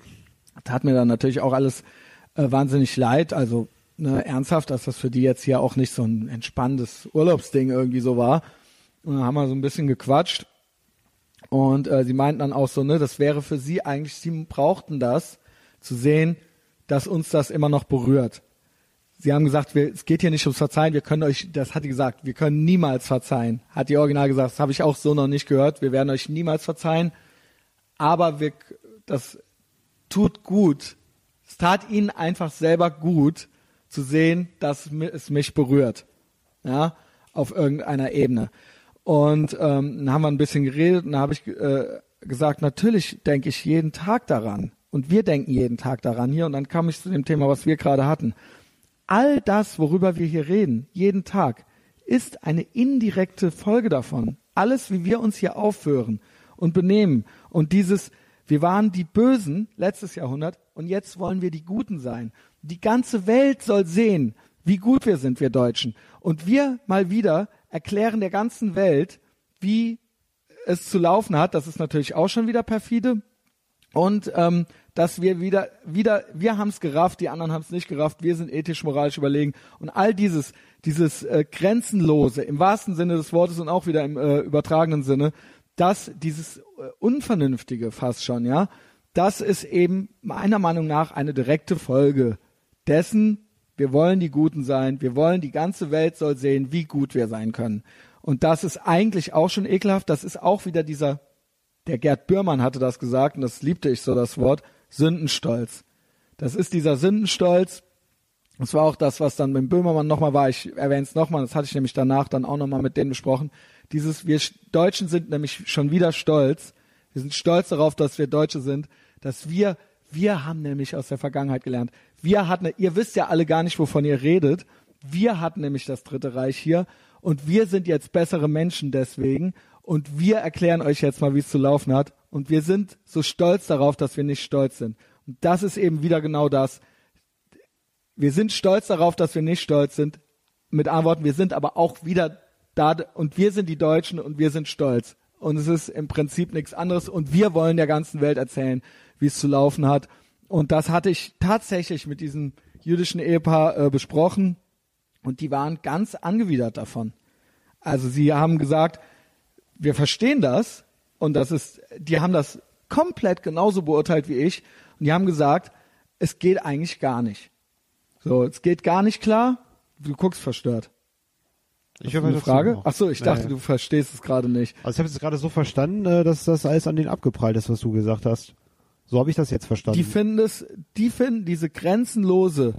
tat mir dann natürlich auch alles wahnsinnig leid, also, ne, ernsthaft, dass das für die jetzt hier auch nicht so ein entspanntes Urlaubsding irgendwie so war, und dann haben wir so ein bisschen gequatscht, und sie meinten dann auch so, ne, das wäre für sie eigentlich, sie brauchten das, zu sehen, dass uns das immer noch berührt. Sie haben gesagt, es geht hier nicht ums Verzeihen, wir können euch, das hat die gesagt, wir können niemals verzeihen. Hat die Original gesagt, das habe ich auch so noch nicht gehört, wir werden euch niemals verzeihen, aber das tut gut. Es tat ihnen einfach selber gut, zu sehen, dass es mich berührt. Ja, auf irgendeiner Ebene. Und dann haben wir ein bisschen geredet und dann habe ich gesagt, natürlich denke ich jeden Tag daran. Und wir denken jeden Tag daran hier. Und dann kam ich zu dem Thema, was wir gerade hatten. All das, worüber wir hier reden, jeden Tag, ist eine indirekte Folge davon. Alles, wie wir uns hier aufführen und benehmen. Und wir waren die Bösen letztes Jahrhundert und jetzt wollen wir die Guten sein. Die ganze Welt soll sehen, wie gut wir sind, wir Deutschen. Und wir mal wieder erklären der ganzen Welt, wie es zu laufen hat. Das ist natürlich auch schon wieder perfide. Und dass wir wir haben es gerafft, die anderen haben es nicht gerafft, wir sind ethisch, moralisch überlegen. Und all dieses Grenzenlose, im wahrsten Sinne des Wortes und auch wieder im übertragenen Sinne, dieses Unvernünftige fast schon, ja, das ist eben meiner Meinung nach eine direkte Folge dessen, wir wollen die Guten sein, wir wollen, die ganze Welt soll sehen, wie gut wir sein können. Und das ist eigentlich auch schon ekelhaft, das ist auch wieder der Gerd Bührmann hatte das gesagt, und das liebte ich so, das Wort, Sündenstolz. Das ist dieser Sündenstolz. Das war auch das, was dann mit Böhmermann nochmal war. Ich erwähne es nochmal, das hatte ich nämlich danach dann auch nochmal mit denen besprochen. Wir Deutschen sind nämlich schon wieder stolz. Wir sind stolz darauf, dass wir Deutsche sind, dass wir haben nämlich aus der Vergangenheit gelernt. Ihr wisst ja alle gar nicht, wovon ihr redet. Wir hatten nämlich das Dritte Reich hier und wir sind jetzt bessere Menschen deswegen. Und wir erklären euch jetzt mal, wie es zu laufen hat. Und wir sind so stolz darauf, dass wir nicht stolz sind. Und das ist eben wieder genau das. Wir sind stolz darauf, dass wir nicht stolz sind. Mit anderen Worten, wir sind aber auch wieder da. Und wir sind die Deutschen und wir sind stolz. Und es ist im Prinzip nichts anderes. Und wir wollen der ganzen Welt erzählen, wie es zu laufen hat. Und das hatte ich tatsächlich mit diesem jüdischen Ehepaar besprochen. Und die waren ganz angewidert davon. Also sie haben gesagt, wir verstehen das und die haben das komplett genauso beurteilt wie ich und die haben gesagt, es geht eigentlich gar nicht. So, es geht gar nicht klar. Du guckst verstört. Ich habe eine Frage. Ach so, ich dachte, du verstehst es gerade nicht. Also ich habe es gerade so verstanden, dass das alles an denen abgeprallt ist, was du gesagt hast. So habe ich das jetzt verstanden. Die finden diese grenzenlose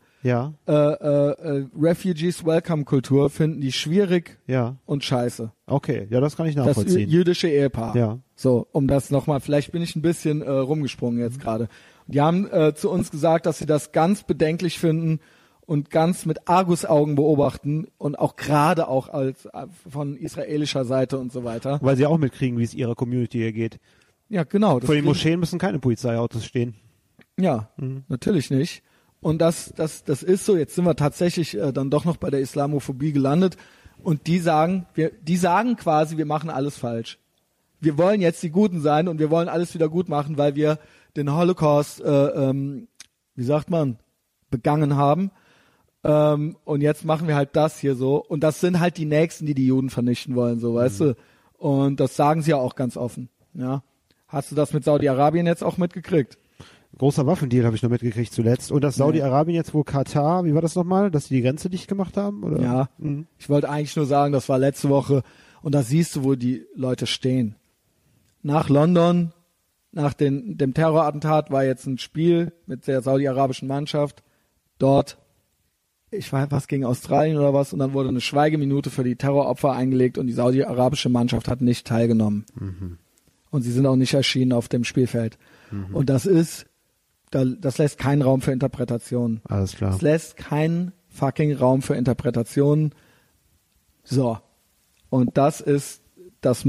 Refugees Welcome Kultur finden die schwierig und scheiße. Okay, ja, das kann ich nachvollziehen. Das jüdische Ehepaar. Ja. So, um das nochmal, vielleicht bin ich ein bisschen rumgesprungen jetzt gerade. Die haben zu uns gesagt, dass sie das ganz bedenklich finden und ganz mit Argusaugen beobachten und auch gerade auch als von israelischer Seite und so weiter. Weil sie auch mitkriegen, wie es ihrer Community hier geht. Ja, genau. Vor den Moscheen müssen keine Polizeiautos stehen. Ja, natürlich nicht. Und das ist so. Jetzt sind wir tatsächlich dann doch noch bei der Islamophobie gelandet. Und die sagen quasi, wir machen alles falsch. Wir wollen jetzt die Guten sein und wir wollen alles wieder gut machen, weil wir den Holocaust, wie sagt man, begangen haben. Und jetzt machen wir halt das hier so. Und das sind halt die Nächsten, die Juden vernichten wollen, so, weißt du. Und das sagen sie ja auch ganz offen. Ja. Hast du das mit Saudi-Arabien jetzt auch mitgekriegt? Großer Waffendeal habe ich noch mitgekriegt zuletzt. Und das Saudi-Arabien jetzt, wo Katar, wie war das nochmal, dass sie die Grenze dicht gemacht haben? Oder? Ja, Ich wollte eigentlich nur sagen, das war letzte Woche. Und da siehst du, wo die Leute stehen. Nach London, nach dem Terrorattentat war jetzt ein Spiel mit der saudi-arabischen Mannschaft. Dort ich weiß was, gegen Australien oder was, und dann wurde eine Schweigeminute für die Terroropfer eingelegt und die saudi-arabische Mannschaft hat nicht teilgenommen. Und sie sind auch nicht erschienen auf dem Spielfeld. Und das lässt keinen Raum für Interpretation. Alles klar. Das lässt keinen fucking Raum für Interpretation. So. Und das ist das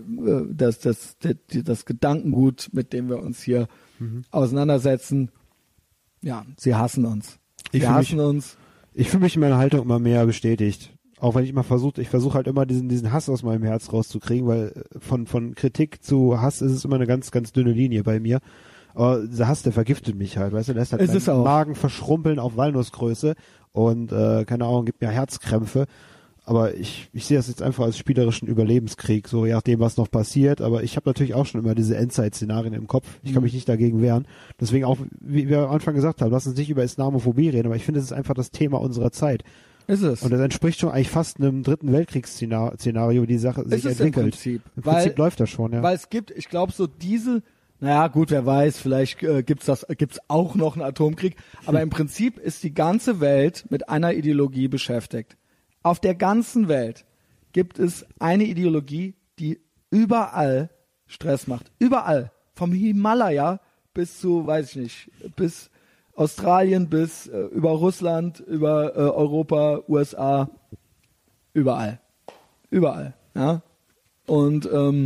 Gedankengut, mit dem wir uns hier auseinandersetzen. Ja, sie hassen uns. Sie hassen uns. Ich fühle mich in meiner Haltung immer mehr bestätigt. Auch wenn ich versuche halt immer diesen Hass aus meinem Herz rauszukriegen, weil von Kritik zu Hass ist es immer eine ganz, ganz dünne Linie bei mir. Aber dieser Hass, der vergiftet mich halt, weißt du, lässt halt meinen Magen verschrumpeln auf Walnussgröße und, keine Ahnung, gibt mir Herzkrämpfe. Aber ich sehe das jetzt einfach als spielerischen Überlebenskrieg, so je nachdem, was noch passiert. Aber ich habe natürlich auch schon immer diese Endzeit-Szenarien im Kopf. Ich kann mich nicht dagegen wehren. Deswegen auch, wie wir am Anfang gesagt haben, lass uns nicht über Islamophobie reden, aber ich finde, es ist einfach das Thema unserer Zeit. Ist es. Und das entspricht schon eigentlich fast einem dritten Weltkriegsszenario, wie die Sache sich entwickelt. Im Prinzip läuft das schon, ja. Weil es gibt, ich glaube, so naja, gut, wer weiß, vielleicht gibt's auch noch einen Atomkrieg, aber im Prinzip ist die ganze Welt mit einer Ideologie beschäftigt. Auf der ganzen Welt gibt es eine Ideologie, die überall Stress macht. Überall. Vom Himalaya bis zu, weiß ich nicht, bis Australien, bis über Russland, über Europa, USA. Überall. Überall. Ja. Und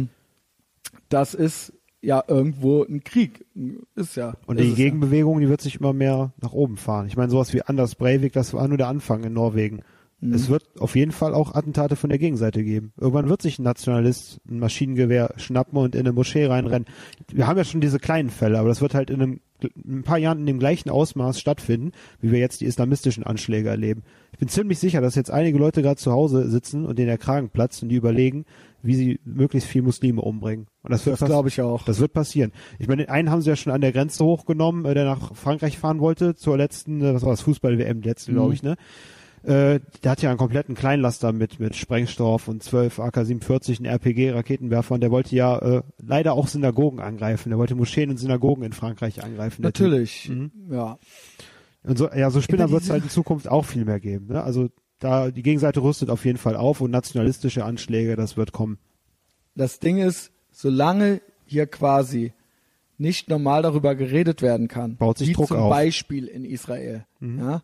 das ist ja irgendwo ein Krieg. Ist ja. Und die Gegenbewegung, die wird sich immer mehr nach oben fahren. Ich meine, sowas wie Anders Breivik, das war nur der Anfang in Norwegen. Es wird auf jeden Fall auch Attentate von der Gegenseite geben. Irgendwann wird sich ein Nationalist ein Maschinengewehr schnappen und in eine Moschee reinrennen. Wir haben ja schon diese kleinen Fälle, aber das wird halt in ein paar Jahren in dem gleichen Ausmaß stattfinden, wie wir jetzt die islamistischen Anschläge erleben. Ich bin ziemlich sicher, dass jetzt einige Leute gerade zu Hause sitzen und denen der Kragen platzt und die überlegen, wie sie möglichst viel Muslime umbringen. Und das glaube ich auch. Das wird passieren. Ich meine, den einen haben sie ja schon an der Grenze hochgenommen, der nach Frankreich fahren wollte, zur letzten, was war das, Fußball-WM, letzte, glaube ich, ne? Der hat ja einen kompletten Kleinlaster mit Sprengstoff und 12 AK-47, einen RPG-Raketenwerfer, und der wollte ja leider auch Synagogen angreifen. Der wollte Moscheen und Synagogen in Frankreich angreifen. Natürlich, ja. Und so Spinner wird es halt in Zukunft auch viel mehr geben. Ne? Also da die Gegenseite rüstet auf jeden Fall auf und nationalistische Anschläge, das wird kommen. Das Ding ist, solange hier quasi nicht normal darüber geredet werden kann, baut sich wie Druck zum auf. Beispiel in Israel, ja,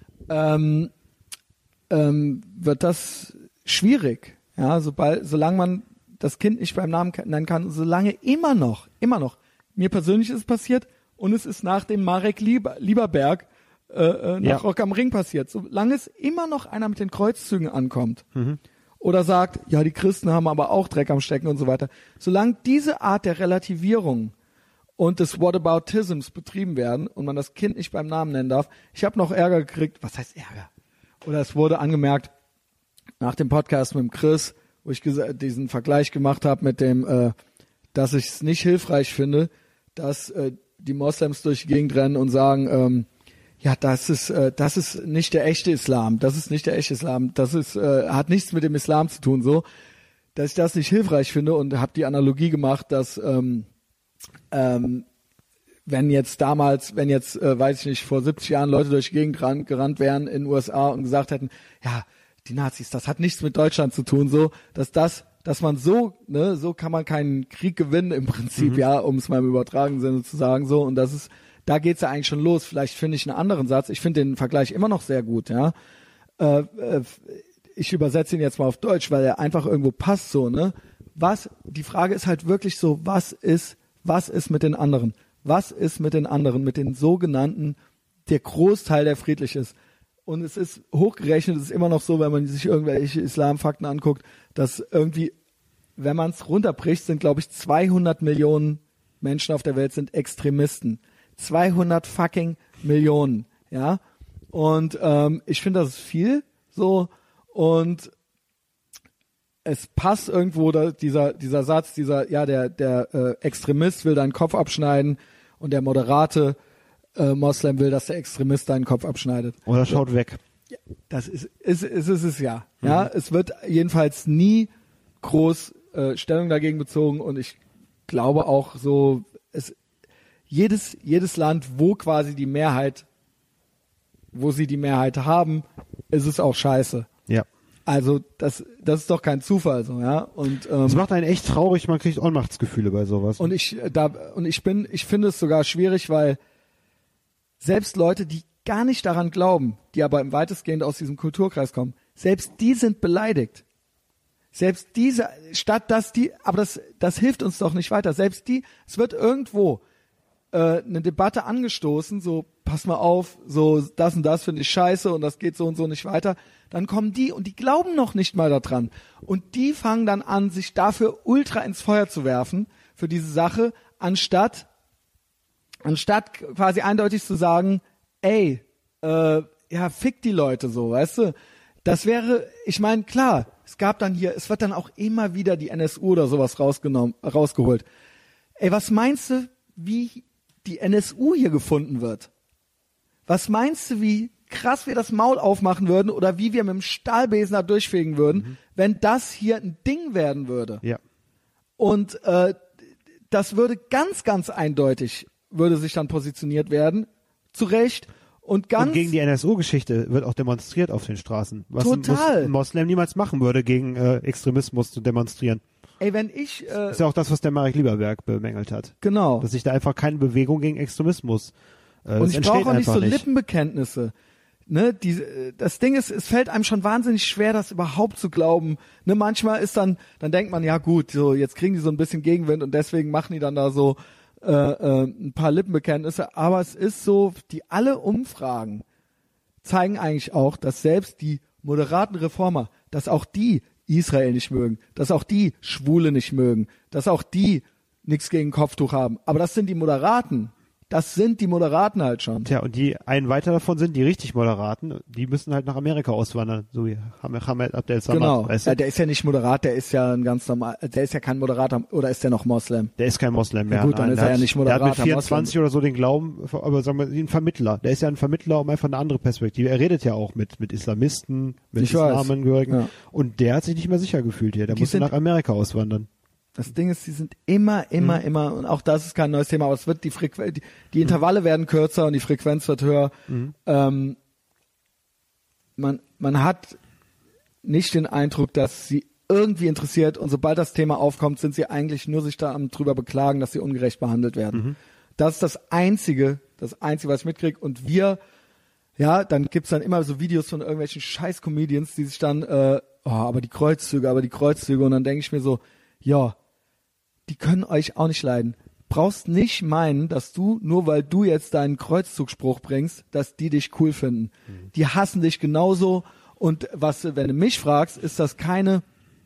wird das schwierig. Ja, solange man das Kind nicht beim Namen nennen kann, solange immer noch, mir persönlich ist es passiert und es ist nach dem Marek Lieberberg nach Rock am Ring passiert. Solange es immer noch einer mit den Kreuzzügen ankommt oder sagt, ja, die Christen haben aber auch Dreck am Stecken und so weiter. Solange diese Art der Relativierung und des Whataboutisms betrieben werden und man das Kind nicht beim Namen nennen darf. Ich habe noch Ärger gekriegt. Was heißt Ärger? Oder es wurde angemerkt nach dem Podcast mit dem Chris, wo ich diesen Vergleich gemacht habe mit dem, dass ich es nicht hilfreich finde, dass die Moslems durch die Gegend rennen und sagen, ja, das ist nicht der echte Islam. Das ist nicht der echte Islam. Das ist hat nichts mit dem Islam zu tun, so, dass ich das nicht hilfreich finde, und habe die Analogie gemacht, dass wenn jetzt, weiß ich nicht, vor 70 Jahren Leute durch die Gegend gerannt wären in den USA und gesagt hätten, ja, die Nazis, das hat nichts mit Deutschland zu tun, so, dass man so kann man keinen Krieg gewinnen im Prinzip, ja, um es mal im übertragenen Sinne zu sagen, so, und da geht's ja eigentlich schon los. Vielleicht finde ich einen anderen Satz. Ich finde den Vergleich immer noch sehr gut, ja. Ich übersetze ihn jetzt mal auf Deutsch, weil er einfach irgendwo passt, so, ne. Die Frage ist halt wirklich so, was ist mit den anderen? Was ist mit den anderen, mit den sogenannten, der Großteil, der friedlich ist? Und es ist hochgerechnet, es ist immer noch so, wenn man sich irgendwelche Islamfakten anguckt, dass irgendwie, wenn man es runterbricht, sind, glaube ich, 200 Millionen Menschen auf der Welt sind Extremisten. 200 fucking Millionen, ja. Und ich finde, das ist viel, so, und es passt irgendwo dieser Satz, der Extremist will deinen Kopf abschneiden und der moderate Moslem will, dass der Extremist deinen Kopf abschneidet. Oder schaut weg. Ja, das ist es ja. Ja, es wird jedenfalls nie groß Stellung dagegen bezogen, und ich glaube auch so, jedes Land, wo quasi die Mehrheit wo sie die Mehrheit haben, ist es auch scheiße. Ja. Also das ist doch kein Zufall so, ja. Und Das macht einen echt traurig, man kriegt Ohnmachtsgefühle bei sowas. und ich finde es sogar schwierig, weil selbst Leute, die gar nicht daran glauben, die aber im weitestgehend aus diesem Kulturkreis kommen, selbst die sind beleidigt. Selbst diese, aber das hilft uns doch nicht weiter. Selbst die, es wird irgendwo eine Debatte angestoßen, so pass mal auf, so das und das finde ich scheiße und das geht so und so nicht weiter. Dann kommen die und die glauben noch nicht mal daran. Und die fangen dann an, sich dafür ultra ins Feuer zu werfen, für diese Sache, anstatt quasi eindeutig zu sagen, ey, ja, fick die Leute so, weißt du? Das wäre, ich meine, klar, es wird dann auch immer wieder die NSU oder sowas rausgeholt. Ey, was meinst du, wie die NSU hier gefunden wird? Was meinst du, wie krass wir das Maul aufmachen würden oder wie wir mit dem Stahlbesen da durchfegen würden, wenn das hier ein Ding werden würde? Ja. Und das würde ganz, ganz eindeutig, würde sich dann positioniert werden, zu Recht. Und gegen die NSU-Geschichte wird auch demonstriert auf den Straßen. Was total. ein Moslem niemals machen würde, gegen Extremismus zu demonstrieren. Ey, wenn ich... ist ja auch das, was der Marek Lieberberg bemängelt hat. Genau. Dass sich da einfach keine Bewegung gegen Extremismus und ich brauche auch nicht so nicht. Lippenbekenntnisse. Ne, das Ding ist, es fällt einem schon wahnsinnig schwer, das überhaupt zu glauben. Ne, manchmal ist dann denkt man, ja gut, so jetzt kriegen die so ein bisschen Gegenwind und deswegen machen die dann da so ein paar Lippenbekenntnisse. Aber es ist so, alle Umfragen zeigen eigentlich auch, dass selbst die moderaten Reformer, dass auch die Israel nicht mögen, dass auch die Schwule nicht mögen, dass auch die nichts gegen Kopftuch haben. Aber das sind die Moderaten. Das sind die Moderaten halt schon. Tja, und die einen weiter davon sind die richtig Moderaten, die müssen halt nach Amerika auswandern, so wie Hamed Abdel Samad. Genau, weißt du? der ist ja nicht Moderat, der ist ja ein ganz normal, der ist ja kein Moderater, oder ist der noch Moslem? Der ist kein Moslem mehr. Ja gut, dann ist er ja nicht Moderater. Der hat mit 24 oder so den Glauben, aber sagen wir, ein Vermittler. Der ist ja ein Vermittler um einfach eine andere Perspektive. Er redet ja auch mit Islamisten, mit Islamangehörigen. Ja. Und der hat sich nicht mehr sicher gefühlt hier. Der musste nach Amerika auswandern. Das Ding ist, die sind immer, und auch das ist kein neues Thema, aber es wird die Intervalle werden kürzer und die Frequenz wird höher. Man hat nicht den Eindruck, dass sie irgendwie interessiert und sobald das Thema aufkommt, sind sie eigentlich nur sich da am drüber beklagen, dass sie ungerecht behandelt werden. Das ist das Einzige, was ich mitkriege. Und dann gibt's dann immer so Videos von irgendwelchen Scheiß-Comedians, die sich dann, aber die Kreuzzüge, und dann denke ich mir so, ja, die können euch auch nicht leiden. Brauchst nicht meinen, dass du, nur weil du jetzt deinen Kreuzzugspruch bringst, dass die dich cool finden. Die hassen dich genauso. Und wenn du mich fragst, ist das keine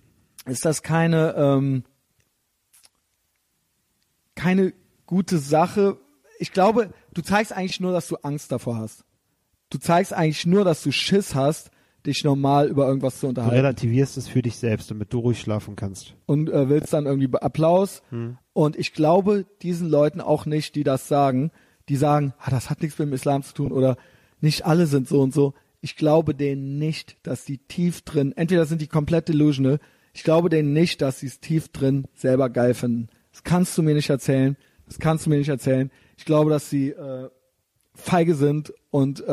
gute Sache. Ich glaube, du zeigst eigentlich nur, dass du Angst davor hast. Du zeigst eigentlich nur, dass du Schiss hast, dich normal über irgendwas zu unterhalten. Du relativierst es für dich selbst, damit du ruhig schlafen kannst. Und willst dann irgendwie Applaus. Und ich glaube diesen Leuten auch nicht, die das sagen, die sagen, das hat nichts mit dem Islam zu tun oder nicht alle sind so und so. Ich glaube denen nicht, dass die tief drin, entweder sind die komplett delusional, ich glaube denen nicht, dass sie es tief drin selber geil finden. Das kannst du mir nicht erzählen. Ich glaube, dass sie feige sind und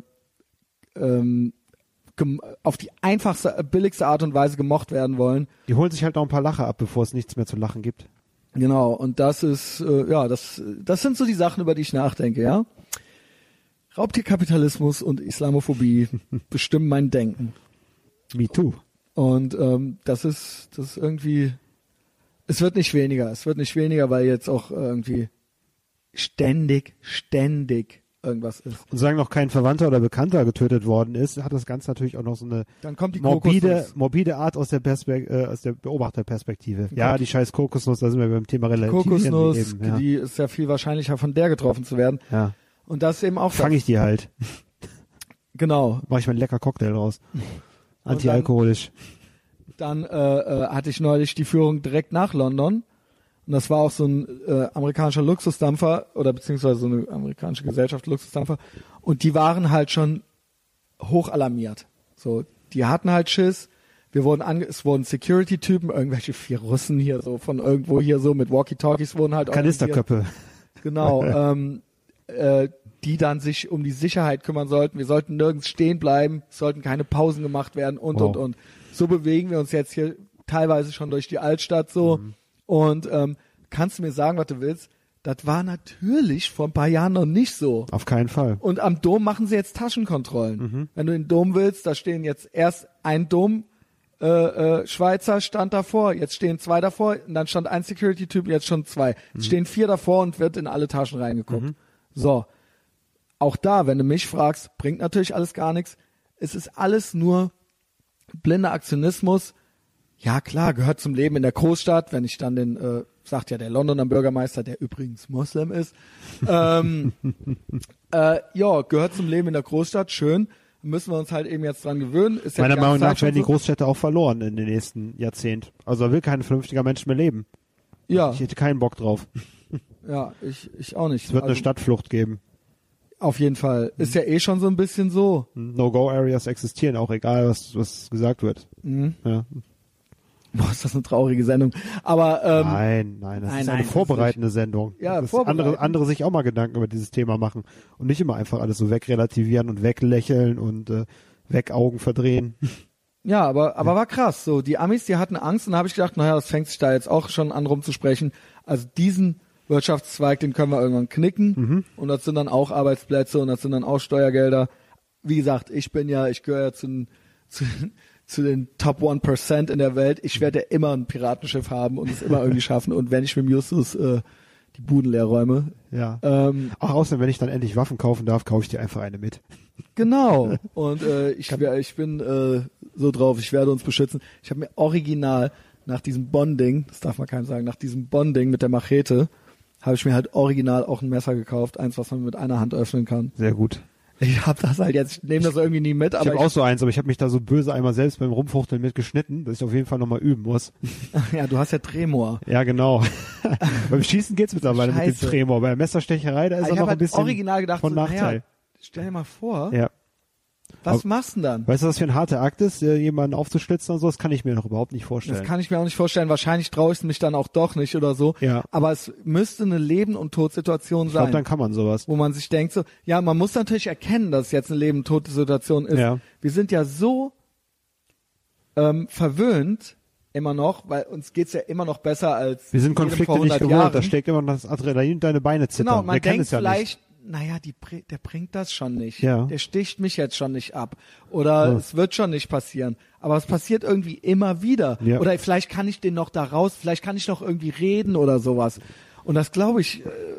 auf die einfachste, billigste Art und Weise gemocht werden wollen. Die holen sich halt noch ein paar Lacher ab, bevor es nichts mehr zu lachen gibt. Genau, und das ist, das sind so die Sachen, über die ich nachdenke, ja. Raubtierkapitalismus und Islamophobie bestimmen mein Denken. Me too. Und das ist irgendwie, es wird nicht weniger, weil jetzt auch irgendwie ständig irgendwas ist. Und solange noch kein Verwandter oder Bekannter getötet worden ist, hat das Ganze natürlich auch noch so eine dann kommt die morbide Art aus der Beobachterperspektive. Ja, die scheiß Kokosnuss, da sind wir beim Thema relativ. Kokosnuss, die ist ja viel wahrscheinlicher von der getroffen zu werden. Ja. Und das ist eben auch fange ich die halt. Genau. Mach ich mal einen lecker Cocktail raus. Antialkoholisch. Dann hatte ich neulich die Führung direkt nach London. Und das war auch so ein amerikanischer Luxusdampfer oder beziehungsweise so eine amerikanische Gesellschaft Luxusdampfer. Und die waren halt schon hoch alarmiert. So, die hatten halt Schiss. Es wurden Security-Typen, irgendwelche 4 Russen hier so von irgendwo hier so mit Walkie-Talkies wurden halt Kanisterköpfe. Genau. die dann sich um die Sicherheit kümmern sollten. Wir sollten nirgends stehen bleiben, es sollten keine Pausen gemacht werden und. So bewegen wir uns jetzt hier teilweise schon durch die Altstadt so. Und kannst du mir sagen, was du willst? Das war natürlich vor ein paar Jahren noch nicht so. Auf keinen Fall. Und am Dom machen sie jetzt Taschenkontrollen. Wenn du in den Dom willst, da stehen jetzt erst ein Dom, Schweizer stand davor, jetzt stehen 2 davor, und dann stand ein Security-Typ, jetzt schon 2. Jetzt stehen 4 davor und wird in alle Taschen reingeguckt. So. Auch da, wenn du mich fragst, bringt natürlich alles gar nichts. Es ist alles nur blinder Aktionismus. Ja, klar, gehört zum Leben in der Großstadt, wenn ich dann sagt ja der Londoner Bürgermeister, der übrigens Moslem ist, gehört zum Leben in der Großstadt, schön, müssen wir uns halt eben jetzt dran gewöhnen. Ist Meiner ja Meinung nach werden die so. Großstädte auch verloren in den nächsten Jahrzehnten. Also da will kein vernünftiger Mensch mehr leben. Ja, Ich hätte keinen Bock drauf. ja, ich auch nicht. Es wird eine Stadtflucht geben. Auf jeden Fall. Ist ja eh schon so ein bisschen so. No-Go-Areas existieren auch, egal was gesagt wird. Ja. Boah, ist das eine traurige Sendung. Aber Nein, das ist eine nein, vorbereitende Sendung. Ja, dass vorbereitend. andere sich auch mal Gedanken über dieses Thema machen und nicht immer einfach alles so wegrelativieren und weglächeln und Wegaugen verdrehen. Ja, aber war krass. So, die Amis, die hatten Angst und da habe ich gedacht, naja, das fängt sich da jetzt auch schon an rumzusprechen. Also diesen Wirtschaftszweig, den können wir irgendwann knicken und das sind dann auch Arbeitsplätze und das sind dann auch Steuergelder. Wie gesagt, ich gehöre ja zu den Top 1% in der Welt. Ich werde ja immer ein Piratenschiff haben und es immer irgendwie schaffen. Und wenn ich mit dem Justus die Buden leer räume. Ja. Ach, außerdem, wenn ich dann endlich Waffen kaufen darf, kaufe ich dir einfach eine mit. Genau. Und ich bin so drauf, ich werde uns beschützen. Ich habe mir original nach diesem Bonding, das darf man keinem sagen, nach diesem Bonding mit der Machete, habe ich mir halt original auch ein Messer gekauft. Eins, was man mit einer Hand öffnen kann. Sehr gut. Ich habe das halt jetzt, ich nehme das irgendwie nie mit. Ich habe auch so eins, aber ich habe mich da so böse einmal selbst beim Rumfuchteln mit geschnitten, dass ich auf jeden Fall nochmal üben muss. Ja, du hast ja Tremor. Ja, genau. Beim Schießen geht's mittlerweile mit dem Scheiße. Tremor. Bei der Messerstecherei, da ist er noch ein bisschen original gedacht, von so, Nachteil. naja, stell dir mal vor, Ja. was Aber- machst du denn dann? Weißt du, was für ein harter Akt ist, jemanden aufzuschlitzen und so? Das kann ich mir noch überhaupt nicht vorstellen. Das kann ich mir auch nicht vorstellen. Wahrscheinlich traue ich es mich dann auch doch nicht oder so. Ja. Aber es müsste eine Leben- und Todsituation Ich glaube, sein, dann kann man sowas. wo man sich denkt so, ja, man muss natürlich erkennen, dass es jetzt eine Leben- und Todsituation ist. Ja. Wir sind ja so verwöhnt immer noch, weil uns geht's ja immer noch besser als Wir sind jedem vor Konflikte nicht 100 gewohnt, Jahren. da schlägt immer noch das Adrenalin und deine Beine zittern. Genau, man Der kennt denkt es ja vielleicht, naja, der bringt das schon nicht. Ja. Der sticht mich jetzt schon nicht ab. Oder Ja. es wird schon nicht passieren. Aber es passiert irgendwie immer wieder. Ja. Oder vielleicht kann ich den noch da raus, vielleicht kann ich noch irgendwie reden oder sowas. Und das glaube ich,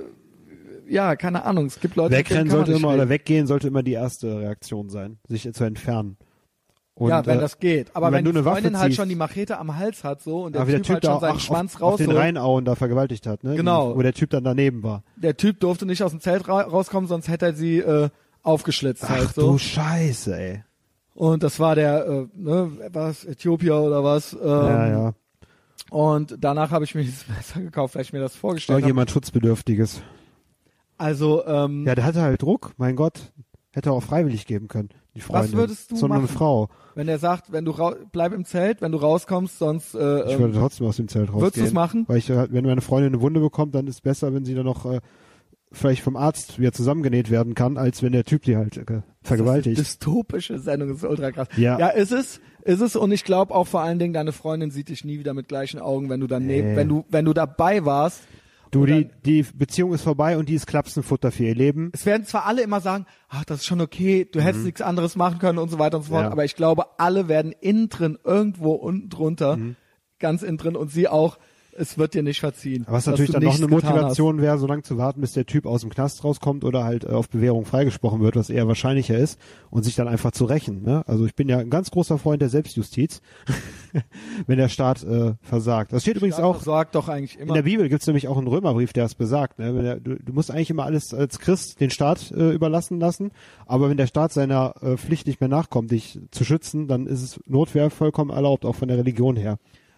ja, keine Ahnung. Es gibt Leute, nicht. mit denen Wegrennen kann man sollte nicht immer, oder reden. weggehen sollte immer die erste Reaktion sein, sich zu entfernen. Und, Ja, wenn das geht. Aber und wenn wenn die du eine Waffe Freundin halt ziehst- schon die Machete am Hals hat so und der aber Typ halt da schon seinen auch Schwanz auf den rausholt. Rheinauen da vergewaltigt hat, ne? Genau. Wo der Typ dann daneben war. Der Typ durfte nicht aus dem Zelt rauskommen, sonst hätte er sie aufgeschlitzt halt Ach so. du Scheiße, ey. Und das war der, was, Äthiopier oder was. Ja. Und danach habe ich mir dieses Messer gekauft, weil ich mir das vorgestellt habe. Irgendjemand Schutzbedürftiges. Also, Ja, der hatte halt Druck, mein Gott. Hätte er auch freiwillig geben können, die Freundin. würdest du Sondern eine machen? Frau. wenn der sagt, wenn du bleib im Zelt, wenn du rauskommst, sonst Ich würde trotzdem aus dem Zelt rausgehen. würdest du's machen? Weil wenn meine Freundin eine Wunde bekommt, dann ist es besser, wenn sie dann noch vielleicht vom Arzt wieder zusammengenäht werden kann, als wenn der Typ die halt vergewaltigt. Dystopische Sendung, das ist ultra krass. Ja. Ja, ist es und ich glaube auch vor allen Dingen, deine Freundin sieht dich nie wieder mit gleichen Augen, wenn du daneben, wenn du dabei warst. Du, und dann- die Beziehung ist vorbei und die ist Klapsenfutter für ihr Leben. Es werden zwar alle immer sagen, ach, das ist schon okay, du hättest nichts anderes machen können und so weiter und so fort, Ja. aber ich glaube, alle werden innen drin, irgendwo unten drunter, ganz innen drin und sie auch, es wird dir nicht verziehen. Was dass natürlich du dann noch nichts eine getan Motivation wäre, so lange zu warten, bis der Typ aus dem Knast rauskommt oder halt auf Bewährung freigesprochen wird, was eher wahrscheinlicher ist, und sich dann einfach zu rächen. Ne? Also ich bin ja ein ganz großer Freund der Selbstjustiz, wenn der Staat versagt. Das steht hast. übrigens Der auch sagt doch eigentlich in immer. der Bibel, gibt's nämlich auch einen Römerbrief, der es besagt. Ne? Du musst eigentlich immer alles als Christ den Staat überlassen lassen, aber wenn der Staat seiner Pflicht nicht mehr nachkommt, dich zu schützen, dann ist es Notwehr vollkommen erlaubt, auch von der Religion her.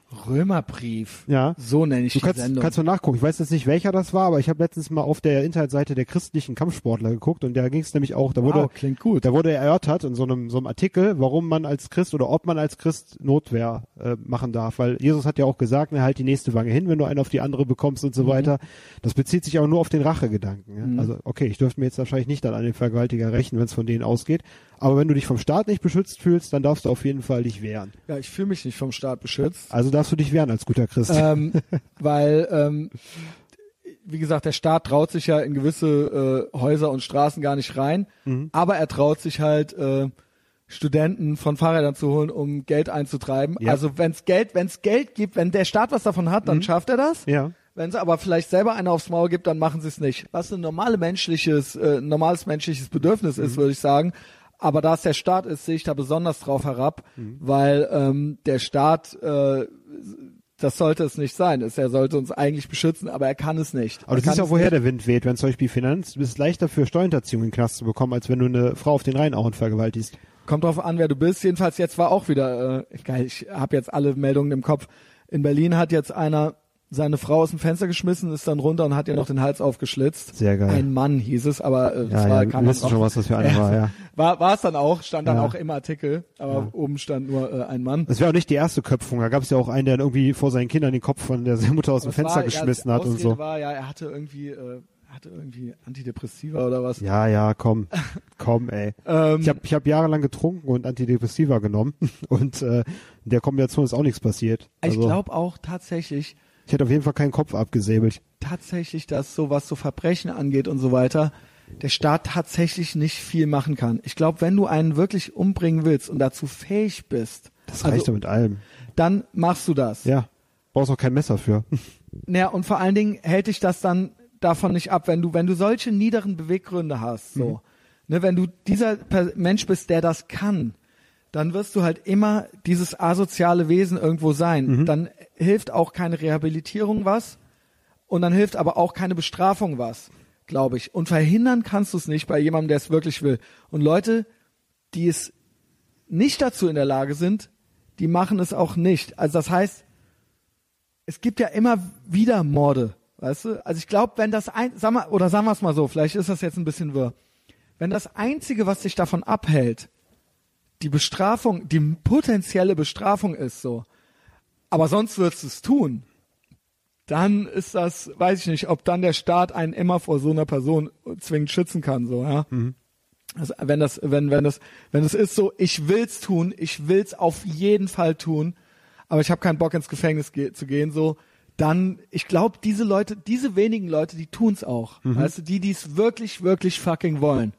Römerbrief. Ja. So nenne ich Du die Sendung. kannst mal nachgucken. Ich weiß jetzt nicht, welcher das war, aber ich habe letztens mal auf der Internetseite der christlichen Kampfsportler geguckt und da ging es nämlich auch, klingt gut. Da wurde erörtert in so einem Artikel, warum man als Christ oder ob man als Christ Notwehr machen darf, weil Jesus hat ja auch gesagt, halt die nächste Wange hin, wenn du einen auf die andere bekommst und so weiter. Das bezieht sich aber nur auf den Rachegedanken. Ja? Also okay, ich dürfte mir jetzt wahrscheinlich nicht dann an den Vergewaltiger rächen, wenn es von denen ausgeht, aber wenn du dich vom Staat nicht beschützt fühlst, dann darfst du auf jeden Fall dich wehren. Ja, ich fühle mich nicht vom Staat beschützt. Also darfst du dich wehren als guter Christ. Weil, wie gesagt, der Staat traut sich ja in gewisse Häuser und Straßen gar nicht rein, aber er traut sich halt, Studenten von Fahrrädern zu holen, um Geld einzutreiben. Ja. Also wenn's Geld gibt, wenn der Staat was davon hat, dann schafft er das. Ja. Wenn es aber vielleicht selber einer aufs Maul gibt, dann machen sie es nicht. Was ein normales menschliches Bedürfnis ist, würde ich sagen. Aber da es der Staat ist, sehe ich da besonders drauf herab, weil der Staat, das sollte es nicht sein. Er sollte uns eigentlich beschützen, aber er kann es nicht. Aber du siehst ja, woher der Wind weht. Wenn zum Beispiel Finanz, du bist leichter für Steuerhinterziehung in den Knast zu bekommen, als wenn du eine Frau auf den Rheinauern vergewaltigst. Kommt drauf an, wer du bist. Jedenfalls jetzt war auch wieder, geil, ich habe jetzt alle Meldungen im Kopf. In Berlin hat jetzt einer seine Frau aus dem Fenster geschmissen, ist dann runter und hat ihr noch den Hals aufgeschlitzt. Sehr geil. Ein Mann hieß es, aber kam das schon, was das für einer war, ja. War es dann auch, stand dann auch im Artikel, aber oben stand nur ein Mann. Das wäre auch nicht die erste Köpfung, da gab es ja auch einen, der irgendwie vor seinen Kindern den Kopf von der Mutter aus dem Fenster geschmissen hat und so. Er hatte irgendwie Antidepressiva oder was. Ja, komm, ey. Ich hab jahrelang getrunken und Antidepressiva genommen und in der Kombination ist auch nichts passiert. Also, ich glaube auch tatsächlich, ich hätte auf jeden Fall keinen Kopf abgesäbelt. Tatsächlich, dass so was so Verbrechen angeht und so weiter, der Staat tatsächlich nicht viel machen kann. Ich glaube, wenn du einen wirklich umbringen willst und dazu fähig bist, das reicht doch mit allem. Dann machst du das. Ja, brauchst auch kein Messer für. Naja, und vor allen Dingen hält dich das dann davon nicht ab, wenn du solche niederen Beweggründe hast, so, ne, wenn du dieser Mensch bist, der das kann, dann wirst du halt immer dieses asoziale Wesen irgendwo sein. Dann hilft auch keine Rehabilitierung was und dann hilft aber auch keine Bestrafung was, glaube ich. Und verhindern kannst du es nicht bei jemandem, der es wirklich will. Und Leute, die es nicht dazu in der Lage sind, die machen es auch nicht. Also das heißt, es gibt ja immer wieder Morde, weißt du? Also ich glaube, wenn das sagen wir es mal so, vielleicht ist das jetzt ein bisschen wirr. Wenn das Einzige, was dich davon abhält, die Bestrafung, die potenzielle Bestrafung ist so, aber sonst würdest du es tun, dann ist das, weiß ich nicht, ob dann der Staat einen immer vor so einer Person zwingend schützen kann, so, ja. Also wenn es ist so, ich will's tun, ich will's auf jeden Fall tun, aber ich habe keinen Bock ins Gefängnis zu gehen, so, dann, ich glaube, diese wenigen Leute, die tun's auch, weißt du, die es wirklich, wirklich fucking wollen.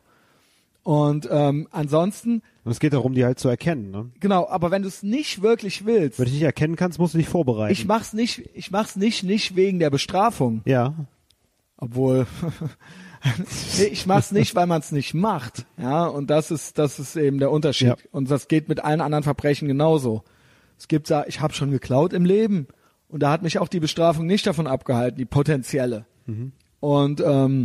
Und ansonsten. Und es geht darum, die halt zu erkennen, ne? Genau, aber wenn du es nicht wirklich willst. Wenn du dich nicht erkennen kannst, musst du dich vorbereiten. Ich mach's nicht wegen der Bestrafung. Ja. Obwohl, nee, ich mach's nicht, weil man es nicht macht. Ja, und das ist eben der Unterschied. Ja. Und das geht mit allen anderen Verbrechen genauso. Es gibt da, ich habe schon geklaut im Leben. Und da hat mich auch die Bestrafung nicht davon abgehalten, die potenzielle. Und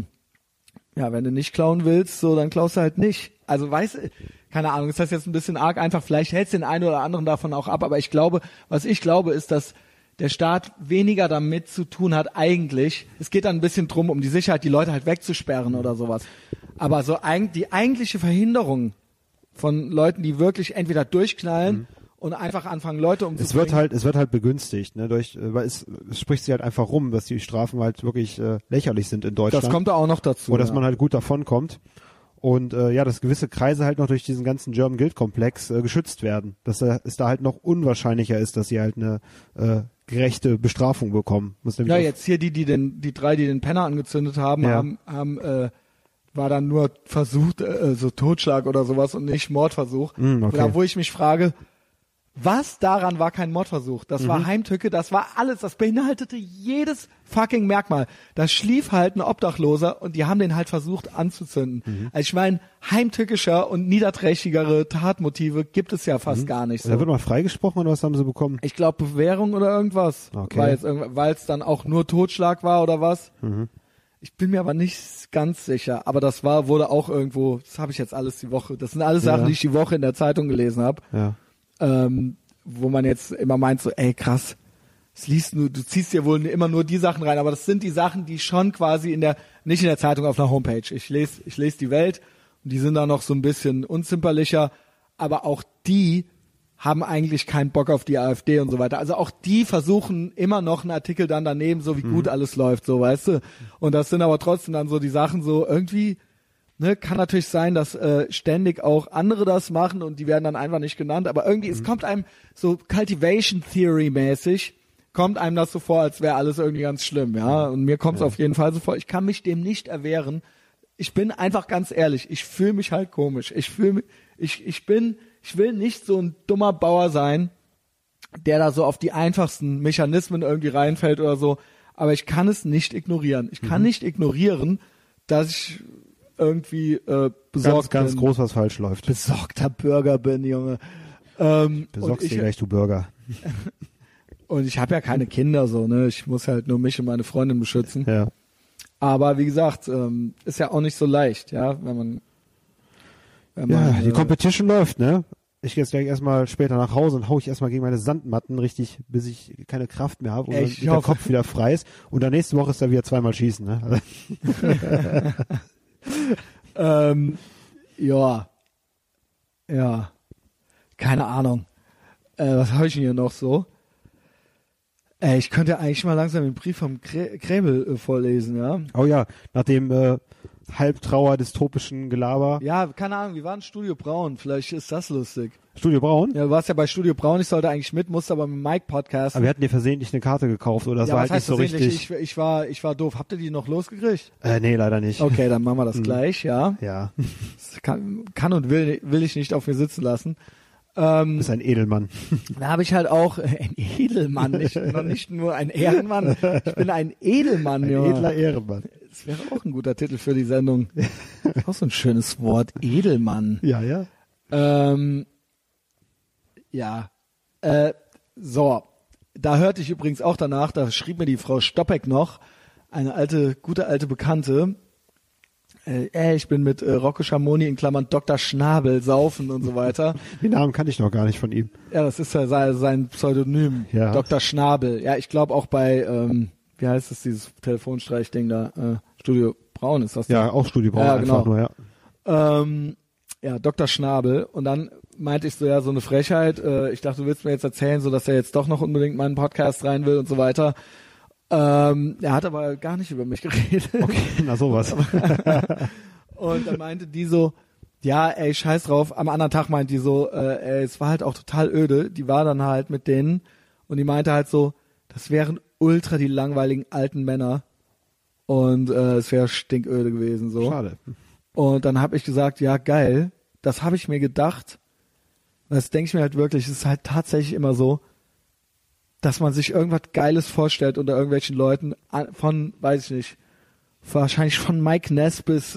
ja, wenn du nicht klauen willst, so, dann klaust du halt nicht. Also weißt du, keine Ahnung, ist das jetzt ein bisschen arg einfach, vielleicht hältst du den einen oder anderen davon auch ab, aber was ich glaube, ist, dass der Staat weniger damit zu tun hat eigentlich. Es geht dann ein bisschen drum, um die Sicherheit, die Leute halt wegzusperren oder sowas. Aber so die eigentliche Verhinderung von Leuten, die wirklich entweder durchknallen und einfach anfangen, Leute umzubringen. Es wird halt begünstigt, ne, weil es spricht sich halt einfach rum, dass die Strafen halt wirklich lächerlich sind in Deutschland. Das kommt da auch noch dazu. Und dass man halt gut davon kommt. Und dass gewisse Kreise halt noch durch diesen ganzen German Guild Komplex geschützt werden. Dass es da halt noch unwahrscheinlicher ist, dass sie halt eine gerechte Bestrafung bekommen. Ja, jetzt hier die drei, die den Penner angezündet haben, war dann nur versucht, so Totschlag oder sowas und nicht Mordversuch. Okay. Oder wo ich mich frage, was daran war kein Mordversuch? Das war Heimtücke, das war alles, das beinhaltete jedes fucking Merkmal. Da schlief halt ein Obdachloser und die haben den halt versucht anzuzünden. Also ich meine, heimtückischer und niederträchtigere Tatmotive gibt es ja fast gar nicht so. Da wird mal freigesprochen oder was haben sie bekommen? Ich glaube Bewährung oder irgendwas. Okay. Weil es dann auch nur Totschlag war oder was. Ich bin mir aber nicht ganz sicher, aber wurde auch irgendwo, das habe ich jetzt alles die Woche, das sind alles Sachen, die ich die Woche in der Zeitung gelesen habe. Ja. Wo man jetzt immer meint so, ey krass, du ziehst dir wohl immer nur die Sachen rein, aber das sind die Sachen, die schon quasi nicht in der Zeitung auf einer Homepage. Ich lese die Welt und die sind da noch so ein bisschen unzimperlicher, aber auch die haben eigentlich keinen Bock auf die AfD und so weiter. Also auch die versuchen immer noch einen Artikel dann daneben, so wie gut alles läuft, so, weißt du. Und das sind aber trotzdem dann so die Sachen so irgendwie, ne, kann natürlich sein, dass ständig auch andere das machen und die werden dann einfach nicht genannt, aber irgendwie, es kommt einem so Cultivation Theory mäßig, kommt einem das so vor, als wäre alles irgendwie ganz schlimm, ja. Und mir kommt es auf jeden Fall so vor, ich kann mich dem nicht erwehren. Ich bin einfach ganz ehrlich, ich fühle mich halt komisch. Ich will nicht so ein dummer Bauer sein, der da so auf die einfachsten Mechanismen irgendwie reinfällt oder so, aber ich kann es nicht ignorieren. Ich kann nicht ignorieren, dass ich irgendwie besorgt bin. Ganz groß, was falsch läuft. Besorgter Bürger bin, Junge. Besorgst dir gleich, du Bürger. Und ich habe ja keine Kinder so, ne? Ich muss halt nur mich und meine Freundin beschützen. Ja. Aber wie gesagt, ist ja auch nicht so leicht, ja, wenn Ja, man die Competition läuft, ne? Ich gehe jetzt gleich erstmal später nach Hause und hau ich erstmal gegen meine Sandmatten richtig, bis ich keine Kraft mehr habe und Echt? der Kopf wieder frei ist. Und dann nächste Woche ist da wieder zweimal schießen, ne? Ja. Keine Ahnung. Was habe ich denn hier noch so? Ich könnte eigentlich mal langsam den Brief vom Kräbel vorlesen, ja? Oh ja, nach dem Halbtrauer dystopischen Gelaber. Ja, keine Ahnung, wie war denn Studio Braun? Vielleicht ist das lustig. Studio Braun? Ja, du warst ja bei Studio Braun, ich sollte eigentlich mit, musste aber mit Mike Podcasten. Aber wir hatten dir versehentlich eine Karte gekauft, oder? Das Ja, war was halt nicht heißt so versehentlich? richtig. Ich war doof. Habt ihr die noch losgekriegt? Nee, leider nicht. Okay, dann machen wir das gleich, ja. Ja. Das kann und will ich nicht auf mir sitzen lassen. Du bist ein Edelmann. Da habe ich halt auch ein Edelmann, nicht nur ein Ehrenmann. Ich bin ein Edelmann, Ein Junge. edler Ehrenmann. Das wäre auch ein guter Titel für die Sendung. Das ist auch so ein schönes Wort, Edelmann. Ja, ja. Ja. So. Da hörte ich übrigens auch danach, da schrieb mir die Frau Stoppeck noch, eine gute alte Bekannte, ich bin mit Rocco Schamoni in Klammern Dr. Schnabel saufen und so weiter. Den Namen kannte ich noch gar nicht von ihm. Ja, das ist ja sein Pseudonym. Ja. Dr. Schnabel. Ja, ich glaube auch bei, wie heißt es, dieses Telefonstreichding da, Studio Braun ist das. Ja, auch Studio Braun Ja, einfach genau. nur, ja. Ja, Dr. Schnabel. Und dann meinte ich so, ja, so eine Frechheit. Ich dachte, du willst mir jetzt erzählen, so dass er jetzt doch noch unbedingt meinen Podcast rein will und so weiter. Er hat aber gar nicht über mich geredet. Okay, na sowas. Und dann meinte die so, ja, ey, scheiß drauf. Am anderen Tag meinte die so, es war halt auch total öde. Die war dann halt mit denen und die meinte halt so, das wären ultra die langweiligen alten Männer und es wäre stinköde gewesen so. Schade. Und dann habe ich gesagt, ja geil, das habe ich mir gedacht. Und das denke ich mir halt wirklich, es ist halt tatsächlich immer so, dass man sich irgendwas Geiles vorstellt unter irgendwelchen Leuten von, weiß ich nicht, wahrscheinlich von Mike Ness bis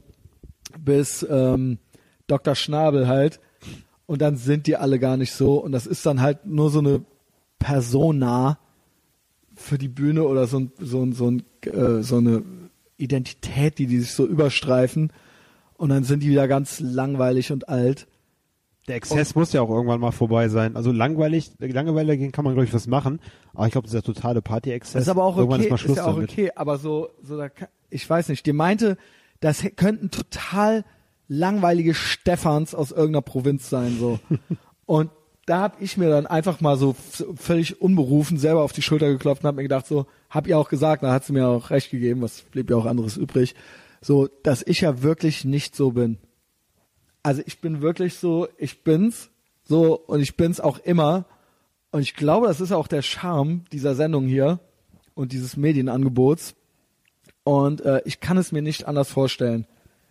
Dr. Schnabel halt. Und dann sind die alle gar nicht so. Und das ist dann halt nur so eine Persona für die Bühne oder so eine Identität, die sich so überstreifen. Und dann sind die wieder ganz langweilig und alt. Der Exzess muss ja auch irgendwann mal vorbei sein. Also Langeweile dagegen kann man, glaube ich, was machen. Aber ich glaube, dieser totale Party-Exzess. Ist aber auch irgendwann okay, ist mal Schluss ja auch damit. okay, aber ich weiß nicht, die meinte, das könnten total langweilige Stephans aus irgendeiner Provinz sein, so. Und da habe ich mir dann einfach mal so völlig unberufen selber auf die Schulter geklopft und habe mir gedacht, so, hab ihr auch gesagt, da hat sie mir auch recht gegeben, was blieb ja auch anderes übrig, so, dass ich ja wirklich nicht so bin. Also ich bin wirklich so, ich bin's, so, und ich bin's auch immer. Und ich glaube, das ist auch der Charme dieser Sendung hier und dieses Medienangebots. Und ich kann es mir nicht anders vorstellen.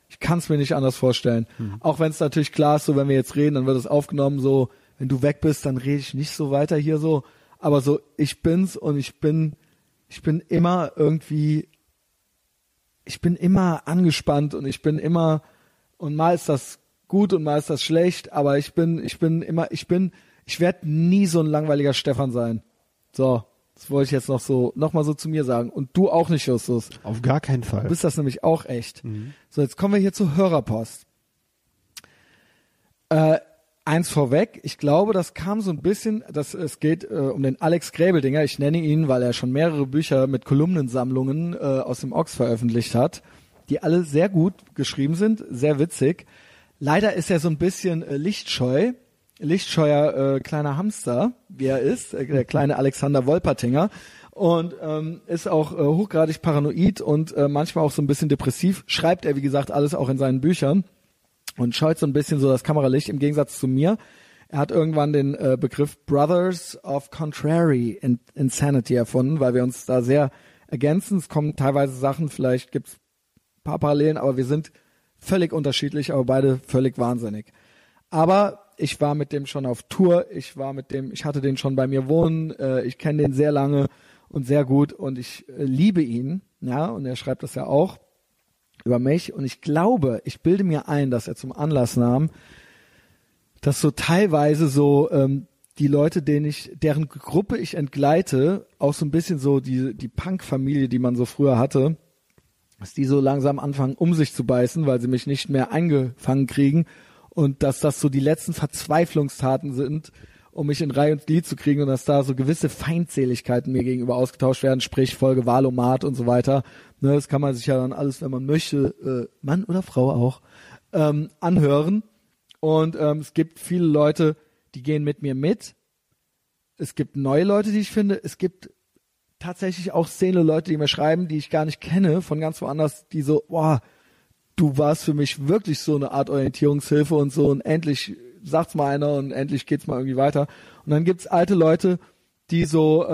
Auch wenn es natürlich klar ist, so wenn wir jetzt reden, dann wird es aufgenommen, so, wenn du weg bist, dann rede ich nicht so weiter hier so. Aber so, ich bin's und ich bin immer irgendwie, ich bin immer angespannt und ich mal ist das gut und mal ist das schlecht, aber ich werde nie so ein langweiliger Stefan sein. So, das wollte ich jetzt noch mal so zu mir sagen. Und du auch nicht, Justus. Auf gar keinen Fall. Du bist das nämlich auch echt. So, jetzt kommen wir hier zur Hörerpost. eins vorweg, ich glaube, das kam so ein bisschen, es geht um den Alex Gräbeldinger, ich nenne ihn, weil er schon mehrere Bücher mit Kolumnensammlungen aus dem Ox veröffentlicht hat, die alle sehr gut geschrieben sind, sehr witzig. Leider ist er so ein bisschen lichtscheuer kleiner Hamster, wie er ist, der kleine Alexander Wolpertinger, und ist auch hochgradig paranoid und manchmal auch so ein bisschen depressiv, schreibt er, wie gesagt, alles auch in seinen Büchern und scheut so ein bisschen so das Kameralicht im Gegensatz zu mir. Er hat irgendwann den Begriff Brothers of Contrary Insanity erfunden, weil wir uns da sehr ergänzen. Es kommen teilweise Sachen, vielleicht gibt's ein paar Parallelen, aber wir sind völlig unterschiedlich, aber beide völlig wahnsinnig. Aber ich war mit dem schon auf Tour, ich hatte den schon bei mir wohnen, ich kenne den sehr lange und sehr gut und ich liebe ihn, ja, und er schreibt das ja auch über mich und ich bilde mir ein, dass er zum Anlass nahm, dass so teilweise so die Leute, deren Gruppe ich entgleite, auch so ein bisschen so die Punk-Familie, die man so früher hatte, dass die so langsam anfangen, um sich zu beißen, weil sie mich nicht mehr eingefangen kriegen und dass das so die letzten Verzweiflungstaten sind, um mich in Reihe und Glied zu kriegen und dass da so gewisse Feindseligkeiten mir gegenüber ausgetauscht werden, sprich Folge Valomat und so weiter. Ne, das kann man sich ja dann alles, wenn man möchte, Mann oder Frau auch, anhören. Und es gibt viele Leute, die gehen mit mir mit. Es gibt neue Leute, die ich finde. Es gibt tatsächlich auch Leute, die mir schreiben, die ich gar nicht kenne, von ganz woanders, die so, boah, du warst für mich wirklich so eine Art Orientierungshilfe und so und endlich sagt's mal einer und endlich geht's mal irgendwie weiter. Und dann gibt's alte Leute, die so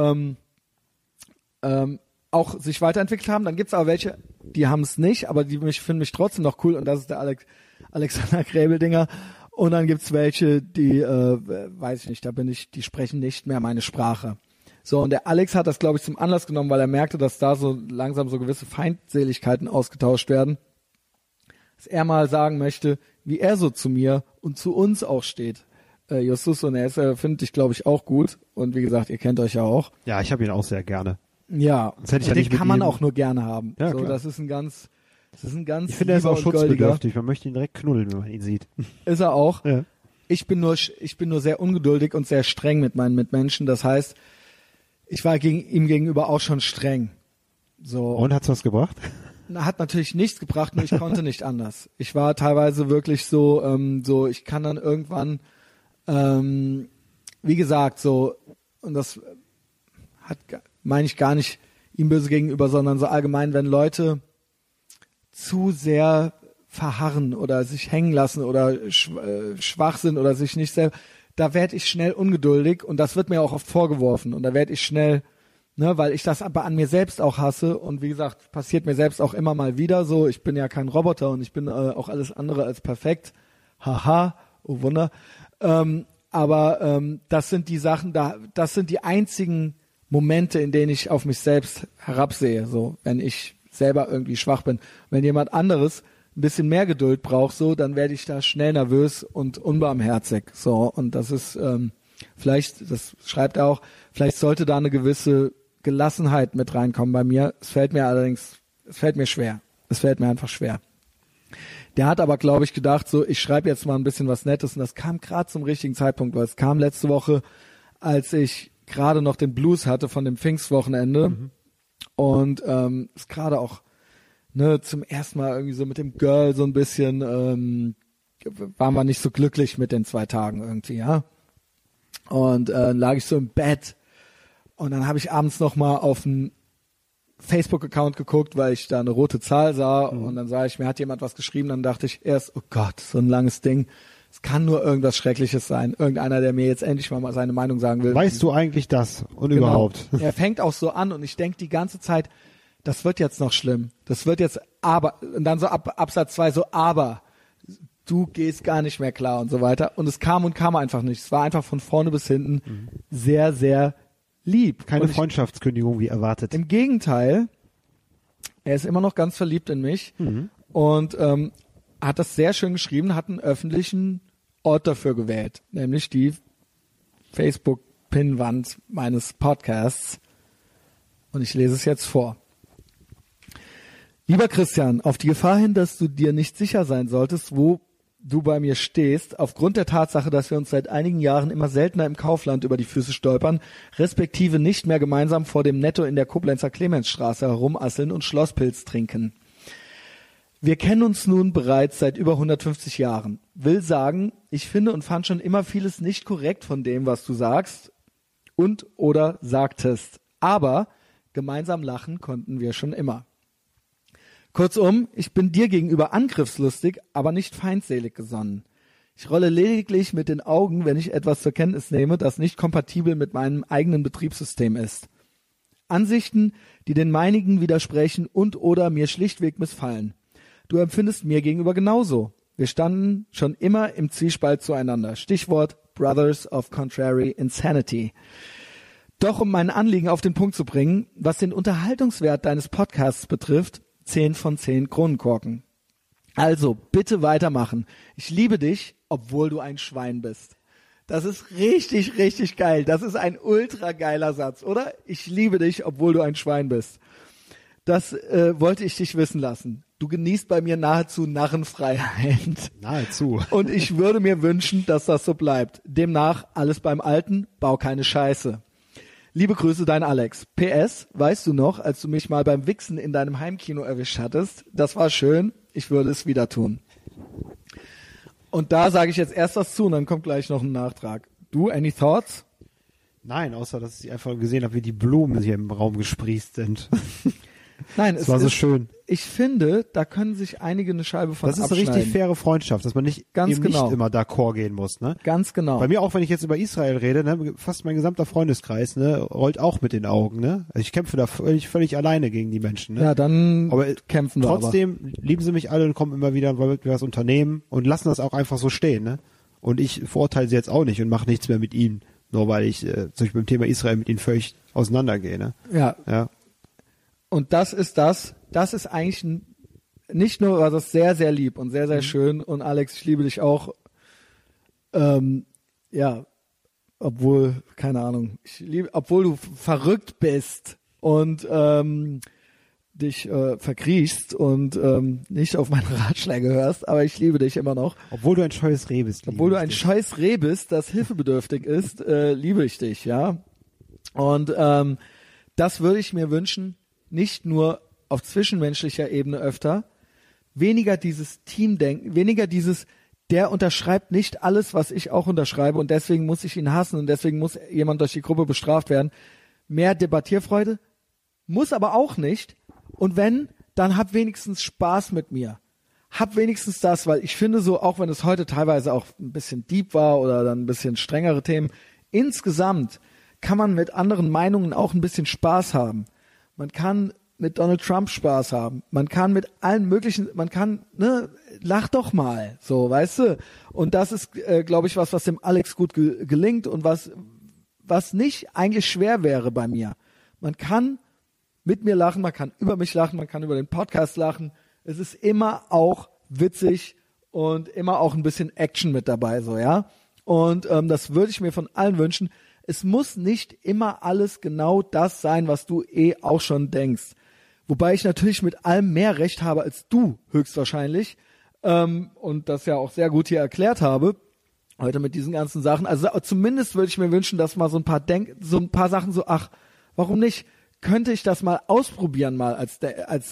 auch sich weiterentwickelt haben. Dann gibt's aber welche, die haben es nicht, aber finden mich trotzdem noch cool und das ist der Alexander Gräbeldinger. Und dann gibt's welche, die, weiß ich nicht, die sprechen nicht mehr meine Sprache. So, und der Alex hat das, glaube ich, zum Anlass genommen, weil er merkte, dass da so langsam so gewisse Feindseligkeiten ausgetauscht werden, dass er mal sagen möchte, wie er so zu mir und zu uns auch steht. Justus, und er findet dich, glaube ich, auch gut. Und wie gesagt, ihr kennt euch ja auch. Ja, ich habe ihn auch sehr gerne. Ja, den kann man auch nur gerne haben. Ja, so, klar. das ist ein ganz ich finde, er ist auch schutzbedürftig. Man möchte ihn direkt knuddeln, wenn man ihn sieht. Ist er auch. Ja. Ich bin nur sehr ungeduldig und sehr streng mit meinen Mitmenschen. Das heißt, ich war ihm gegenüber auch schon streng. So. Und hat's was gebracht? Hat natürlich nichts gebracht, nur ich konnte nicht anders. Ich war teilweise wirklich so, ich kann dann irgendwann, wie gesagt, so, und das meine ich gar nicht ihm böse gegenüber, sondern so allgemein, wenn Leute zu sehr verharren oder sich hängen lassen oder schwach sind oder sich nicht selber, da werde ich schnell ungeduldig und das wird mir auch oft vorgeworfen und da werde ich schnell, weil ich das aber an mir selbst auch hasse und wie gesagt, passiert mir selbst auch immer mal wieder so, ich bin ja kein Roboter und ich bin auch alles andere als perfekt, haha, oh Wunder, aber das sind die Sachen, das sind die einzigen Momente, in denen ich auf mich selbst herabsehe, so, wenn ich selber irgendwie schwach bin. Wenn jemand anderes ein bisschen mehr Geduld braucht, so, dann werde ich da schnell nervös und unbarmherzig, so, und das ist vielleicht, das schreibt er auch, vielleicht sollte da eine gewisse Gelassenheit mit reinkommen bei mir. Es fällt mir schwer. Es fällt mir einfach schwer. Der hat aber, glaube ich, gedacht, so, ich schreibe jetzt mal ein bisschen was Nettes und das kam gerade zum richtigen Zeitpunkt, weil es kam letzte Woche, als ich gerade noch den Blues hatte von dem Pfingstwochenende und es gerade auch zum ersten Mal irgendwie so mit dem Girl so ein bisschen waren wir nicht so glücklich mit den 2 Tagen irgendwie, ja. Und lag ich so im Bett und dann habe ich abends nochmal auf einen Facebook-Account geguckt, weil ich da eine rote Zahl sah und dann sah ich, mir hat jemand was geschrieben, dann dachte ich erst, oh Gott, so ein langes Ding. Es kann nur irgendwas Schreckliches sein. Irgendeiner, der mir jetzt endlich mal seine Meinung sagen will. Weißt du eigentlich das und überhaupt? Er fängt auch so an und ich denke die ganze Zeit, das wird jetzt noch schlimm. Das wird jetzt aber, und dann so ab Absatz 2 so, aber du gehst gar nicht mehr klar und so weiter. Und es kam einfach nicht. Es war einfach von vorne bis hinten sehr, sehr lieb. Keine Freundschaftskündigung wie erwartet. Im Gegenteil, er ist immer noch ganz verliebt in mich und hat das sehr schön geschrieben, hat einen öffentlichen Ort dafür gewählt, nämlich die Facebook-Pinnwand meines Podcasts. Und ich lese es jetzt vor. Lieber Christian, auf die Gefahr hin, dass du dir nicht sicher sein solltest, wo du bei mir stehst, aufgrund der Tatsache, dass wir uns seit einigen Jahren immer seltener im Kaufland über die Füße stolpern, respektive nicht mehr gemeinsam vor dem Netto in der Koblenzer Clemensstraße herumasseln und Schlosspilz trinken. Wir kennen uns nun bereits seit über 150 Jahren. Will sagen, ich finde und fand schon immer vieles nicht korrekt von dem, was du sagst und oder sagtest. Aber gemeinsam lachen konnten wir schon immer. Kurzum, ich bin dir gegenüber angriffslustig, aber nicht feindselig gesonnen. Ich rolle lediglich mit den Augen, wenn ich etwas zur Kenntnis nehme, das nicht kompatibel mit meinem eigenen Betriebssystem ist. Ansichten, die den meinigen widersprechen und oder mir schlichtweg missfallen. Du empfindest mir gegenüber genauso. Wir standen schon immer im Zwiespalt zueinander. Stichwort Brothers of Contrary Insanity. Doch um mein Anliegen auf den Punkt zu bringen, was den Unterhaltungswert deines Podcasts betrifft, 10 von 10 Kronenkorken. Also, bitte weitermachen. Ich liebe dich, obwohl du ein Schwein bist. Das ist richtig, richtig geil. Das ist ein ultra geiler Satz, oder? Ich liebe dich, obwohl du ein Schwein bist. Das wollte ich dich wissen lassen. Du genießt bei mir nahezu Narrenfreiheit. Nahezu. Und ich würde mir wünschen, dass das so bleibt. Demnach, alles beim Alten, bau keine Scheiße. Liebe Grüße, dein Alex. PS, weißt du noch, als du mich mal beim Wichsen in deinem Heimkino erwischt hattest? Das war schön, ich würde es wieder tun. Und da sage ich jetzt erst was zu und dann kommt gleich noch ein Nachtrag. Du, any thoughts? Nein, außer dass ich einfach gesehen habe, wie die Blumen hier im Raum gesprießt sind. Nein, es war so schön. Ich finde, da können sich einige eine Scheibe von abschneiden. Das ist eine richtig faire Freundschaft, dass man nicht nicht immer d'accord gehen muss, ne? Ganz genau. Bei mir auch, wenn ich jetzt über Israel rede, ne, fast mein gesamter Freundeskreis, ne, rollt auch mit den Augen, ne? Also ich kämpfe da völlig alleine gegen die Menschen, ne? Ja, dann aber kämpfen wir trotzdem lieben sie mich alle und kommen immer wieder und wollen mit mir was unternehmen und lassen das auch einfach so stehen, ne? Und ich verurteile sie jetzt auch nicht und mache nichts mehr mit ihnen, nur weil ich zum Beispiel beim Thema Israel mit ihnen völlig auseinandergehe, ne? Ja. Und das ist eigentlich nicht nur war das sehr, sehr lieb und sehr, sehr schön und Alex, ich liebe dich auch, obwohl, keine Ahnung, obwohl du verrückt bist und dich verkriechst und nicht auf meine Ratschläge hörst, aber ich liebe dich immer noch. Obwohl du ein scheues Reh bist. Obwohl du ein scheiß Reh bist, das hilfebedürftig ist, liebe ich dich, ja. Und das würde ich mir wünschen, nicht nur auf zwischenmenschlicher Ebene öfter, weniger dieses Teamdenken, weniger dieses, der unterschreibt nicht alles, was ich auch unterschreibe und deswegen muss ich ihn hassen und deswegen muss jemand durch die Gruppe bestraft werden. Mehr Debattierfreude, muss aber auch nicht. Und wenn, dann hab wenigstens Spaß mit mir. Hab wenigstens das, weil ich finde so, auch wenn es heute teilweise auch ein bisschen deep war oder dann ein bisschen strengere Themen, insgesamt kann man mit anderen Meinungen auch ein bisschen Spaß haben. Man kann mit Donald Trump Spaß haben. Man kann mit allen möglichen, lach doch mal, so, weißt du? Und das ist, glaube ich, was dem Alex gut gelingt und was nicht eigentlich schwer wäre bei mir. Man kann mit mir lachen, man kann über mich lachen, man kann über den Podcast lachen. Es ist immer auch witzig und immer auch ein bisschen Action mit dabei, so, ja? Und das würde ich mir von allen wünschen. Es muss nicht immer alles genau das sein, was du auch schon denkst. Wobei ich natürlich mit allem mehr Recht habe als du, höchstwahrscheinlich. Und das ja auch sehr gut hier erklärt habe, heute mit diesen ganzen Sachen. Also zumindest würde ich mir wünschen, dass mal so ein paar Sachen so, ach, warum nicht? Könnte ich das mal ausprobieren, mal als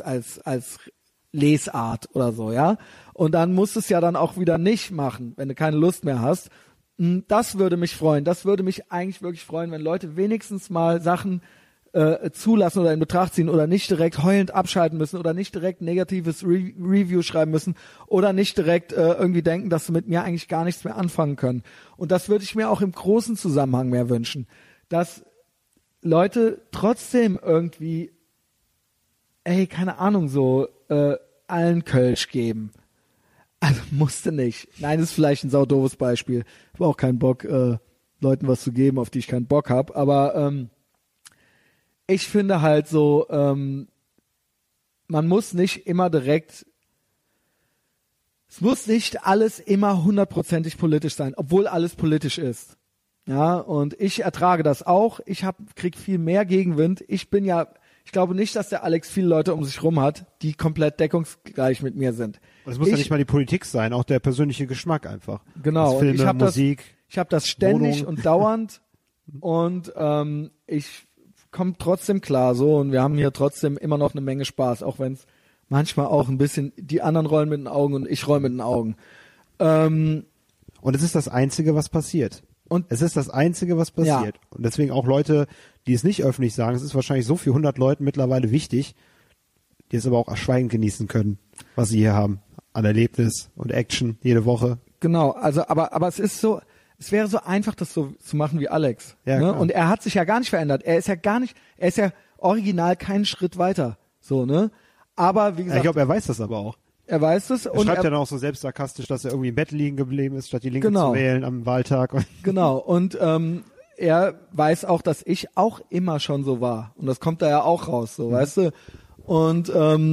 Lesart oder so, ja? Und dann musst du es ja dann auch wieder nicht machen, wenn du keine Lust mehr hast. Das würde mich freuen. Das würde mich eigentlich wirklich freuen, wenn Leute wenigstens mal Sachen zulassen oder in Betracht ziehen oder nicht direkt heulend abschalten müssen oder nicht direkt negatives Review schreiben müssen oder nicht direkt irgendwie denken, dass sie mit mir eigentlich gar nichts mehr anfangen können. Und das würde ich mir auch im großen Zusammenhang mehr wünschen, dass Leute trotzdem irgendwie, keine Ahnung, so allen Kölsch geben. Also musste nicht. Nein, das ist vielleicht ein saudoofes Beispiel. Ich habe auch keinen Bock, Leuten was zu geben, auf die ich keinen Bock habe. Aber ich finde halt so, man muss nicht immer direkt, es muss nicht alles immer 100%ig politisch sein, obwohl alles politisch ist. Ja, und ich ertrage das auch. Ich krieg viel mehr Gegenwind. Ich bin ja Ich glaube nicht, dass der Alex viele Leute um sich rum hat, die komplett deckungsgleich mit mir sind. Und es muss ja nicht mal die Politik sein, auch der persönliche Geschmack einfach. Genau. Das Filme, und ich habe das ständig Wohnung. und dauernd und ich komme trotzdem klar so und wir haben hier trotzdem immer noch eine Menge Spaß, auch wenn es manchmal auch ein bisschen, die anderen rollen mit den Augen und ich roll mit den Augen. Und es ist das Einzige, was passiert. Es ist das Einzige, was passiert. Ja. Und deswegen auch Leute, die es nicht öffentlich sagen, es ist wahrscheinlich so für 100 Leuten mittlerweile wichtig, die es aber auch schweigend genießen können, was sie hier haben. An Erlebnis und Action jede Woche. Genau, also aber es ist so, es wäre so einfach, das so zu machen wie Alex. Ja, ne? klar. Und er hat sich ja gar nicht verändert. Er ist ja original keinen Schritt weiter. So, ne? Aber wie Ich gesagt, glaube, er weiß das aber auch. er weiß es Er und schreibt ja dann auch so selbst sarkastisch, dass er irgendwie im Bett liegen geblieben ist, statt die Linke Genau. zu wählen am Wahltag. genau. Und er weiß auch, dass ich auch immer schon so war. Und das kommt da ja auch raus, so, weißt du? Und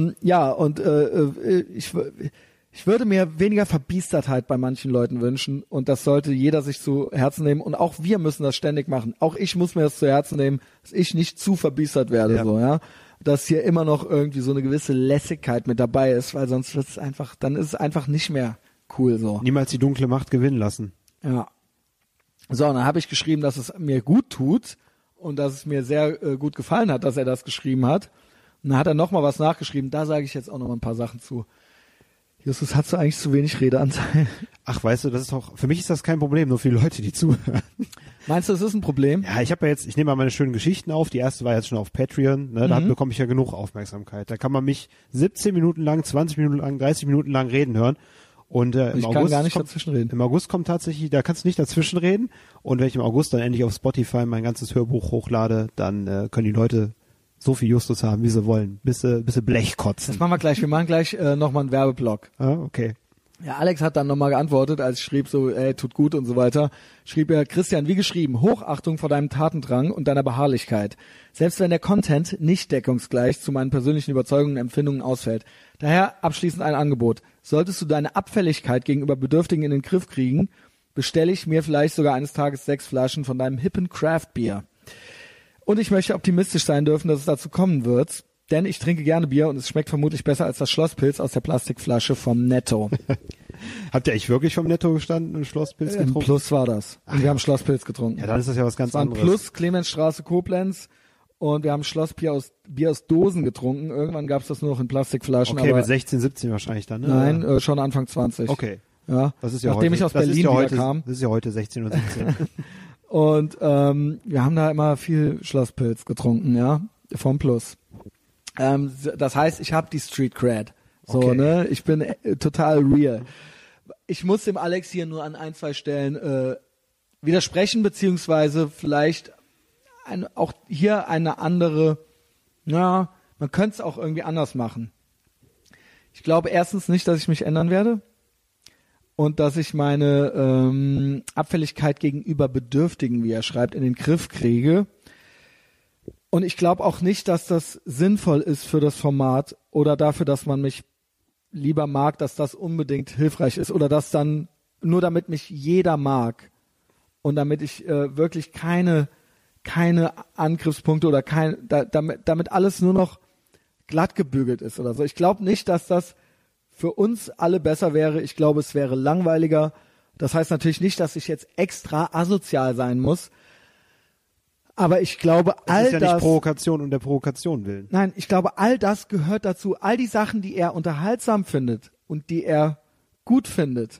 ich würde mir weniger Verbiestertheit bei manchen Leuten wünschen und das sollte jeder sich zu Herzen nehmen und auch wir müssen das ständig machen. Auch ich muss mir das zu Herzen nehmen, dass ich nicht zu verbiestert werde, so, ja. Dass hier immer noch irgendwie so eine gewisse Lässigkeit mit dabei ist, weil sonst wird es einfach, dann ist es einfach nicht mehr cool, so. Niemals die dunkle Macht gewinnen lassen. Ja. So, und dann habe ich geschrieben, dass es mir gut tut und dass es mir sehr gut gefallen hat, dass er das geschrieben hat. Und dann hat er nochmal was nachgeschrieben, da sage ich jetzt auch noch mal ein paar Sachen zu. Justus, hast du eigentlich zu wenig Redeanteil? Ach, weißt du, das ist doch, für mich ist das kein Problem, nur für die Leute, die zuhören. Meinst du, das ist ein Problem? Ja, ich nehme mal meine schönen Geschichten auf. Die erste war jetzt schon auf Patreon, ne? Da bekomme ich ja genug Aufmerksamkeit. Da kann man mich 17 Minuten lang, 20 Minuten lang, 30 Minuten lang reden hören. Und Ich kann gar nicht dazwischen reden. Im August kommt tatsächlich, da kannst du nicht dazwischen reden. Und wenn ich im August dann endlich auf Spotify mein ganzes Hörbuch hochlade, dann können die Leute so viel Justus haben, wie sie wollen, bis sie Blech kotzen. Das machen wir gleich. Wir machen gleich nochmal einen Werbeblock. Ah, okay. Ja, Alex hat dann nochmal geantwortet, als ich schrieb so, tut gut und so weiter. Schrieb er, Christian, wie geschrieben, Hochachtung vor deinem Tatendrang und deiner Beharrlichkeit. Selbst wenn der Content nicht deckungsgleich zu meinen persönlichen Überzeugungen und Empfindungen ausfällt. Daher abschließend ein Angebot. Solltest du deine Abfälligkeit gegenüber Bedürftigen in den Griff kriegen, bestelle ich mir vielleicht sogar eines Tages 6 Flaschen von deinem hippen Craft Beer. Und ich möchte optimistisch sein dürfen, dass es dazu kommen wird. Denn ich trinke gerne Bier und es schmeckt vermutlich besser als das Schlosspilz aus der Plastikflasche vom Netto. Habt ihr eigentlich wirklich vom Netto gestanden und Schlosspilz getrunken? Plus war das. Und wir haben Schlosspilz getrunken. Ja, dann ist das ja was ganz Es war ein anderes. Plus, Clemensstraße, Koblenz. Und wir haben Schlossbier Bier aus Dosen getrunken. Irgendwann gab es das nur noch in Plastikflaschen. Okay, aber mit 16, 17 wahrscheinlich dann, ne? nein, schon Anfang 20. Okay. Ja. Das ist ja Nachdem heute, ich aus das ist Berlin ja wieder heute, kam. Das ist ja heute 16 und 17. Und wir haben da immer viel Schlosspilz getrunken, ja, vom Plus. Das heißt, ich habe die Street Cred. So, Okay. ne? Ich bin total real. Ich muss dem Alex hier nur an 1, 2 Stellen widersprechen, beziehungsweise vielleicht auch hier eine andere, man könnte es auch irgendwie anders machen. Ich glaube erstens nicht, dass ich mich ändern werde und dass ich meine Abfälligkeit gegenüber Bedürftigen, wie er schreibt, in den Griff kriege. Und ich glaube auch nicht, dass das sinnvoll ist für das Format oder dafür, dass man mich lieber mag, dass das unbedingt hilfreich ist oder dass dann nur damit mich jeder mag und damit ich wirklich keine Angriffspunkte oder damit alles nur noch glatt gebügelt ist oder so. Ich glaube nicht, dass das für uns alle besser wäre. Ich glaube, es wäre langweiliger. Das heißt natürlich nicht, dass ich jetzt extra asozial sein muss. Aber ich glaube, Das ist ja nicht Provokation um der Provokation willen. Nein, ich glaube, all das gehört dazu. All die Sachen, die er unterhaltsam findet und die er gut findet,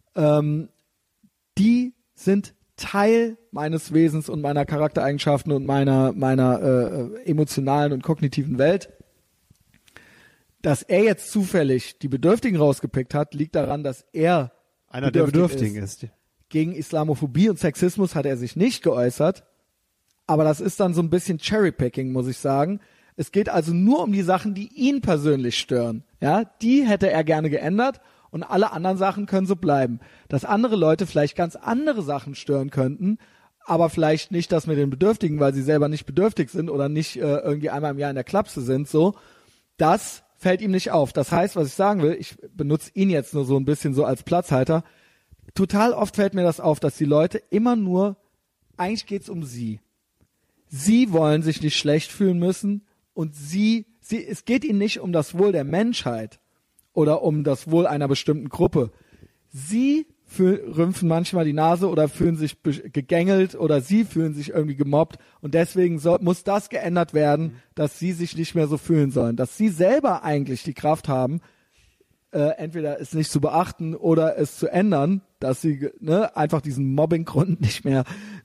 die sind Teil meines Wesens und meiner Charaktereigenschaften und meiner emotionalen und kognitiven Welt. Dass er jetzt zufällig die Bedürftigen rausgepickt hat, liegt daran, dass er Einer der Bedürftigen ist. Gegen Islamophobie und Sexismus hat er sich nicht geäußert. Aber das ist dann so ein bisschen Cherrypicking, muss ich sagen. Es geht also nur um die Sachen, die ihn persönlich stören. Ja, die hätte er gerne geändert und alle anderen Sachen können so bleiben. Dass andere Leute vielleicht ganz andere Sachen stören könnten, aber vielleicht nicht das mit den Bedürftigen, weil sie selber nicht bedürftig sind oder nicht irgendwie einmal im Jahr in der Klapse sind, so. Das fällt ihm nicht auf. Das heißt, was ich sagen will, ich benutze ihn jetzt nur so ein bisschen so als Platzhalter. Total oft fällt mir das auf, dass die Leute immer nur, eigentlich geht's um sie. Sie wollen sich nicht schlecht fühlen müssen und es geht ihnen nicht um das Wohl der Menschheit oder um das Wohl einer bestimmten Gruppe. Sie rümpfen manchmal die Nase oder fühlen sich gegängelt oder sie fühlen sich irgendwie gemobbt und deswegen muss das geändert werden, dass sie sich nicht mehr so fühlen sollen, dass sie selber eigentlich die Kraft haben, es nicht zu beachten oder es zu ändern, dass sie einfach diesen Mobbinggrund nicht mehr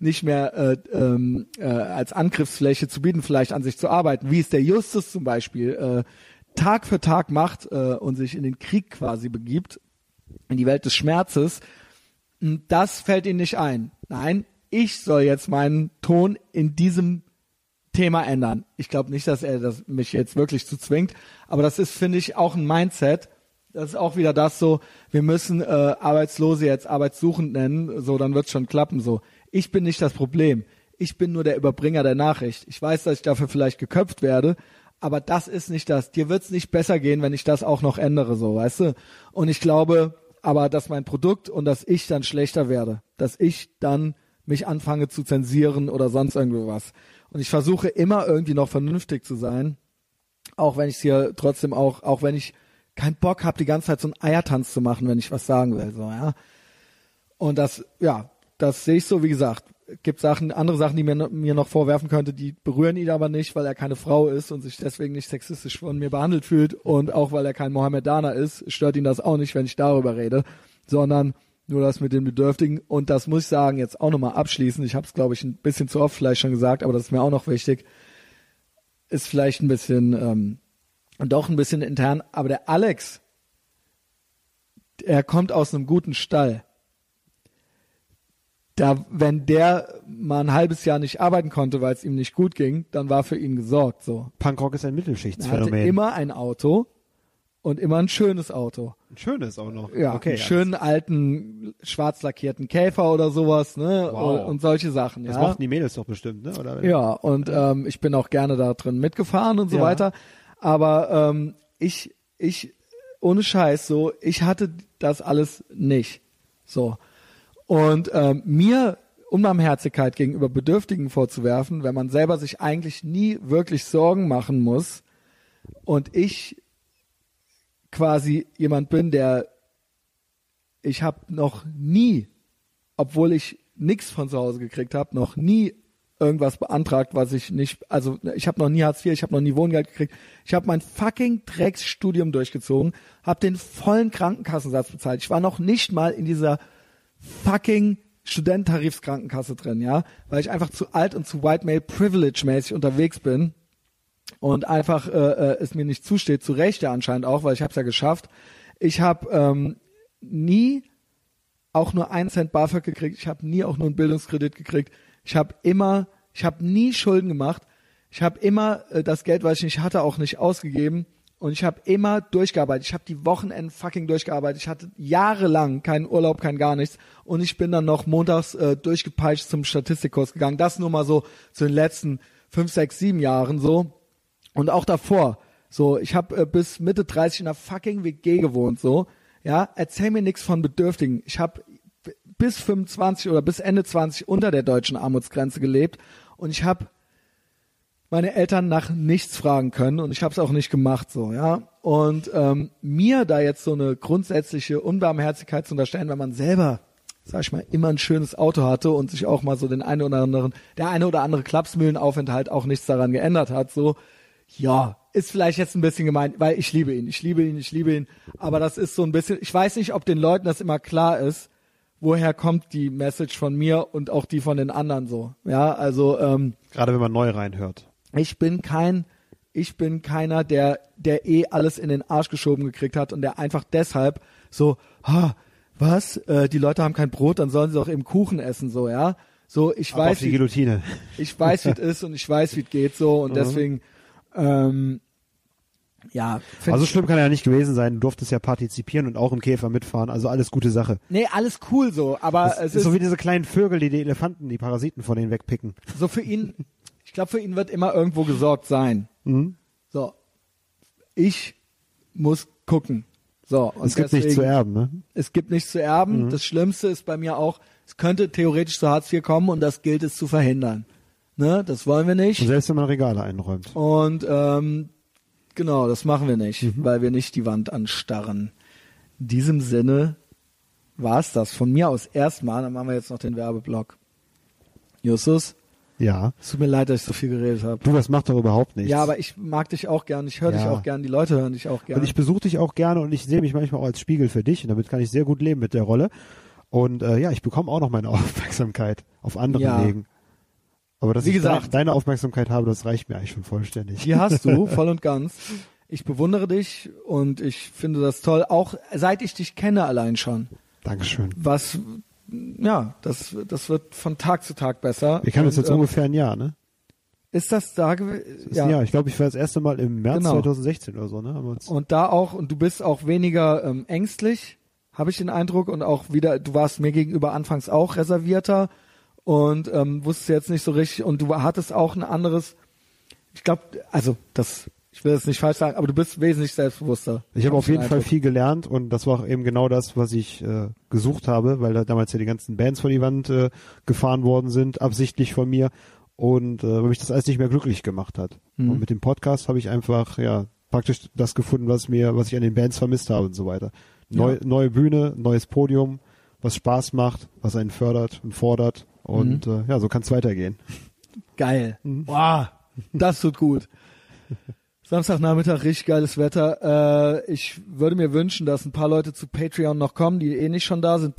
als Angriffsfläche zu bieten, vielleicht an sich zu arbeiten, wie es der Justus zum Beispiel Tag für Tag macht und sich in den Krieg quasi begibt, in die Welt des Schmerzes. Das fällt ihnen nicht ein. Nein, ich soll jetzt meinen Ton in diesem Thema ändern. Ich glaube nicht, dass er mich jetzt wirklich zu zwingt, aber das ist, finde ich, auch ein Mindset. Das ist auch wieder das so, wir müssen Arbeitslose jetzt arbeitssuchend nennen, so, dann wird's schon klappen, so. Ich bin nicht das Problem. Ich bin nur der Überbringer der Nachricht. Ich weiß, dass ich dafür vielleicht geköpft werde, aber das ist nicht das. Dir wird's nicht besser gehen, wenn ich das auch noch ändere, so, weißt du? Und ich glaube aber, dass mein Produkt und dass ich dann schlechter werde, dass ich dann mich anfange zu zensieren oder sonst irgendwas. Und ich versuche immer irgendwie noch vernünftig zu sein, auch wenn ich es hier trotzdem auch wenn ich keinen Bock habe, die ganze Zeit so einen Eiertanz zu machen, wenn ich was sagen will, so, ja. Und das sehe ich so, wie gesagt. Gibt andere Sachen, die mir noch vorwerfen könnte, die berühren ihn aber nicht, weil er keine Frau ist und sich deswegen nicht sexistisch von mir behandelt fühlt und auch weil er kein Mohammedaner ist, stört ihn das auch nicht, wenn ich darüber rede, sondern nur das mit den Bedürftigen. Und das muss ich sagen, jetzt auch nochmal abschließend, ich habe es, glaube ich, ein bisschen zu oft vielleicht schon gesagt, aber das ist mir auch noch wichtig, ist vielleicht ein bisschen doch ein bisschen intern, aber der Alex, er kommt aus einem guten Stall. Wenn der mal ein halbes Jahr nicht arbeiten konnte, weil es ihm nicht gut ging, dann war für ihn gesorgt, so. Punkrock ist ein Mittelschichtsphänomen. Er hatte immer ein Auto und immer ein schönes Auto. Ein schönes auch noch. Ja, okay, einen schönen alten, schwarz lackierten Käfer oder sowas, ne? Wow. Und solche Sachen, ja. Das mochten die Mädels doch bestimmt, ne? Oder? Ja, und ich bin auch gerne da drin mitgefahren und so weiter. Aber ich ohne Scheiß, so, ich hatte das alles nicht. So. Und mir Unbarmherzigkeit gegenüber Bedürftigen vorzuwerfen, wenn man selber sich eigentlich nie wirklich Sorgen machen muss und ich quasi jemand bin, ich habe noch nie, obwohl ich nichts von zu Hause gekriegt habe, noch nie irgendwas beantragt, was ich nicht, also ich habe noch nie Hartz IV, ich habe noch nie Wohngeld gekriegt, ich habe mein fucking Drecksstudium durchgezogen, habe den vollen Krankenkassensatz bezahlt, ich war noch nicht mal in dieser fucking Studententarifskrankenkasse drin, ja, weil ich einfach zu alt und zu White Male Privilege mäßig unterwegs bin und einfach es mir nicht zusteht, zu Recht ja anscheinend auch, weil ich habe es ja geschafft. Ich habe nie auch nur 1 Cent BAföG gekriegt, ich habe nie auch nur einen Bildungskredit gekriegt, ich habe nie Schulden gemacht, ich habe immer das Geld, was ich nicht hatte, auch nicht ausgegeben. Und ich habe immer durchgearbeitet. Ich habe die Wochenenden fucking durchgearbeitet. Ich hatte jahrelang keinen Urlaub, kein gar nichts. Und ich bin dann noch montags durchgepeitscht zum Statistikkurs gegangen. Das nur mal so zu den letzten 5, 6, 7 Jahren so. Und auch davor. So, ich habe bis Mitte 30 in einer fucking WG gewohnt. So, ja, erzähl mir nichts von Bedürftigen. Ich habe bis 25 oder bis Ende 20 unter der deutschen Armutsgrenze gelebt. Und ich habe meine Eltern nach nichts fragen können und ich habe es auch nicht gemacht, so, ja. Und mir da jetzt so eine grundsätzliche Unbarmherzigkeit zu unterstellen, wenn man selber, sag ich mal, immer ein schönes Auto hatte und sich auch mal so der eine oder andere Klapsmühlenaufenthalt auch nichts daran geändert hat, so, ja, ist vielleicht jetzt ein bisschen gemein, weil ich liebe ihn, aber das ist so ein bisschen, ich weiß nicht, ob den Leuten das immer klar ist, woher kommt die Message von mir und auch die von den anderen so, ja, also gerade wenn man neu reinhört. Ich bin keiner, der alles in den Arsch geschoben gekriegt hat und der einfach deshalb so, was? Die Leute haben kein Brot, dann sollen sie doch eben Kuchen essen, so, ja. So, ich Ab weiß, auf die Guillotine. Ich weiß, wie es ist und ich weiß, wie es geht, so, und deswegen, ja. Also schlimm kann er ja nicht gewesen sein. Du durftest ja partizipieren und auch im Käfer mitfahren. Also alles gute Sache. Nee, alles cool so, aber es ist so wie diese kleinen Vögel, die Elefanten, die Parasiten von denen wegpicken. So für ihn, ich glaube, für ihn wird immer irgendwo gesorgt sein. Mhm. So, ich muss gucken. So, und es gibt nichts zu erben, ne? Es gibt nichts zu erben. Das Schlimmste ist bei mir auch, es könnte theoretisch zu Hartz IV kommen und das gilt es zu verhindern. Ne, das wollen wir nicht. Und selbst wenn man Regale einräumt. Und genau, das machen wir nicht, weil wir nicht die Wand anstarren. In diesem Sinne war es das. Von mir aus erstmal, dann machen wir jetzt noch den Werbeblock. Justus, Ja. es tut mir leid, dass ich so viel geredet habe. Du, das macht doch überhaupt nichts. Ja, aber ich mag dich auch gern, ich höre dich Ja. auch gern, die Leute hören dich auch gern. Und ich besuche dich auch gerne und ich sehe mich manchmal auch als Spiegel für dich und damit kann ich sehr gut leben mit der Rolle. Und ja, ich bekomme auch noch meine Aufmerksamkeit auf anderen Ja. Wegen. Aber dass Wie ich gesagt. deine Aufmerksamkeit habe, das reicht mir eigentlich schon vollständig. Die hast du, voll und ganz. Ich bewundere dich und ich finde das toll, auch seit ich dich kenne allein schon. Dankeschön. Was, ja, das wird von Tag zu Tag besser. Wir kennen uns Und, jetzt ungefähr ein Jahr, ne? Ist das da gewesen? Das ist ein Jahr. Ich glaube, ich war das erste Mal im März Genau. 2016 oder so, ne? Haben wir uns Und da auch, und du bist auch weniger ängstlich, habe ich den Eindruck, und auch wieder, du warst mir gegenüber anfangs auch reservierter und wusstest jetzt nicht so richtig, und du hattest auch ein anderes, ich glaube, also ich will das nicht falsch sagen, aber du bist wesentlich selbstbewusster. Ich habe auf jeden den Fall Eindruck. viel gelernt und das war auch eben genau das, was ich gesucht habe, weil da damals ja die ganzen Bands vor die Wand gefahren worden sind, absichtlich von mir und weil mich das alles nicht mehr glücklich gemacht hat. Und mit dem Podcast habe ich einfach ja praktisch das gefunden, was ich an den Bands vermisst habe und so weiter. Neue Bühne, neues Podium, was Spaß macht, was einen fördert und fordert und ja, so kann es weitergehen. Geil. Wow, das tut gut. Samstagnachmittag, richtig geiles Wetter. Ich würde mir wünschen, dass ein paar Leute zu Patreon noch kommen, die nicht schon da sind.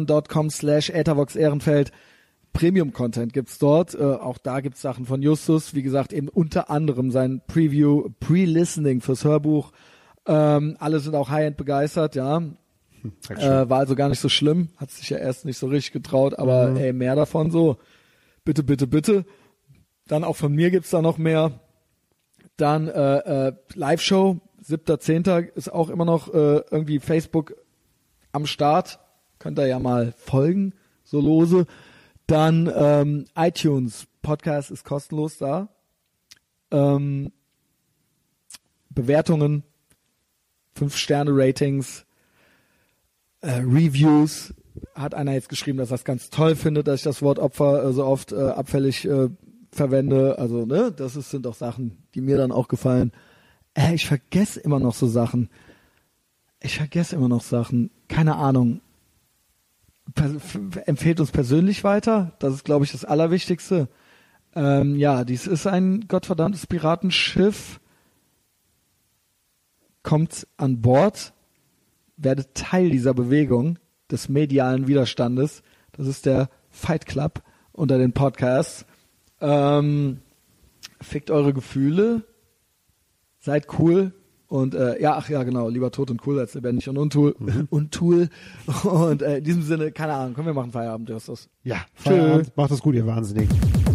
Patreon.com/Ethervox-Ehrenfeld. Premium-Content gibt's dort. Auch da gibt's Sachen von Justus. Wie gesagt, eben unter anderem sein Preview, Pre-Listening fürs Hörbuch. Alle sind auch High-End begeistert, ja. War also gar nicht so schlimm. Hat sich ja erst nicht so richtig getraut, aber ey, mehr davon so. Bitte, bitte, bitte. Dann auch von mir gibt's da noch mehr. Dann Live-Show, 7.10. ist auch immer noch irgendwie Facebook am Start. Könnt ihr ja mal folgen, so lose. Dann iTunes, Podcast ist kostenlos da. Bewertungen, 5-Sterne-Ratings, Reviews. Hat einer jetzt geschrieben, dass er es ganz toll findet, dass ich das Wort Opfer so oft abfällig verwende. Also, ne, sind doch Sachen, die mir dann auch gefallen. Ich vergesse immer noch so Sachen. Keine Ahnung. Empfehlt uns persönlich weiter. Das ist, glaube ich, das Allerwichtigste. Ja, dies ist ein gottverdammtes Piratenschiff. Kommt an Bord. Werdet Teil dieser Bewegung des medialen Widerstandes. Das ist der Fight Club unter den Podcasts. Fickt eure Gefühle. Seid cool. Und genau, lieber tot und cool als lebendig und untool. Untool. Und in diesem Sinne, keine Ahnung, komm, wir machen Feierabend, Justus. Ja, Feierabend. Macht es gut, ihr Wahnsinnigen.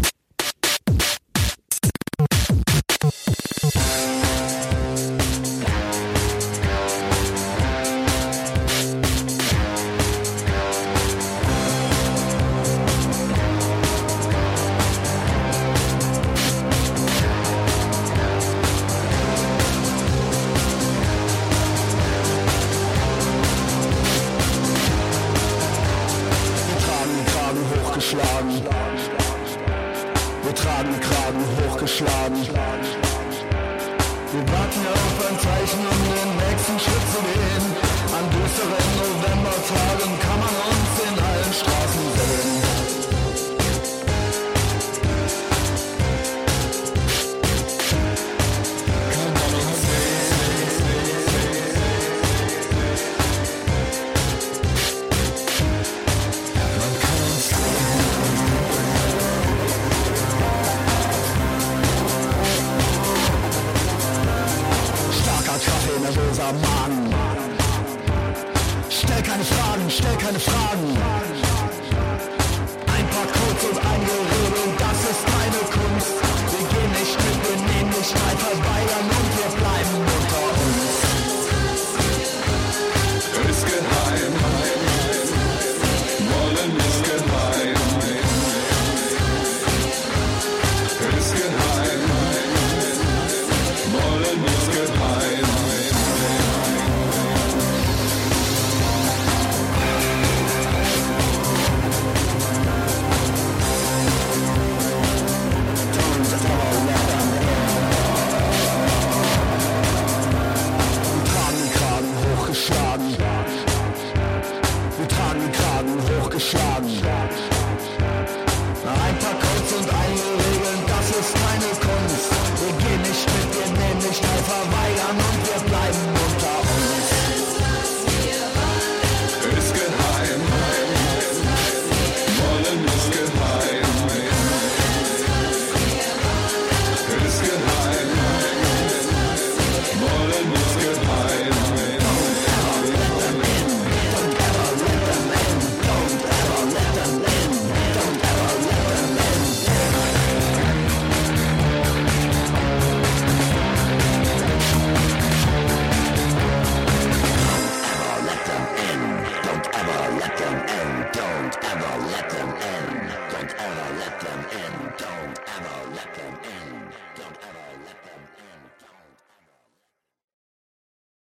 Wir tragen Kragen hochgeschlagen. Wir warten auf ein Zeichen, um den nächsten Schritt zu gehen. An düsteren Novembertagen kann man uns in allen Straßen sehen. Kann man uns nervöser Mann. Stell keine Fragen, stell keine Fragen.